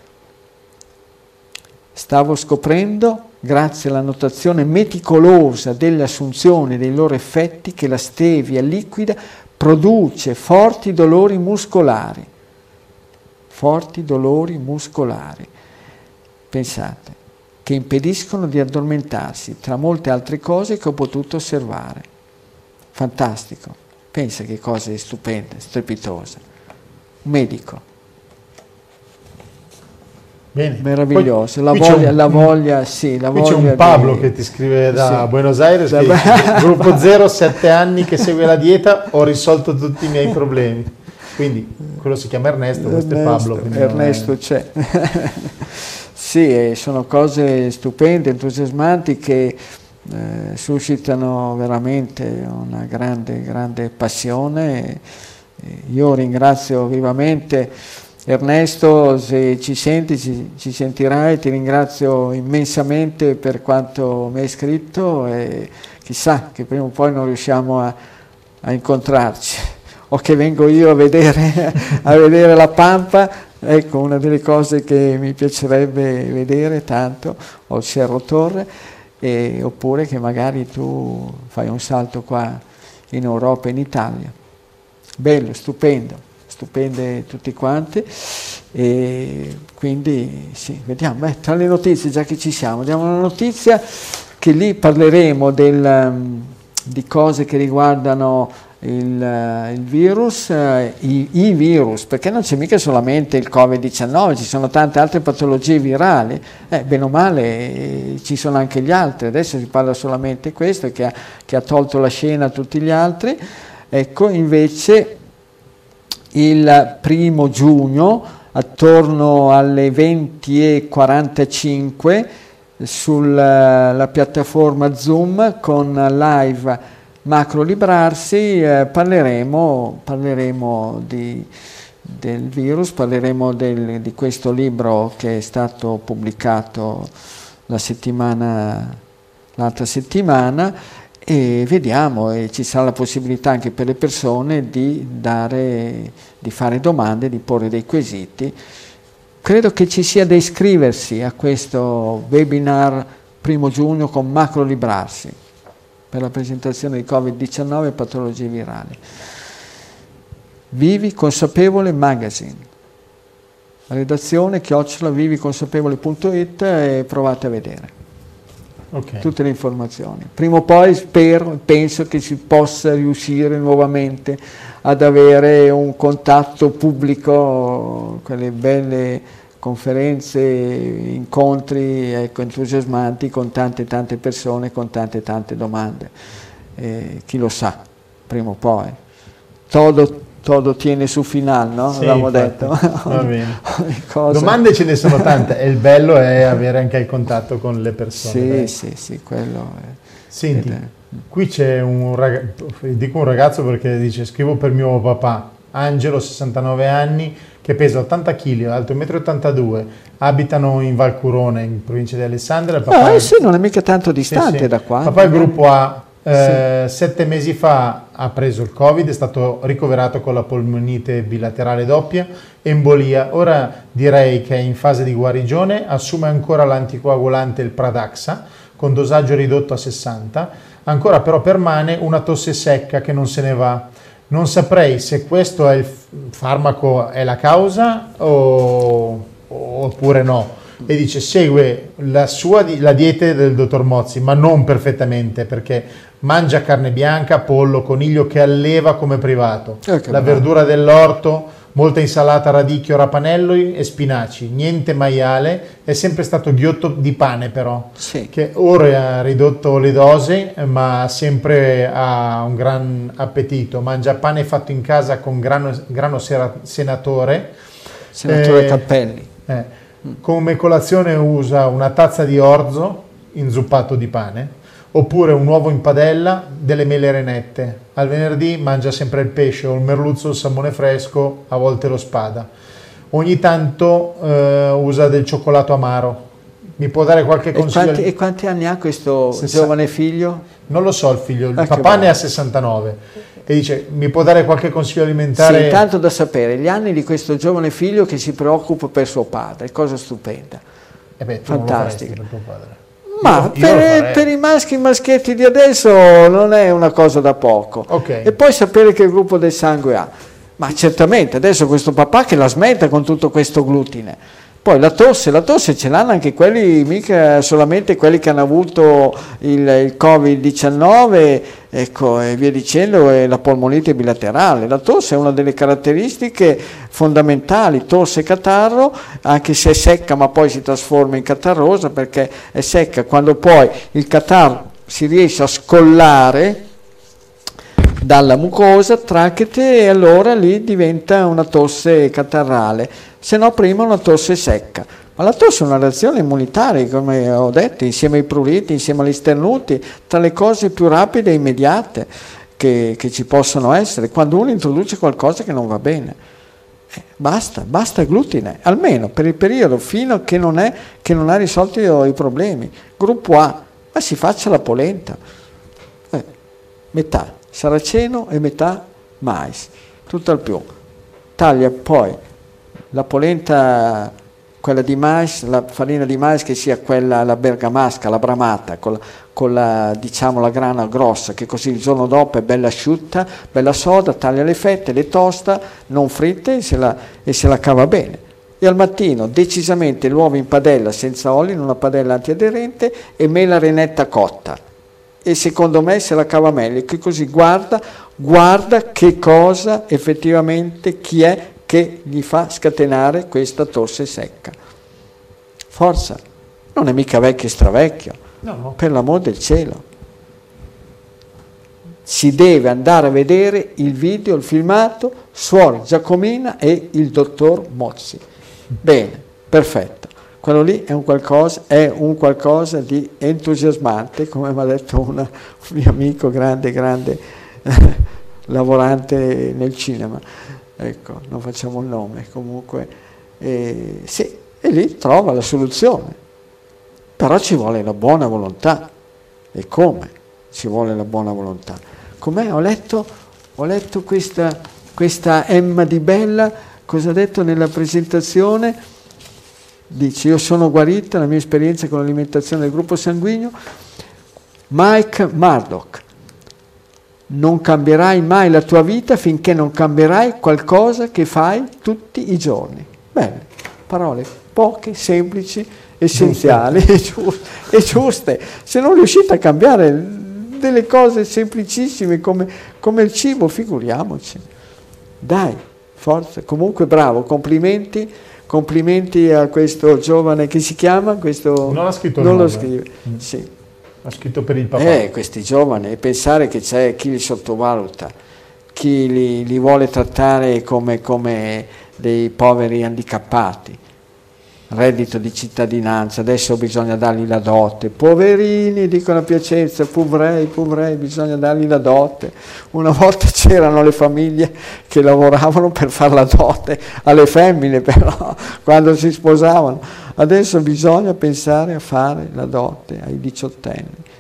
Stavo scoprendo, grazie alla notazione meticolosa delle assunzioni e dei loro effetti, che la stevia liquida produce forti dolori muscolari. Forti dolori muscolari. Pensate, che impediscono di addormentarsi, tra molte altre cose che ho potuto osservare. Fantastico. Pensa che cose stupende, strepitose. Un medico. Bene. Meraviglioso, la Qui c'è voglia, un- la voglia, sì, la Qui voglia c'è un Pablo di- che ti scrive da sì. Buenos Aires, Da- che dice, gruppo zero, sette anni che segue la dieta, ho risolto tutti i miei problemi. Quindi quello si chiama Ernesto, questo è Pablo. quindi non è- Ernesto c'è. Sì, e sono cose stupende, entusiasmanti che eh, suscitano veramente una grande, grande passione. E, e io ringrazio vivamente Ernesto, se ci senti, ci, ci sentirai, ti ringrazio immensamente per quanto mi hai scritto e chissà che prima o poi non riusciamo a, a incontrarci o che vengo io a vedere, a vedere la Pampa, ecco una delle cose che mi piacerebbe vedere tanto, o il Cerro Torre, e, oppure che magari tu fai un salto qua in Europa e in Italia. Bello, stupendo. Stupende tutti quanti, e quindi sì, vediamo, beh, tra le notizie, già che ci siamo, diamo una notizia che lì parleremo del, di cose che riguardano il, il virus, eh, i, i virus, perché non c'è mica solamente il covid diciannove, ci sono tante altre patologie virali, eh, bene o male eh, ci sono anche gli altri, adesso si parla solamente di questo che ha, che ha tolto la scena a tutti gli altri. Ecco, invece il primo giugno, attorno alle venti e quarantacinque, sulla piattaforma Zoom con live Macro Librarsi, eh, parleremo, parleremo di, del virus, parleremo del, di questo libro che è stato pubblicato la settimana, l'altra settimana, e vediamo, e ci sarà la possibilità anche per le persone di dare, di fare domande, di porre dei quesiti. Credo che ci sia da iscriversi a questo webinar primo giugno con Macro Librarsi per la presentazione di covid diciannove e patologie virali. Vivi Consapevole Magazine, redazione chiocciola viviconsapevole punto it, e provate a vedere. Ok. Tutte le informazioni. Prima o poi spero, penso che si possa riuscire nuovamente ad avere un contatto pubblico, quelle belle conferenze, incontri, ecco, entusiasmanti con tante tante persone, con tante tante domande. Eh, chi lo sa, prima o poi. Todo, todo tiene su final, no? Sì, Avevamo infatti. detto. Va bene. Cosa- Domande ce ne sono tante e il bello è avere anche il contatto con le persone. Sì, dai. sì, sì, quello è. Senti, ed è- qui c'è un ragazzo, dico un ragazzo perché dice scrivo per mio papà, Angelo, sessantanove anni, che pesa ottanta chili, alto uno e ottantadue metri, abitano in Valcurone, in provincia di Alessandria. Il papà Ah, è- sì, non è mica tanto sì, distante sì. da qua. Papà è gruppo A, Eh, sì. Sette mesi fa ha preso il Covid, è stato ricoverato con la polmonite bilaterale doppia, embolia. Ora direi che è in fase di guarigione, assume ancora l'anticoagulante il Pradaxa con dosaggio ridotto a sessanta, ancora però permane una tosse secca che non se ne va. Non saprei se questo è il farmaco, è la causa o, oppure no. E dice segue la sua la dieta del dottor Mozzi, ma non perfettamente, perché mangia carne bianca, pollo, coniglio che alleva come privato, eh, la verdura dell'orto, molta insalata, radicchio, rapanelli e spinaci, niente maiale, è sempre stato ghiotto di pane però, sì. Che ora ha ridotto le dosi, ma sempre ha un gran appetito, mangia pane fatto in casa con grano, grano sera, senatore, senatore eh, Cappelli. Eh, come colazione usa una tazza di orzo inzuppato di pane, oppure un uovo in padella, delle mele renette. Al venerdì mangia sempre il pesce o il merluzzo, il salmone fresco, a volte lo spada. Ogni tanto eh, usa del cioccolato amaro. Mi può dare qualche consiglio? E quanti, e quanti anni ha questo sessanta giovane figlio? Non lo so il figlio, il ah, papà ne ha sessantanove. E dice, mi può dare qualche consiglio alimentare? Sì, intanto da sapere, gli anni di questo giovane figlio che si preoccupa per suo padre, cosa stupenda. Eh beh, tu fantastica. Non lo faresti per tuo padre. Ma io, io per, per i maschi maschietti di adesso non è una cosa da poco. Okay. E poi sapere che gruppo del sangue ha. Ma certamente, adesso questo papà che la smetta con tutto questo glutine. Poi la tosse, la tosse ce l'hanno anche quelli, mica solamente quelli che hanno avuto il, il covid diciannove, ecco, e via dicendo, e la polmonite bilaterale. La tosse è una delle caratteristiche fondamentali, tosse e catarro, anche se è secca ma poi si trasforma in catarrosa perché è secca. Quando poi il catarro si riesce a scollare dalla mucosa trachete e allora lì diventa una tosse catarrale, se no prima una tosse secca. Ma la tosse è una reazione immunitaria, come ho detto, insieme ai pruriti, insieme agli sternuti, tra le cose più rapide e immediate che, che ci possono essere, quando uno introduce qualcosa che non va bene. Eh, basta, basta glutine, almeno per il periodo fino a che non, è, che non ha risolto i problemi. Gruppo A, ma si faccia la polenta, eh, metà saraceno e metà mais, tutto al più. Taglia poi la polenta, quella di mais, la farina di mais che sia quella, la bergamasca, la bramata, con la, con la, diciamo, la grana grossa, che così il giorno dopo è bella asciutta, bella soda, taglia le fette, le tosta, non fritte e se la, e se la cava bene. E al mattino decisamente l'uovo in padella senza olio, in una padella antiaderente, e mela renetta cotta. E secondo me se la cava meglio, che così guarda, guarda che cosa effettivamente, chi è che gli fa scatenare questa tosse secca. Forza, non è mica vecchio e stravecchio, no, no. Per l'amor del cielo. Si deve andare a vedere il video, il filmato, Suor Giacomina e il dottor Mozzi. Bene, perfetto. Quello lì è un qualcosa, è un qualcosa di entusiasmante, come mi ha detto una, un mio amico grande, grande, eh, lavorante nel cinema. Ecco, non facciamo il nome, comunque, eh, sì, e lì trova la soluzione. Però ci vuole la buona volontà. E come ci vuole la buona volontà? Com'è? Ho letto, ho letto questa, questa Emma Di Bella, cosa ha detto nella presentazione? Dice, io sono guarita, la mia esperienza con l'alimentazione del gruppo sanguigno. Mike Murdock, non cambierai mai la tua vita finché non cambierai qualcosa che fai tutti i giorni. Bene, parole poche, semplici, essenziali e giuste, e giuste. Se non riuscite a cambiare delle cose semplicissime come, come il cibo, figuriamoci. Dai, forza, comunque bravo, complimenti. Complimenti a questo giovane che si chiama questo non ha scritto non il lo nome. scrive Mm. sì. Ha scritto per il papà. Eh, questi giovani, e pensare che c'è chi li sottovaluta, chi li, li vuole trattare come, come dei poveri handicappati. Reddito di cittadinanza, adesso bisogna dargli la dote. Poverini, dicono a Piacenza, povrei, povrei, bisogna dargli la dote. Una volta c'erano le famiglie che lavoravano per fare la dote alle femmine, però, quando si sposavano. Adesso bisogna pensare a fare la dote ai diciottenni.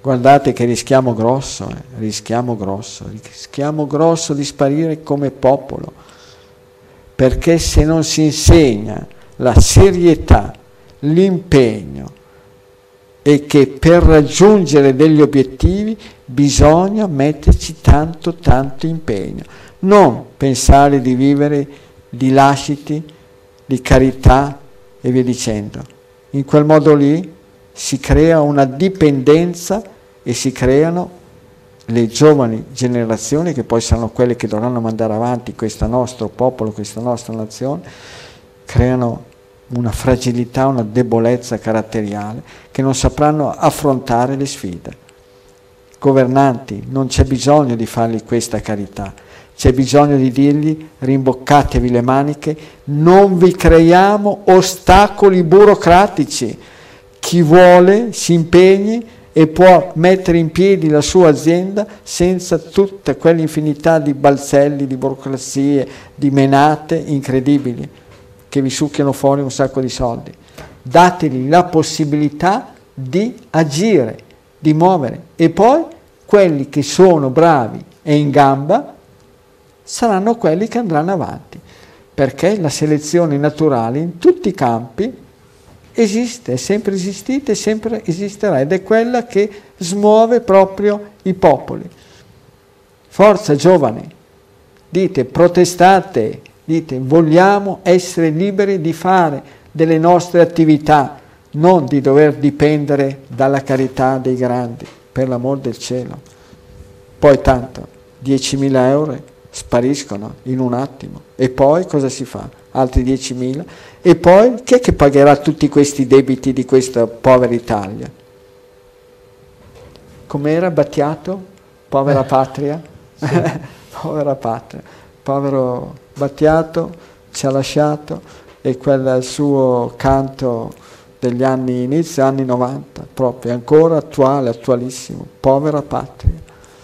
guardate che rischiamo grosso, eh, rischiamo grosso, rischiamo grosso di sparire come popolo, perché se non si insegna la serietà, l'impegno, e che per raggiungere degli obiettivi bisogna metterci tanto tanto impegno, non pensare di vivere di lasciti, di carità e via dicendo. In quel modo lì si crea una dipendenza e si creano le giovani generazioni, che poi saranno quelle che dovranno mandare avanti questo nostro popolo, questa nostra nazione, creano una fragilità, una debolezza caratteriale, che non sapranno affrontare le sfide. Governanti, non c'è bisogno di fargli questa carità, c'è bisogno di dirgli: rimboccatevi le maniche, non vi creiamo ostacoli burocratici. Chi vuole si impegni e può mettere in piedi la sua azienda senza tutta quell'infinità di balzelli, di burocrazie, di menate incredibili che vi succhiano fuori un sacco di soldi. Dategli la possibilità di agire, di muovere, e poi quelli che sono bravi e in gamba saranno quelli che andranno avanti, perché la selezione naturale in tutti i campi esiste, è sempre esistita e sempre esisterà, ed è quella che smuove proprio i popoli. Forza giovani, dite, protestate, dite: vogliamo essere liberi di fare delle nostre attività, non di dover dipendere dalla carità dei grandi, per l'amor del cielo. Poi tanto, diecimila euro spariscono in un attimo, e poi cosa si fa? Altri diecimila, e poi chi è che pagherà tutti questi debiti di questa povera Italia? Com'era Battiato? Povera patria? Sì. Povera patria, povero Battiato ci ha lasciato, e quel suo canto degli anni inizio anni novanta, proprio ancora attuale, attualissimo, povera patria.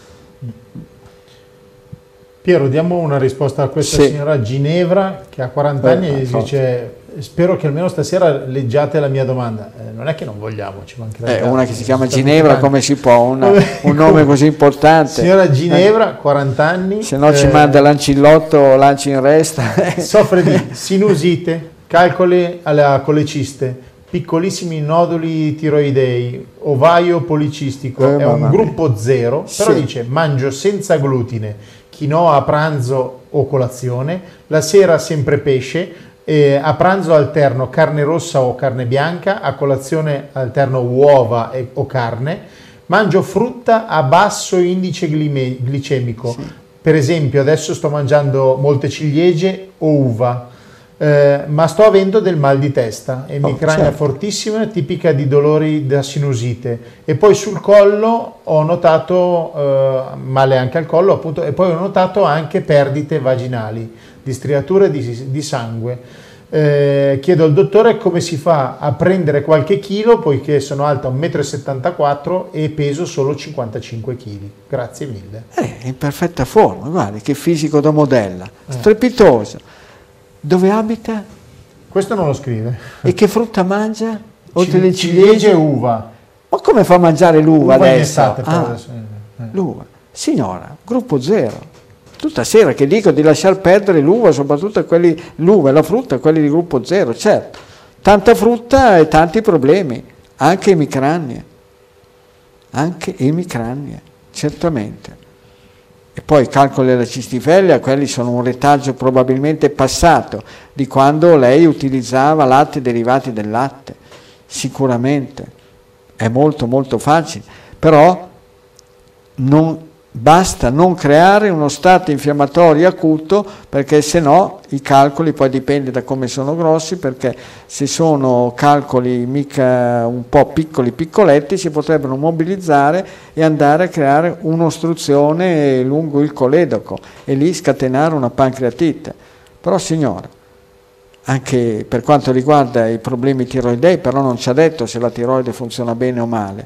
Piero, diamo una risposta a questa sì. signora Ginevra, che ha quaranta anni, e dice: spero che almeno stasera leggiate la mia domanda. Eh, non è che non vogliamo, ci mancherebbe. Eh, una che si chiama Ginevra, come si può? Una, un nome così importante. Signora Ginevra, quaranta anni. Se no eh, ci manda l'ancillotto o lanci in resta. Soffre di sinusite, calcoli alla coleciste, piccolissimi noduli tiroidei, ovaio policistico, eh, è un gruppo mia. zero, però sì. dice: mangio senza glutine, quinoa a pranzo o colazione, la sera sempre pesce, eh, a pranzo alterno carne rossa o carne bianca, a colazione alterno uova e, o carne, mangio frutta a basso indice glime, glicemico, sì. per esempio adesso sto mangiando molte ciliegie o uva, eh, ma sto avendo del mal di testa, emicrania oh, certo. fortissima, tipica di dolori da sinusite, e poi sul collo ho notato eh, male anche al collo, appunto, e poi ho notato anche perdite vaginali, di striature di, di sangue. Eh, chiedo al dottore come si fa a prendere qualche chilo, poiché sono alta un metro e settantaquattro e peso solo cinquantacinque chili. Grazie mille. Eh, in perfetta forma, guardi che fisico da modella, eh. strepitoso. Dove abita? Questo non lo scrive. E che frutta mangia? Oltre C- le ciliegie? Ciliegie e uva. Ma come fa a mangiare l'uva, uva adesso? Estate, ah, adesso. Eh. L'uva. Signora, gruppo zero. Tutta sera che dico di lasciar perdere l'uva, soprattutto quelli, l'uva e la frutta, quelli di gruppo zero, certo. Tanta frutta e tanti problemi, anche emicranie. Anche emicranie, certamente. E poi i calcoli della cistifellea, quelli sono un retaggio probabilmente passato di quando lei utilizzava latte derivati del latte, sicuramente, è molto molto facile, però non, basta non creare uno stato infiammatorio acuto, perché se no i calcoli, poi dipende da come sono grossi, perché se sono calcoli mica un po' piccoli piccoletti si potrebbero mobilizzare e andare a creare un'ostruzione lungo il coledoco e lì scatenare una pancreatite. Però signora, anche per quanto riguarda i problemi tiroidei, però non ci ha detto se la tiroide funziona bene o male,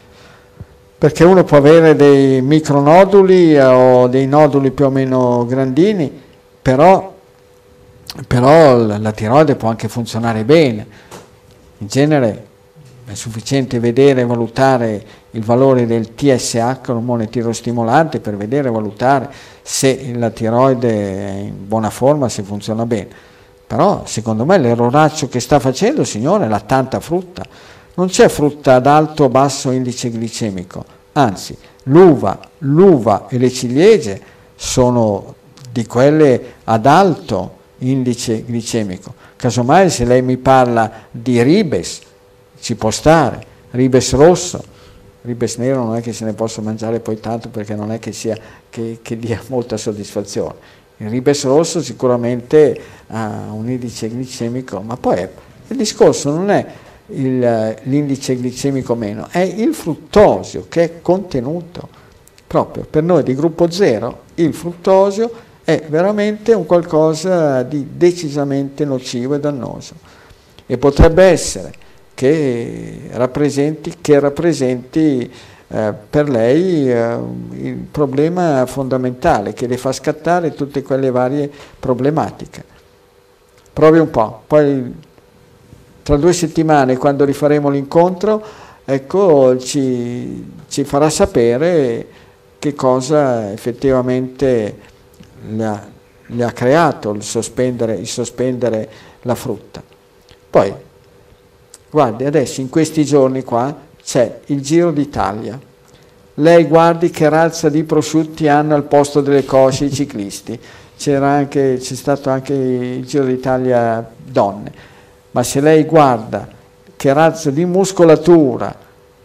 perché uno può avere dei micronoduli o dei noduli più o meno grandini, però, però la, la tiroide può anche funzionare bene. In genere è sufficiente vedere e valutare il valore del T S H, ormone tirostimolante, per vedere e valutare se la tiroide è in buona forma, se funziona bene. Però secondo me l'erroraccio che sta facendo, signore, è la tanta frutta. Non c'è frutta ad alto o basso indice glicemico, anzi l'uva, l'uva e le ciliegie sono di quelle ad alto indice glicemico. Casomai se lei mi parla di ribes, ci può stare, ribes rosso, ribes nero non è che se ne possa mangiare poi tanto, perché non è che sia che, che dia molta soddisfazione. Il ribes rosso sicuramente ha un indice glicemico, ma poi è, il discorso non è il, l'indice glicemico meno, è il fruttosio che è contenuto. Proprio per noi di gruppo zero il fruttosio è veramente un qualcosa di decisamente nocivo e dannoso, e potrebbe essere che rappresenti, che rappresenti eh, per lei eh, il problema fondamentale che le fa scattare tutte quelle varie problematiche. Provi un po', poi tra due settimane, quando rifaremo l'incontro, ecco, ci, ci farà sapere che cosa effettivamente le ha, le ha creato il sospendere, il sospendere la frutta. Poi, guardi, adesso in questi giorni qua c'è il Giro d'Italia. Lei guardi che razza di prosciutti hanno al posto delle cosce i ciclisti. C'era anche, c'è stato anche il Giro d'Italia donne. Ma se lei guarda che razza di muscolatura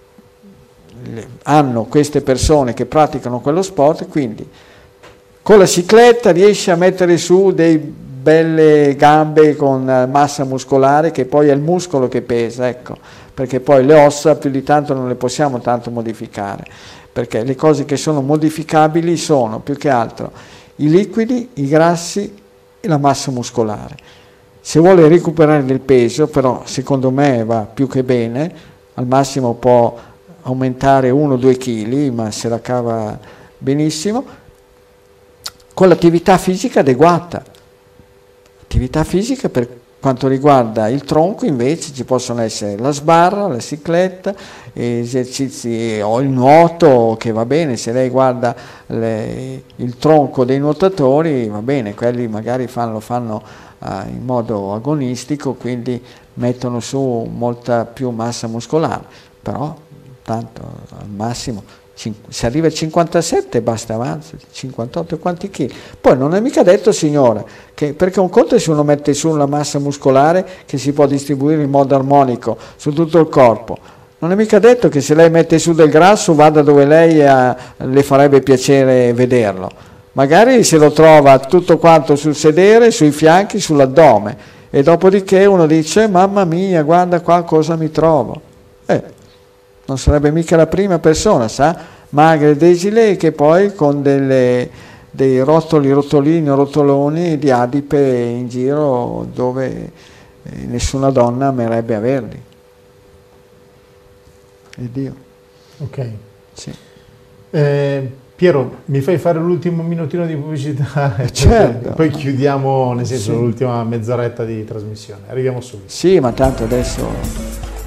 hanno queste persone che praticano quello sport, quindi con la cicletta riesce a mettere su dei belle gambe con massa muscolare, che poi è il muscolo che pesa, ecco, perché poi le ossa più di tanto non le possiamo tanto modificare, perché le cose che sono modificabili sono più che altro i liquidi, i grassi e la massa muscolare. Se vuole recuperare del peso, però secondo me va più che bene, al massimo può aumentare uno o due chili, ma se la cava benissimo, con l'attività fisica adeguata. Attività fisica per quanto riguarda il tronco invece ci possono essere la sbarra, la cicletta, esercizi o il nuoto, che va bene, se lei guarda le, il tronco dei nuotatori, va bene, quelli magari fanno, lo fanno uh, in modo agonistico, quindi mettono su molta più massa muscolare, però tanto al massimo se arriva a cinquantasette basta avanza, cinquantotto quanti chili. Poi non è mica detto, signora, che perché un conto è se uno mette su una massa muscolare che si può distribuire in modo armonico su tutto il corpo, non è mica detto che se lei mette su del grasso vada dove lei ha, le farebbe piacere vederlo. Magari se lo trova tutto quanto sul sedere, sui fianchi, sull'addome, e dopodiché uno dice mamma mia, guarda qua cosa mi trovo. Eh, non sarebbe mica la prima persona, sa, magra ed esile, che poi con delle, dei rotoli, rotolini o rotoloni di adipe in giro dove eh, nessuna donna amerebbe averli. E Dio. Ok. Sì. Eh, Piero, mi fai fare l'ultimo minutino di pubblicità? Certo. Poi chiudiamo, nel senso, sì. l'ultima mezz'oretta di trasmissione. Arriviamo subito. Sì, ma tanto adesso...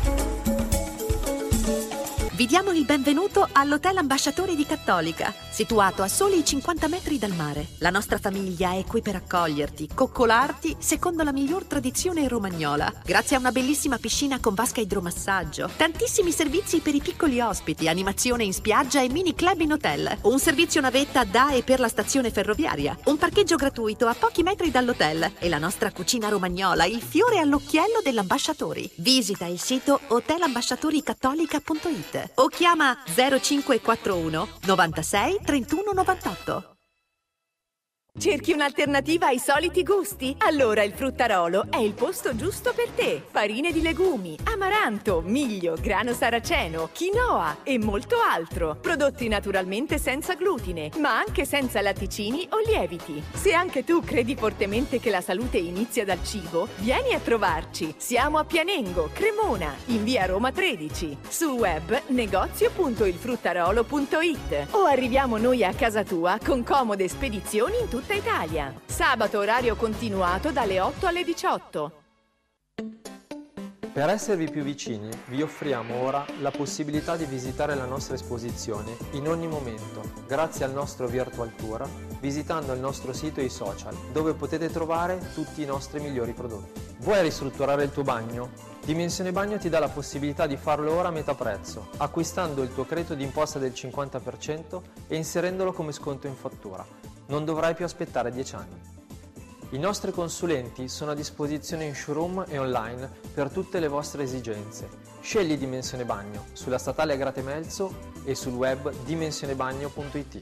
Vi diamo il benvenuto all'Hotel Ambasciatori di Cattolica, situato a soli cinquanta metri dal mare. La nostra famiglia è qui per accoglierti, coccolarti secondo la miglior tradizione romagnola, grazie a una bellissima piscina con vasca idromassaggio, tantissimi servizi per i piccoli ospiti, animazione in spiaggia e mini club in hotel, un servizio navetta da e per la stazione ferroviaria, un parcheggio gratuito a pochi metri dall'hotel e la nostra cucina romagnola, il fiore all'occhiello dell'Ambasciatori. Visita il sito hotel ambasciatori cattolica punto it o chiama zero cinque quattro uno novantasei trentuno novantotto. Cerchi un'alternativa ai soliti gusti? Allora il Fruttarolo è il posto giusto per te. Farine di legumi, amaranto, miglio, grano saraceno, quinoa e molto altro. Prodotti naturalmente senza glutine, ma anche senza latticini o lieviti. Se anche tu credi fortemente che la salute inizia dal cibo, vieni a trovarci. Siamo a Pianengo, Cremona, in via Roma tredici. Sul web negozio punto il fruttarolo punto it o arriviamo noi a casa tua con comode spedizioni in tutta Italia. Sabato orario continuato dalle otto alle diciotto. Per esservi più vicini, vi offriamo ora la possibilità di visitare la nostra esposizione in ogni momento, grazie al nostro Virtual Tour, visitando il nostro sito e i social, dove potete trovare tutti i nostri migliori prodotti. Vuoi ristrutturare il tuo bagno? Dimensione Bagno ti dà la possibilità di farlo ora a metà prezzo, acquistando il tuo credito d'imposta del cinquanta per cento e inserendolo come sconto in fattura. Non dovrai più aspettare dieci anni. I nostri consulenti sono a disposizione in showroom e online per tutte le vostre esigenze. Scegli Dimensione Bagno sulla statale Agrate Melzo e sul web dimensione bagno punto it.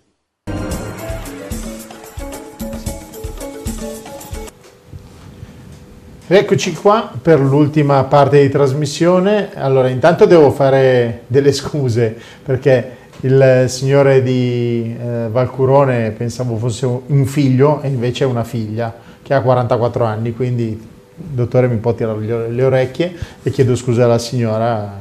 Eccoci qua per l'ultima parte di trasmissione. Allora, intanto devo fare delle scuse perché il signore di eh, Valcurone pensavo fosse un figlio e invece è una figlia che ha quarantaquattro anni, quindi dottore mi può tirare le orecchie e chiedo scusa alla signora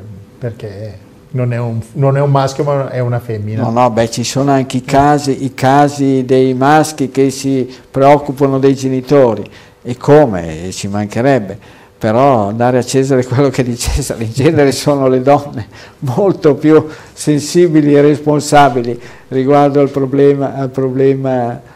perché non è un, non è un maschio ma è una femmina. No, no, beh, ci sono anche i casi, i casi dei maschi che si preoccupano dei genitori, e come, ci mancherebbe, però dare a Cesare quello che è di Cesare. In genere sono le donne molto più sensibili e responsabili riguardo al problema, al problema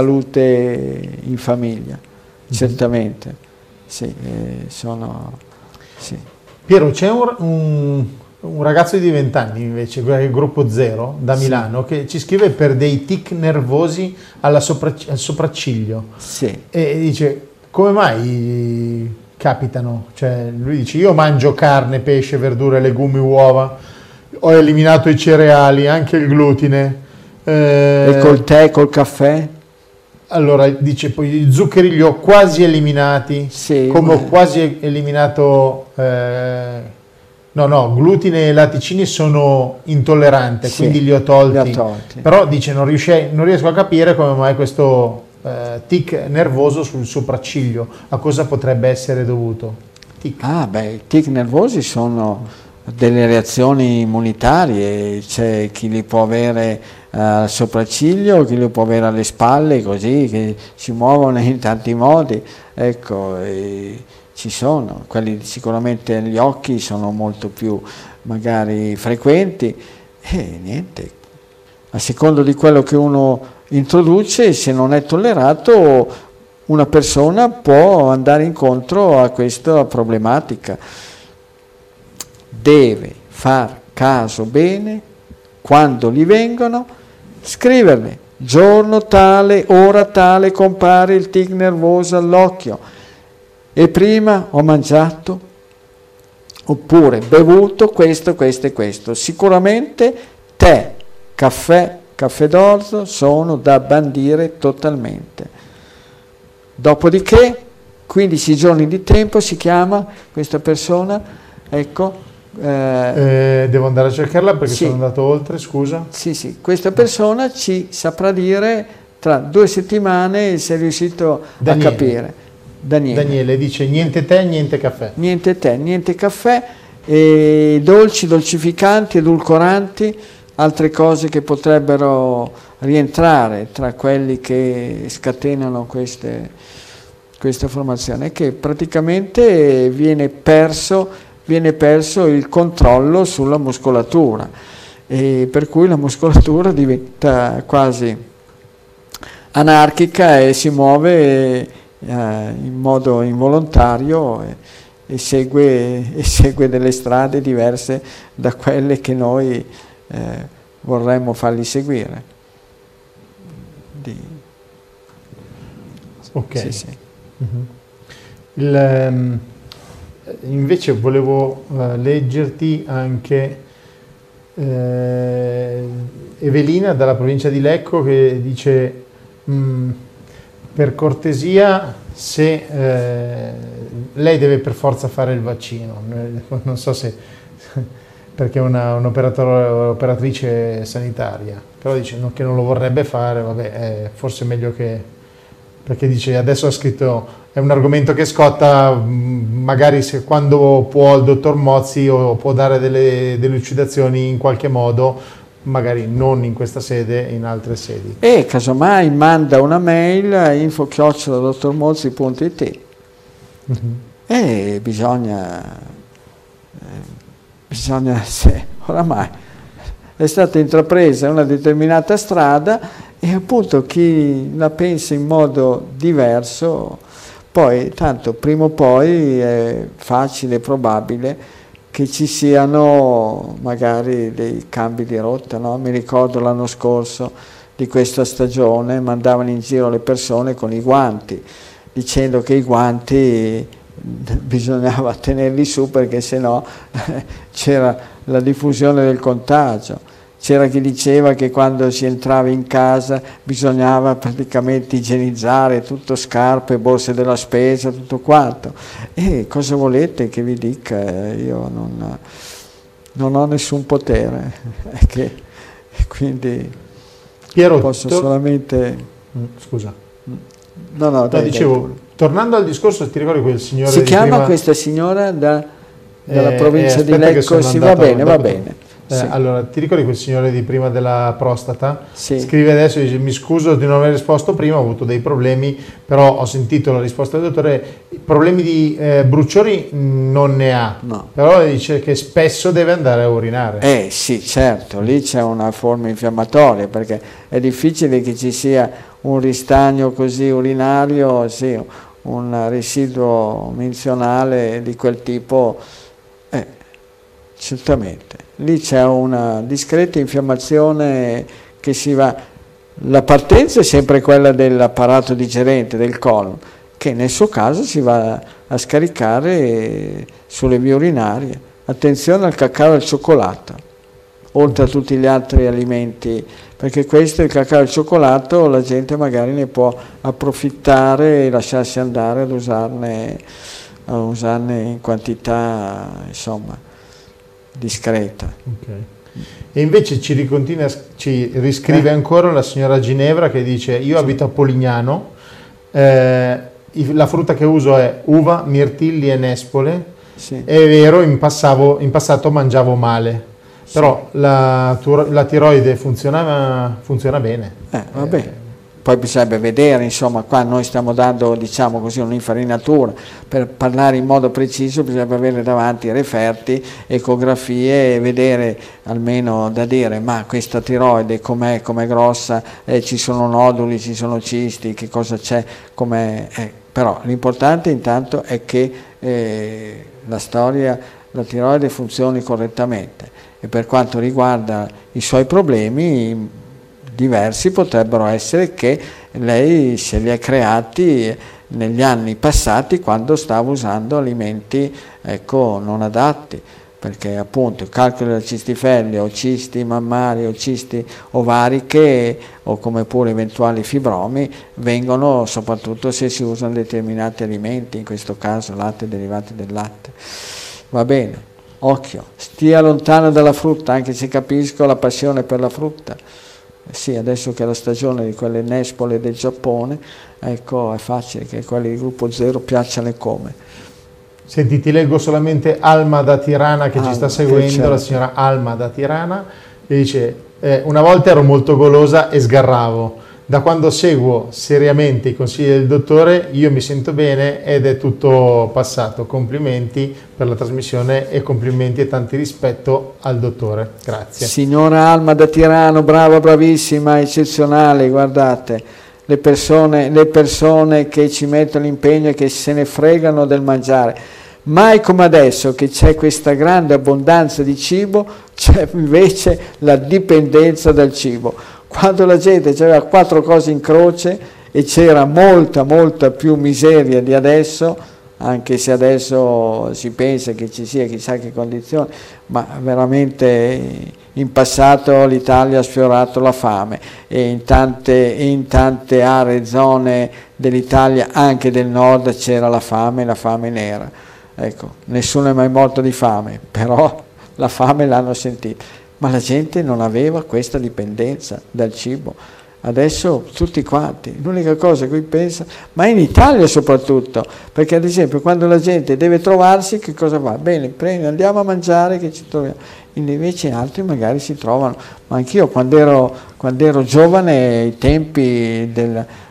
salute in famiglia, certamente. Sì, eh, sono, sì. Piero, c'è un, un, un ragazzo di venti anni invece, il gruppo zero da Milano, sì, che ci scrive per dei tic nervosi alla sopra, al sopracciglio. Sì. E dice, come mai capitano? Cioè, lui dice, io mangio carne, pesce, verdure, legumi, uova, ho eliminato i cereali, anche il glutine. Eh, e col tè, col caffè? Allora, dice, poi gli zuccheri li ho quasi eliminati, sì, come ho quasi eliminato, eh, no, no, glutine e latticini sono intollerante, sì, quindi li ho tolti. Li ho tolti. Però dice, non, riesce, non riesco a capire come mai questo eh, tic nervoso sul sopracciglio, a cosa potrebbe essere dovuto? Tic. Ah, beh, i tic nervosi sono delle reazioni immunitarie, c'è chi li può avere al sopracciglio, chi li può avere alle spalle, così, che si muovono in tanti modi, ecco, e ci sono, quelli sicuramente negli occhi sono molto più magari frequenti, e niente, a secondo di quello che uno introduce, se non è tollerato, una persona può andare incontro a questa problematica. Deve far caso bene quando gli vengono, scriverle, giorno tale, ora tale compare il tic nervoso all'occhio e prima ho mangiato oppure bevuto questo, questo e questo. Sicuramente tè, caffè, caffè d'orzo sono da bandire totalmente. Dopodiché quindici giorni di tempo si chiama questa persona, ecco, Eh, eh, devo andare a cercarla perché sì, sono andato oltre, scusa. Sì, sì, questa persona ci saprà dire tra due settimane se è riuscito Daniele. a capire. Daniele. Daniele dice niente tè, niente caffè. Niente tè, niente caffè, e dolci, dolcificanti, edulcoranti, altre cose che potrebbero rientrare tra quelli che scatenano queste, questa formazione, che praticamente viene perso viene perso il controllo sulla muscolatura, e per cui la muscolatura diventa quasi anarchica e si muove eh, in modo involontario e, e, segue, e segue delle strade diverse da quelle che noi eh, vorremmo fargli seguire. Di... Ok. Sì, sì. Mm-hmm. Il... Um... Invece volevo uh, leggerti anche eh, Evelina dalla provincia di Lecco che dice mh, per cortesia se eh, lei deve per forza fare il vaccino, non so se perché è una, un'operatrice sanitaria, però dice no, che non lo vorrebbe fare, vabbè, è forse meglio che, perché dice adesso ha scritto è un argomento che scotta, magari se quando può il dottor Mozzi o può dare delle delucidazioni in qualche modo, magari non in questa sede, in altre sedi. E casomai manda una mail a info chiocciola dottor mozzi punto it mm-hmm. E bisogna, eh, bisogna, se oramai è stata intrapresa una determinata strada e appunto chi la pensa in modo diverso, poi tanto prima o poi è facile e probabile che ci siano magari dei cambi di rotta, no? Mi ricordo l'anno scorso di questa stagione mandavano in giro le persone con i guanti, dicendo che i guanti bisognava tenerli su perché sennò c'era la diffusione del contagio. C'era chi diceva che quando si entrava in casa bisognava praticamente igienizzare tutto, scarpe, borse della spesa, tutto quanto. E cosa volete che vi dica? Io non, non ho nessun potere, che, quindi Piero, posso to- solamente... Scusa. No, no, dai, no dicevo, dai, tornando al discorso, ti ricordi quel signore si di chiama prima... questa signora da, dalla eh, provincia eh, di aspetta che Lecco? sono Sì, andato va bene, va dopo- bene. Eh, Sì. Allora, ti ricordi quel signore di prima della prostata? Sì. Scrive adesso, dice: mi scuso di non aver risposto prima, ho avuto dei problemi, però ho sentito la risposta del dottore, problemi di eh, bruciori non ne ha, No. però dice che spesso deve andare a urinare. Eh sì, certo, lì c'è una forma infiammatoria perché è difficile che ci sia un ristagno così urinario, sì, un residuo menzionale di quel tipo, eh, certamente. Lì c'è una discreta infiammazione che si va... La partenza è sempre quella dell'apparato digerente, del colon, che nel suo caso si va a scaricare sulle vie urinarie. Attenzione al cacao e al cioccolato, oltre a tutti gli altri alimenti, perché questo, il cacao e il cioccolato, la gente magari ne può approfittare e lasciarsi andare ad usarne, a usarne in quantità, insomma, discreta. Okay. E invece ci, ricontinua, ci riscrive Eh? ancora la signora Ginevra che dice: io abito a Polignano, eh, i- la frutta che uso è uva, mirtilli e nespole. Sì. È vero, in, passavo, in passato mangiavo male, però la, tu- la tiroide funziona, funziona bene. Eh, vabbè. Poi bisogna vedere, insomma, qua noi stiamo dando, diciamo così, un'infarinatura. Per parlare in modo preciso bisogna avere davanti referti, ecografie e vedere, almeno da dire, ma questa tiroide com'è, com'è grossa, eh, ci sono noduli, ci sono cisti, che cosa c'è, com'è. Eh. Però l'importante intanto è che eh, la storia, la tiroide funzioni correttamente, e per quanto riguarda i suoi problemi diversi potrebbero essere che lei se li ha creati negli anni passati quando stava usando alimenti, ecco, non adatti, perché appunto il calcolo della cistifellea o cisti mammari o cisti ovariche o come pure eventuali fibromi vengono soprattutto se si usano determinati alimenti, in questo caso latte e derivati del latte. Va bene, occhio, stia lontano dalla frutta, anche se capisco la passione per la frutta. Sì, adesso che è la stagione di quelle nespole del Giappone, ecco, è facile che quelli di gruppo zero piacciono e come. Senti, ti leggo solamente Alma da Tirana che Alma, ci sta eh, seguendo, certo. la signora Alma da Tirana, e dice: eh, una volta ero molto golosa e sgarravo, da quando seguo seriamente i consigli del dottore io mi sento bene ed è tutto passato. Complimenti per la trasmissione e complimenti e tanti rispetto al dottore. Grazie. Signora Alma da Tirano, brava, bravissima, eccezionale, guardate, le persone, le persone che ci mettono impegno e che se ne fregano del mangiare. Mai come adesso che c'è questa grande abbondanza di cibo, c'è invece la dipendenza dal cibo. Quando la gente aveva quattro cose in croce e c'era molta, molta più miseria di adesso, anche se adesso si pensa che ci sia chissà che condizioni, ma veramente in passato l'Italia ha sfiorato la fame e in tante, in tante aree, zone dell'Italia, anche del nord, c'era la fame, la fame nera. Ecco, nessuno è mai morto di fame, però la fame l'hanno sentita. Ma la gente non aveva questa dipendenza dal cibo. Adesso tutti quanti, l'unica cosa a cui pensa, ma in Italia soprattutto, perché ad esempio quando la gente deve trovarsi, che cosa fa? Bene, prendi, andiamo a mangiare che ci troviamo. Invece altri magari si trovano, ma anch'io quando ero, quando ero giovane, ai tempi del,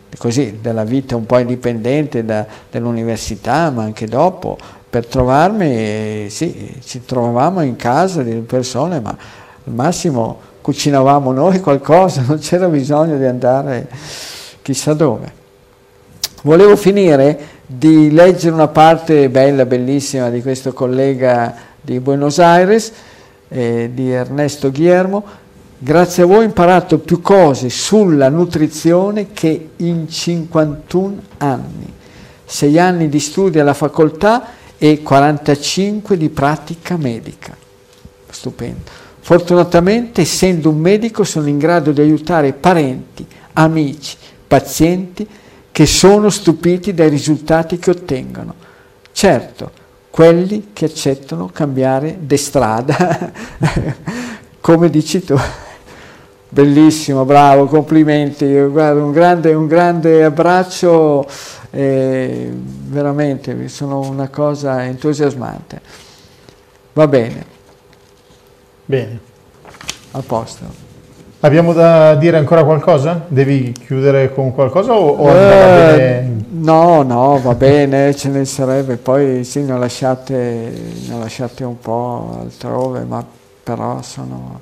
così, della vita un po' indipendente da, dell'università, ma anche dopo, per trovarmi, eh, sì, ci trovavamo in casa di persone, ma al massimo cucinavamo noi qualcosa, non c'era bisogno di andare chissà dove. Volevo finire di leggere una parte bella, bellissima di questo collega di Buenos Aires, eh, di Ernesto Guillermo. Grazie a voi ho imparato più cose sulla nutrizione che in cinquantuno anni, sei anni di studio alla facoltà e quarantacinque di pratica medica. Stupendo. Fortunatamente, essendo un medico, sono in grado di aiutare parenti, amici, pazienti che sono stupiti dai risultati che ottengono. Certo, quelli che accettano cambiare de strada, come dici tu. Bellissimo, bravo, complimenti, guarda, un grande, un grande abbraccio, eh, veramente, sono una cosa entusiasmante. Va bene. Bene. A posto. Abbiamo da dire ancora qualcosa? Devi chiudere con qualcosa o, o eh, va bene? No, no, va bene, ce ne sarebbe, poi sì, ne ho lasciate, ne ho lasciate un po' altrove, ma però sono...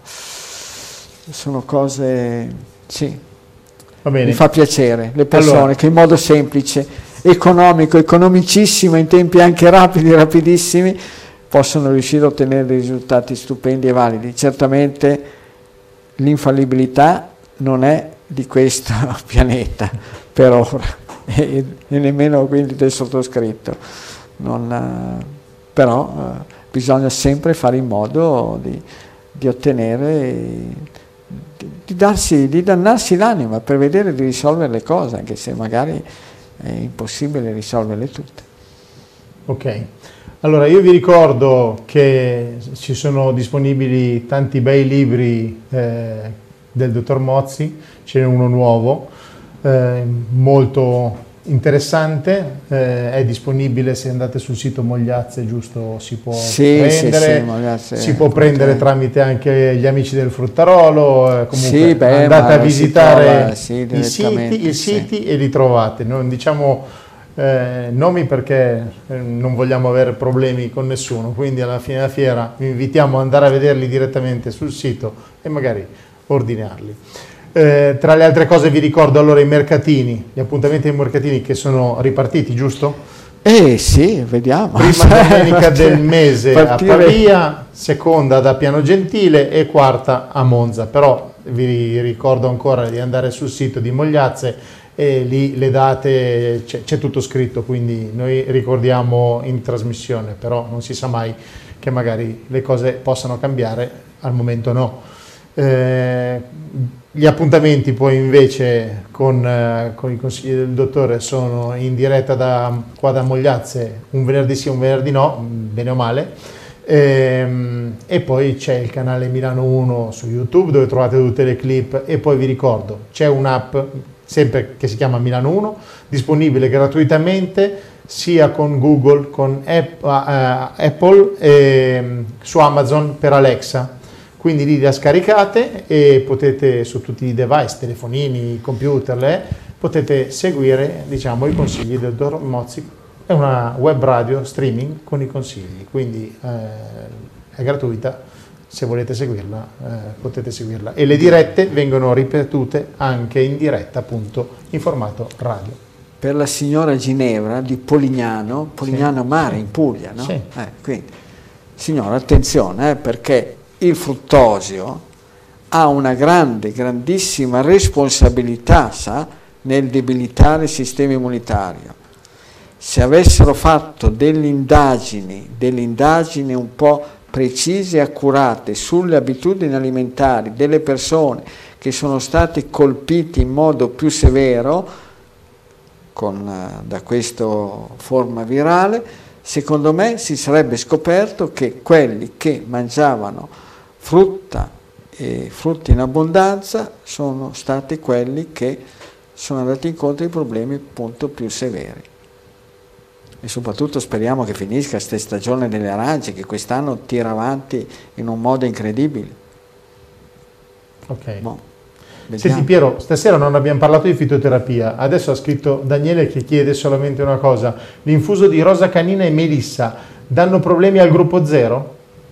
sono cose, sì, Va bene. Mi fa piacere, le persone Allora. che in modo semplice, economico, economicissimo, in tempi anche rapidi, rapidissimi, possono riuscire a ottenere dei risultati stupendi e validi. Certamente l'infallibilità non è di questo pianeta, per ora, e, e nemmeno quindi del sottoscritto. Non, però eh, bisogna sempre fare in modo di, di ottenere... Di, darsi, di dannarsi l'anima per vedere di risolvere le cose, anche se magari è impossibile risolverle tutte. Ok, allora io vi ricordo che ci sono disponibili tanti bei libri eh, del dottor Mozzi, ce n'è uno nuovo, eh, molto interessante, eh, è disponibile se andate sul sito Mogliazze, giusto, si può sì, prendere, sì, sì, Mogliazze, si può prendere okay. tramite anche gli amici del Fruttarolo, eh, comunque sì, beh, andate a visitare trova, sì, i siti, i siti sì. e li trovate, non diciamo eh, nomi perché eh, non vogliamo avere problemi con nessuno, quindi alla fine della fiera vi invitiamo ad andare a vederli direttamente sul sito e magari ordinarli. Eh, tra le altre cose vi ricordo allora i mercatini, gli appuntamenti ai mercatini che sono ripartiti, giusto? Eh sì, vediamo. Prima domenica del mese Partire... a Pavia, seconda da Piano Gentile e quarta a Monza, però vi ricordo ancora di andare sul sito di Mogliazze e lì le date, c'è tutto scritto, quindi noi ricordiamo in trasmissione, però non si sa mai che magari le cose possano cambiare, al momento no. Eh, gli appuntamenti poi invece con, eh, con i consigli del dottore sono in diretta da qua da Mogliazze un venerdì sì un venerdì no, bene o male, ehm, e poi c'è il canale Milano uno su YouTube dove trovate tutte le clip e poi vi ricordo c'è un'app sempre che si chiama Milano uno disponibile gratuitamente sia con Google, con App, uh, Apple e su Amazon per Alexa. Quindi lì la scaricate e potete su tutti i device, telefonini, computer, le, potete seguire diciamo, i consigli del dottor Mozzi. È una web radio streaming con i consigli, quindi eh, è gratuita, se volete seguirla eh, potete seguirla. E le dirette vengono ripetute anche in diretta appunto in formato radio. Per la signora Ginevra di Polignano, Polignano sì, Mare sì. in Puglia, no? Sì. Eh, quindi, signora, attenzione, eh, perché il fruttosio ha una grande, grandissima responsabilità, sa, nel debilitare il sistema immunitario. Se avessero fatto delle indagini, delle indagini un po' precise e accurate sulle abitudini alimentari delle persone che sono state colpite in modo più severo con, da questa forma virale, secondo me si sarebbe scoperto che quelli che mangiavano frutta e frutti in abbondanza sono stati quelli che sono andati incontro ai problemi appunto più severi. E soprattutto speriamo che finisca questa stagione delle arance che quest'anno tira avanti in un modo incredibile. Ok. Bon. Senti Piero, stasera non abbiamo parlato di fitoterapia, adesso ha scritto Daniele che chiede solamente una cosa: l'infuso di rosa canina e melissa danno problemi al gruppo zero?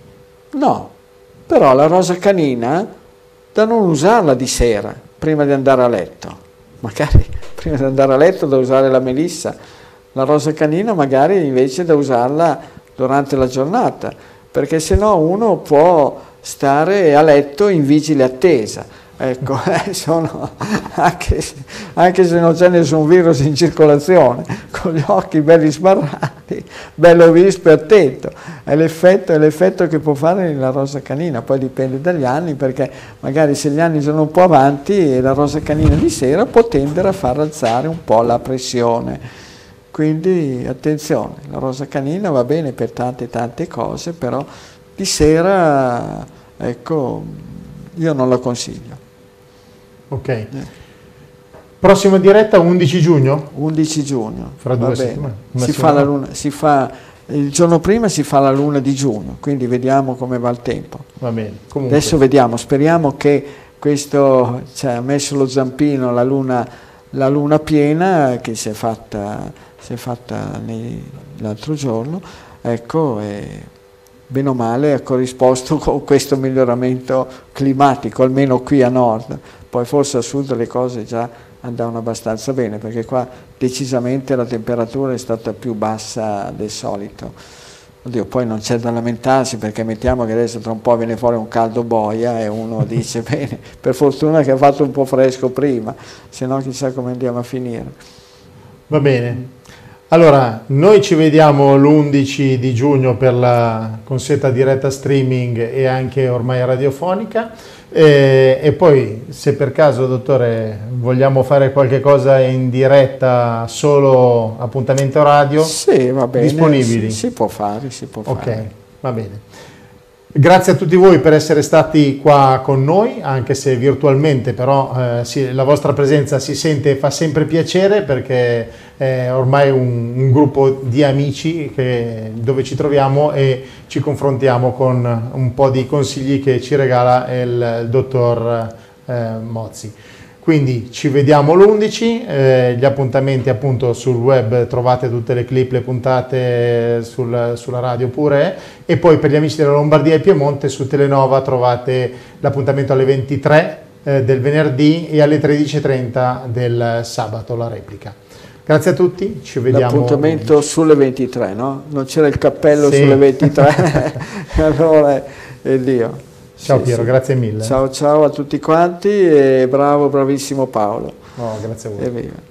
No, però la rosa canina da non usarla di sera prima di andare a letto, magari prima di andare a letto da usare la melissa, la rosa canina magari invece da usarla durante la giornata, perché sennò uno può stare a letto in vigile attesa. Ecco, eh, sono, anche, se, anche se non c'è nessun virus in circolazione, con gli occhi belli sbarrati, bello vispo e attento, è l'effetto, è l'effetto che può fare la rosa canina. Poi dipende dagli anni, perché magari se gli anni sono un po' avanti la rosa canina di sera può tendere a far alzare un po' la pressione, quindi attenzione, la rosa canina va bene per tante tante cose, però di sera, ecco, io non la consiglio. Ok. Eh. Prossima diretta undici giugno? undici giugno. Fra due settimane. Si fa la luna, si fa, il giorno prima si fa la luna di giugno, quindi vediamo come va il tempo. Va bene. Comunque. Adesso vediamo, speriamo che questo, cioè, ha messo lo zampino la luna, la luna piena che si è fatta, si è fatta l'altro giorno, ecco, e bene o male ha corrisposto con questo miglioramento climatico, almeno qui a nord. Poi forse a sud le cose già andavano abbastanza bene, perché qua decisamente la temperatura è stata più bassa del solito. Oddio, poi non c'è da lamentarsi, perché mettiamo che adesso tra un po' viene fuori un caldo boia e uno dice bene, per fortuna che ha fatto un po' fresco prima, se no chissà come andiamo a finire. Va bene. Allora, noi ci vediamo l'undici di giugno per la consueta diretta streaming e anche ormai radiofonica, e, e poi se per caso, dottore, vogliamo fare qualche cosa in diretta, solo appuntamento radio, sì, va bene, disponibili? Si, si può fare, si può ok, fare. va bene. Grazie a tutti voi per essere stati qua con noi, anche se virtualmente, però eh, sì, la vostra presenza si sente e fa sempre piacere, perché è ormai un, un gruppo di amici che, dove ci troviamo e ci confrontiamo con un po' di consigli che ci regala il, il dottor eh, Mozzi. Quindi ci vediamo l'undici, eh, gli appuntamenti appunto sul web, trovate tutte le clip, le puntate sul, sulla radio pure, e poi per gli amici della Lombardia e Piemonte su Telenova trovate l'appuntamento alle ventitré eh, del venerdì e alle tredici e trenta del sabato, la replica. Grazie a tutti, ci vediamo. L'appuntamento sulle ventitré, no? Non c'era il cappello sì. Sulle ventitré, allora è Dio. Ciao sì, Piero, sì. Grazie mille. Ciao ciao a tutti quanti e bravo, bravissimo Paolo. Oh, grazie a voi. Evviva.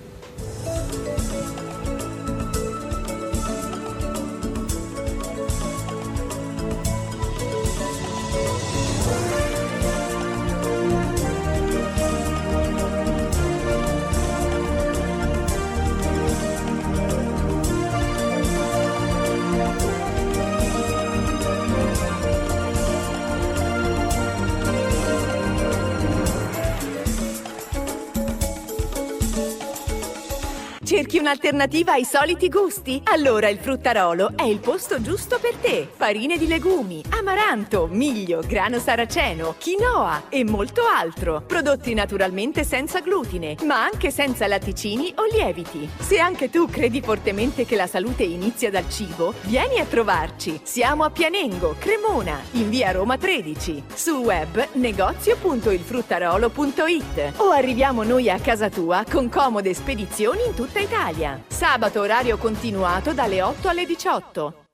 Cerchi un'alternativa ai soliti gusti? Allora il Fruttarolo è il posto giusto per te. Farine di legumi, amaranto, miglio, grano saraceno, quinoa e molto altro. Prodotti naturalmente senza glutine, ma anche senza latticini o lieviti. Se anche tu credi fortemente che la salute inizia dal cibo, vieni a trovarci. Siamo a Pianengo, Cremona, in via Roma tredici. Sul web negozio punto il fruttarolo punto it o arriviamo noi a casa tua con comode spedizioni in tutta Italia. Sabato orario continuato dalle otto alle diciotto.